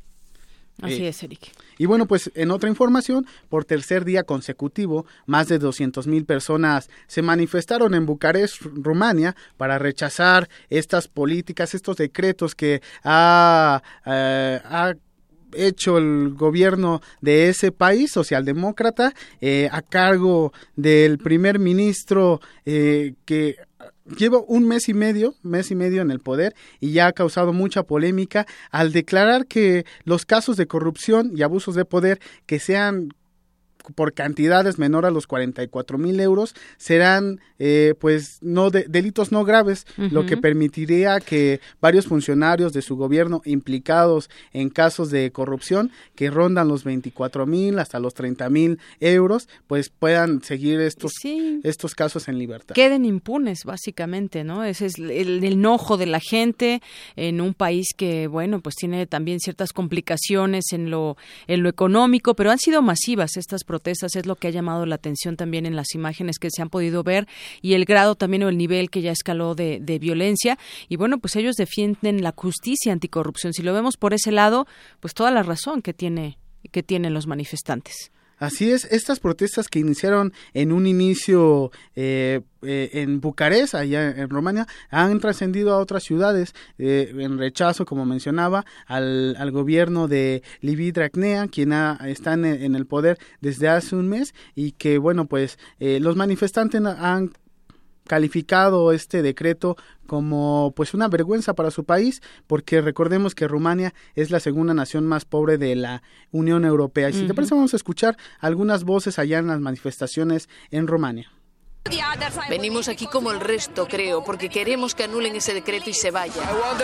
Así eh, es, Eric. Y bueno, pues en otra información, por tercer día consecutivo, más de doscientas mil personas se manifestaron en Bucarest, Rumania, para rechazar estas políticas, estos decretos que ha, eh, ha hecho el gobierno de ese país socialdemócrata, eh, a cargo del primer ministro eh, que lleva un mes y medio, mes y medio en el poder y ya ha causado mucha polémica al declarar que los casos de corrupción y abusos de poder que sean por cantidades menor a los cuarenta y cuatro mil euros serán eh, pues no de, delitos no graves, uh-huh. lo que permitiría que varios funcionarios de su gobierno implicados en casos de corrupción que rondan los veinticuatro mil hasta los treinta mil euros pues puedan seguir estos sí. estos casos en libertad. Queden impunes básicamente, ¿no? Ese es el, el enojo de la gente en un país que bueno pues tiene también ciertas complicaciones en lo en lo económico, pero han sido masivas estas protestas, es lo que ha llamado la atención también en las imágenes que se han podido ver y el grado también o el nivel que ya escaló de, de violencia y bueno, pues ellos defienden la justicia anticorrupción. Si lo vemos por ese lado, pues toda la razón que tiene que tienen los manifestantes. Así es, estas protestas que iniciaron en un inicio eh, eh, en Bucarest, allá en Rumania, han trascendido a otras ciudades eh, en rechazo, como mencionaba, al, al gobierno de Liviu Dragnea, quien ha, está en, en el poder desde hace un mes y que, bueno, pues eh, los manifestantes han calificado este decreto como pues una vergüenza para su país, porque recordemos que Rumania es la segunda nación más pobre de la Unión Europea. Y si uh-huh. te parece, vamos a escuchar algunas voces allá en las manifestaciones en Rumania. Venimos aquí como el resto, creo, porque queremos que anulen ese decreto y se vayan.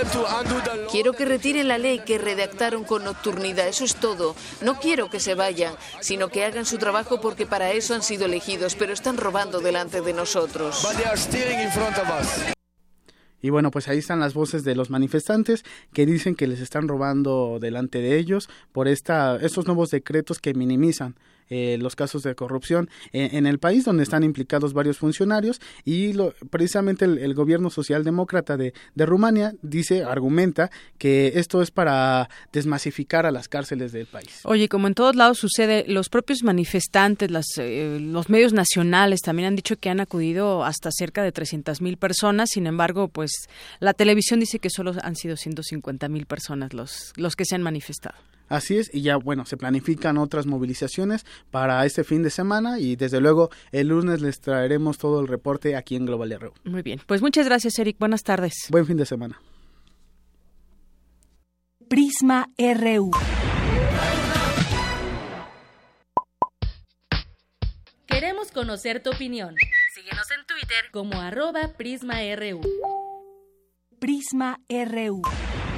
Quiero que retiren la ley que redactaron con nocturnidad, eso es todo. No quiero que se vayan, sino que hagan su trabajo porque para eso han sido elegidos, pero están robando delante de nosotros. Y bueno, pues ahí están las voces de los manifestantes que dicen que les están robando delante de ellos por esta, estos nuevos decretos que minimizan eh, los casos de corrupción en, en el país, donde están implicados varios funcionarios y lo, precisamente el, el gobierno socialdemócrata de, de Rumania dice, argumenta que esto es para desmasificar a las cárceles del país. Oye, como en todos lados sucede, los propios manifestantes, las, eh, los medios nacionales también han dicho que han acudido hasta cerca de trescientas mil personas, sin embargo, pues la televisión dice que solo han sido ciento cincuenta mil personas los, los que se han manifestado. Así es, y ya, bueno, se planifican otras movilizaciones para este fin de semana y desde luego el lunes les traeremos todo el reporte aquí en Global R U. Muy bien, pues muchas gracias, Eric, buenas tardes. Buen fin de semana. Prisma R U. Queremos conocer tu opinión. Síguenos en Twitter como arroba Prisma R U. Prisma R U.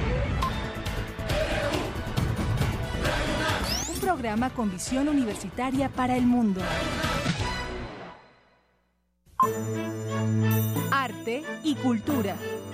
Un programa con visión universitaria para el mundo. Arte y cultura.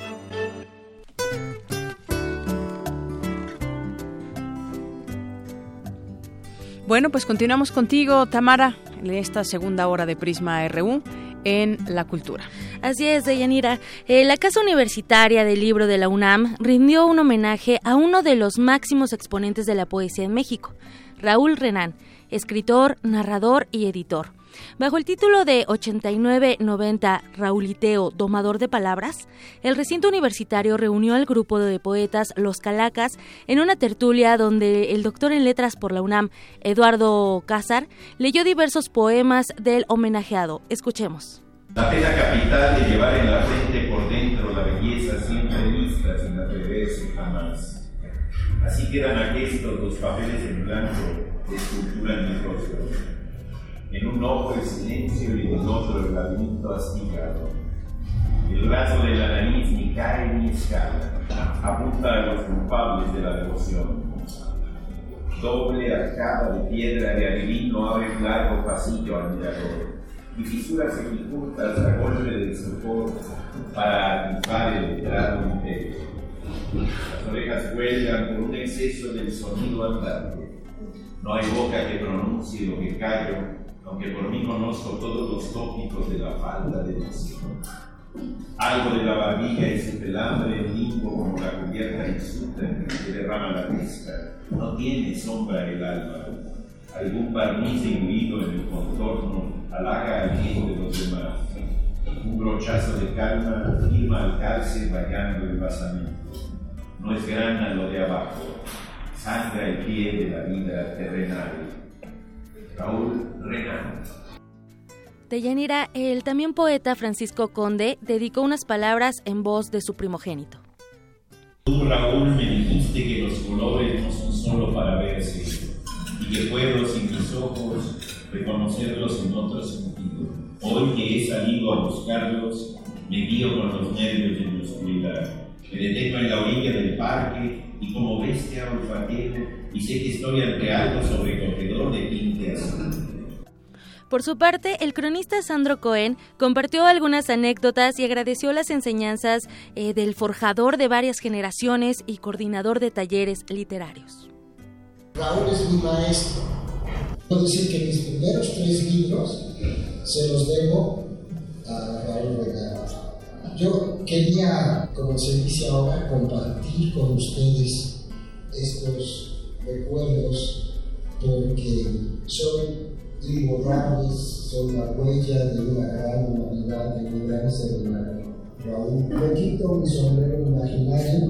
Bueno, pues continuamos contigo, Tamara, en esta segunda hora de Prisma R U en la cultura. Así es, Deyanira. Eh, la Casa Universitaria del Libro de la UNAM rindió un homenaje a uno de los máximos exponentes de la poesía en México, Raúl Renán. escritor, narrador y editor. Bajo el título de ochenta y nueve noventa Rauliteo, domador de palabras, el recinto universitario reunió al grupo de poetas Los Calacas en una tertulia donde el doctor en letras por la UNAM, Eduardo Cázar, leyó diversos poemas del homenajeado. Escuchemos. La pena capital de llevar en la frente por dentro la belleza siempre vista sin atreverse jamás. Así quedan aquestos los papeles en blanco de escultura en mi rostro. En un ojo el silencio y en el otro el laberinto astigado. El raso de la nariz ni cae ni escala, apunta a los culpables de la devoción. Doble arcada de piedra de adivino abre un largo pasillo al mirador, y fisuras ocultas a golpe del sopor para atisbar el letrado imperio. Las orejas cuelgan por un exceso del sonido andante. No hay boca que pronuncie lo que callo, aunque por mí conozco todos los tópicos de la falta de dicción. Algo de la barbilla y su pelambre en limbo como la cubierta insulta en que se derrama la pesca. No tiene sombra el alma. Algún barniz diluido en el contorno halaga al bien de los demás. Un brochazo de calma firma al calce vallando el basamento. No es grana lo de abajo, sangra el pie de la vida terrenal. Raúl Renán. Deyanira, el también poeta Francisco Conde dedicó unas palabras en voz de su primogénito. Tú, Raúl, me dijiste que los colores no son solo para verse, y que puedo sin mis ojos reconocerlos en otro sentido. Hoy que he salido a buscarlos, me guío con los nervios de mi oscuridad. Me detengo en la orilla del parque y como bestia olfateo y sé que estoy ante algo sobrecogedor de tinte azul. Por su parte, el cronista Sandro Cohen compartió algunas anécdotas y agradeció las enseñanzas eh, del forjador de varias generaciones y coordinador de talleres literarios. Raúl es mi maestro. Puedo decir que mis primeros tres libros se los debo a Raúl Renán. Yo quería, como se dice ahora, compartir con ustedes estos recuerdos porque son imborrables, son la huella de una gran humanidad, de un gran ser humano. Raúl, me quito mi sombrero imaginario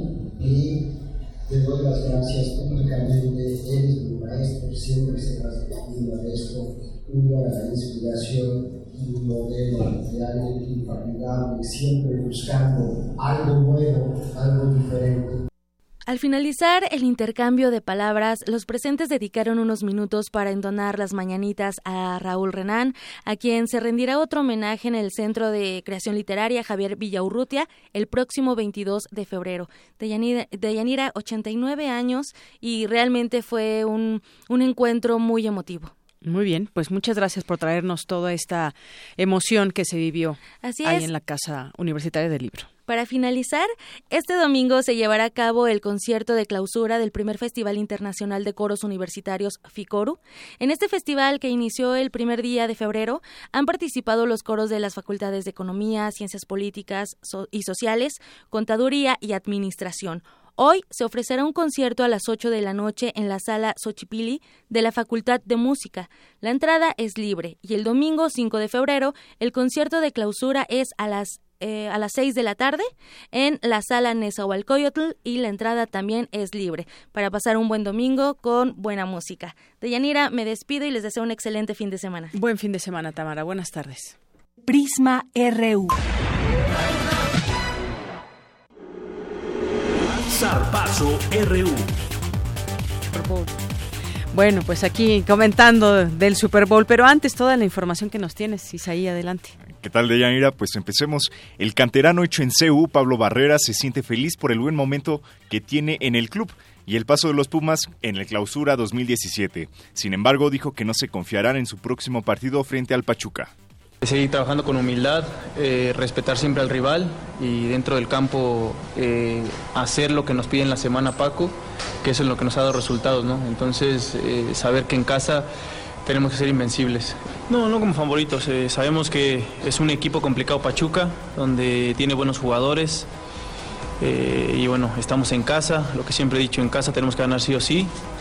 y te doy las gracias públicamente. Eres mi maestro, siempre serás mi maestro, una inspiración y un modelo de alguien infatigable, siempre buscando algo nuevo, algo diferente. Al finalizar el intercambio de palabras, los presentes dedicaron unos minutos para entonar las mañanitas a Raúl Renán, a quien se rendirá otro homenaje en el Centro de Creación Literaria Javier Villaurrutia el próximo veintidós de febrero. Deyanira, Deyanira ochenta y nueve años, y realmente fue un, un encuentro muy emotivo. Muy bien, pues muchas gracias por traernos toda esta emoción que se vivió Así ahí es. en la Casa Universitaria del Libro. Para finalizar, este domingo se llevará a cabo el concierto de clausura del primer Festival Internacional de Coros Universitarios FICORU. En este festival, que inició el primer día de febrero, han participado los coros de las facultades de Economía, Ciencias Políticas y Sociales, Contaduría y Administración. Hoy se ofrecerá un concierto a las ocho de la noche en la Sala Xochipilli de la Facultad de Música. La entrada es libre y el domingo cinco de febrero el concierto de clausura es a las Eh, a las seis de la tarde en la Sala Nezahualcóyotl y la entrada también es libre para pasar un buen domingo con buena música. Deyanira, me despido y les deseo un excelente fin de semana. Buen fin de semana, Tamara. Buenas tardes. Prisma R U. Zarpazo R U. Bueno, pues aquí comentando del Super Bowl, pero antes toda la información que nos tienes, Isaí, adelante. ¿Qué tal, Deyanira? Pues empecemos. El canterano hecho en C U, Pablo Barrera, se siente feliz por el buen momento que tiene en el club y el paso de los Pumas en el Clausura dos mil diecisiete. Sin embargo, dijo que no se confiarán en su próximo partido frente al Pachuca. Seguir trabajando con humildad, eh, respetar siempre al rival y dentro del campo eh, hacer lo que nos pide en la semana Paco, que eso es lo que nos ha dado resultados, ¿no? Entonces, eh, saber que en casa tenemos que ser invencibles. No, no como favoritos. Eh, sabemos que es un equipo complicado Pachuca, donde tiene buenos jugadores. Eh, y bueno, estamos en casa, lo que siempre he dicho, en casa tenemos que ganar sí o sí.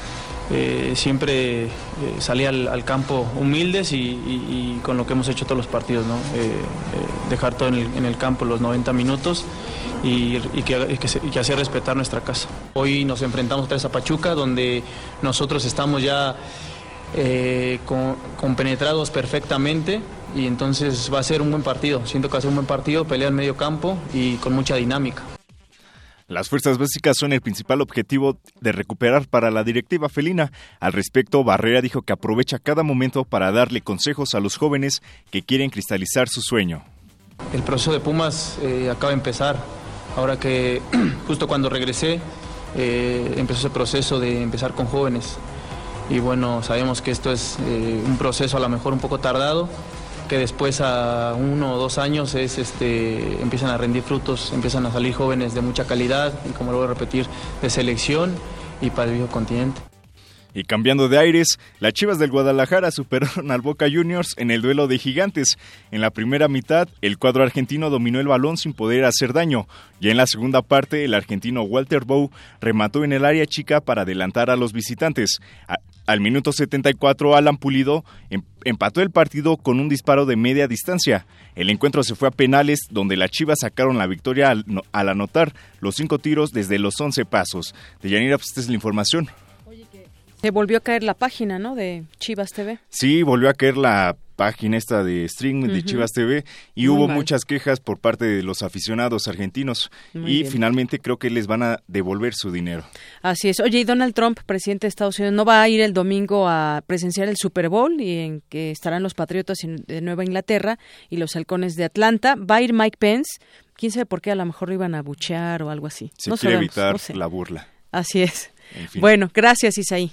eh, siempre eh, salir al, al campo humildes y, y, y con lo que hemos hecho todos los partidos, ¿no? Eh, eh, dejar todo en el, en el campo los noventa minutos y, y, que, y, que se, y que hacer respetar nuestra casa. Hoy nos enfrentamos otra vez a Pachuca, donde nosotros estamos ya eh, con, compenetrados perfectamente y entonces va a ser un buen partido. Siento que va a ser un buen partido, pelea en medio campo y con mucha dinámica. Las fuerzas básicas son el principal objetivo de recuperar para la directiva felina. Al respecto, Barrera dijo que aprovecha cada momento para darle consejos a los jóvenes que quieren cristalizar su sueño. El proceso de Pumas eh, acaba de empezar. Ahora que justo cuando regresé eh, empezó ese proceso de empezar con jóvenes. Y bueno, sabemos que esto es eh, un proceso a lo mejor un poco tardado, que después a uno o dos años es, este, empiezan a rendir frutos, empiezan a salir jóvenes de mucha calidad y, como lo voy a repetir, de selección y para el viejo continente. Y cambiando de aires, las Chivas del Guadalajara superaron al Boca Juniors en el duelo de gigantes. En la primera mitad, el cuadro argentino dominó el balón sin poder hacer daño. Y en la segunda parte, el argentino Walter Bow remató en el área chica para adelantar a los visitantes. A, al minuto setenta y cuatro, Alan Pulido em, empató el partido con un disparo de media distancia. El encuentro se fue a penales, donde las Chivas sacaron la victoria al, no, al anotar los cinco tiros desde los once pasos. Deyanira, pues esta es la información. Se volvió a caer la página, ¿no?, de Chivas T V. Sí, volvió a caer la página esta de stream de uh-huh. Chivas T V y Muy hubo mal. muchas quejas por parte de los aficionados argentinos. Muy y bien. Finalmente creo que les van a devolver su dinero. Así es. Oye, y Donald Trump, presidente de Estados Unidos, ¿no va a ir el domingo a presenciar el Super Bowl y en que estarán los Patriotas de Nueva Inglaterra y los Halcones de Atlanta? Va a ir Mike Pence. ¿Quién sabe por qué? A lo mejor lo iban a abuchear o algo así. Se no quiere sabemos, evitar no sé. la burla. Así es. En fin. Bueno, gracias, Isaí.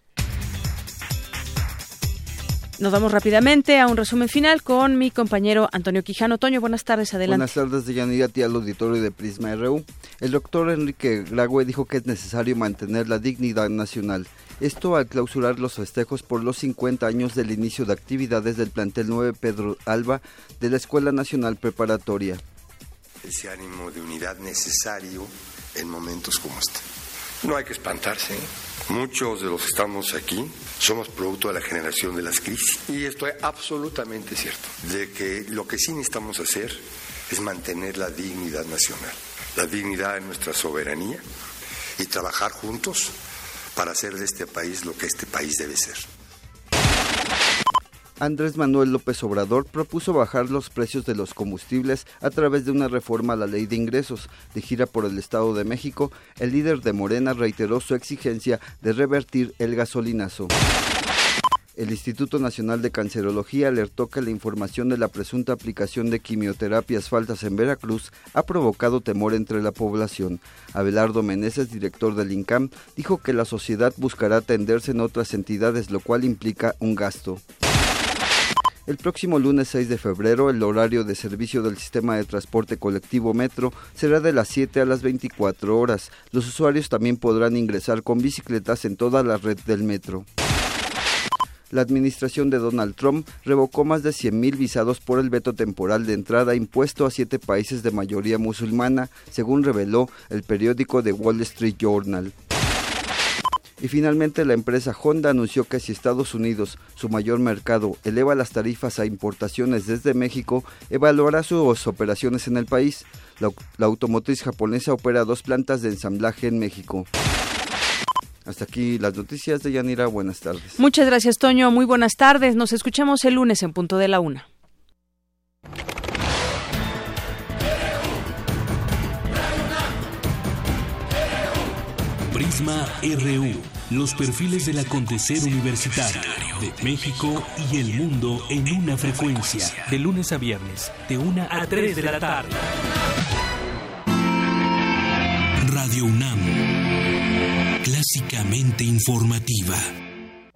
Nos vamos rápidamente a un resumen final con mi compañero Antonio Quijano. Toño, buenas tardes, adelante. Buenas tardes, Deyanira, a ti al auditorio de Prisma R U. El doctor Enrique Graue dijo que es necesario mantener la dignidad nacional. Esto al clausurar los festejos por los cincuenta años del inicio de actividades del plantel nueve Pedro Alba de la Escuela Nacional Preparatoria. Ese ánimo de unidad necesario en momentos como este. No hay que espantarse, ¿eh? Muchos de los que estamos aquí somos producto de la generación de las crisis. Y esto es absolutamente cierto, de que lo que sí necesitamos hacer es mantener la dignidad nacional, la dignidad de nuestra soberanía y trabajar juntos para hacer de este país lo que este país debe ser. Andrés Manuel López Obrador propuso bajar los precios de los combustibles a través de una reforma a la Ley de Ingresos. De gira por el Estado de México, el líder de Morena reiteró su exigencia de revertir el gasolinazo. El Instituto Nacional de Cancerología alertó que la información de la presunta aplicación de quimioterapias falsas en Veracruz ha provocado temor entre la población. Abelardo Meneses, director del INCAM, dijo que la sociedad buscará atenderse en otras entidades, lo cual implica un gasto. El próximo lunes seis de febrero, el horario de servicio del sistema de transporte colectivo Metro será de las siete a las veinticuatro horas. Los usuarios también podrán ingresar con bicicletas en toda la red del metro. La administración de Donald Trump revocó más de cien mil visados por el veto temporal de entrada impuesto a siete países de mayoría musulmana, según reveló el periódico The Wall Street Journal. Y finalmente la empresa Honda anunció que si Estados Unidos, su mayor mercado, eleva las tarifas a importaciones desde México, evaluará sus operaciones en el país. La, la automotriz japonesa opera dos plantas de ensamblaje en México. Hasta aquí las noticias de Yanira. Buenas tardes. Muchas gracias, Toño. Muy buenas tardes. Nos escuchamos el lunes en punto de la una. Prisma R U, los perfiles del acontecer universitario de México y el mundo en una frecuencia. De lunes a viernes, de una a tres de la tarde. Radio UNAM, clásicamente informativa.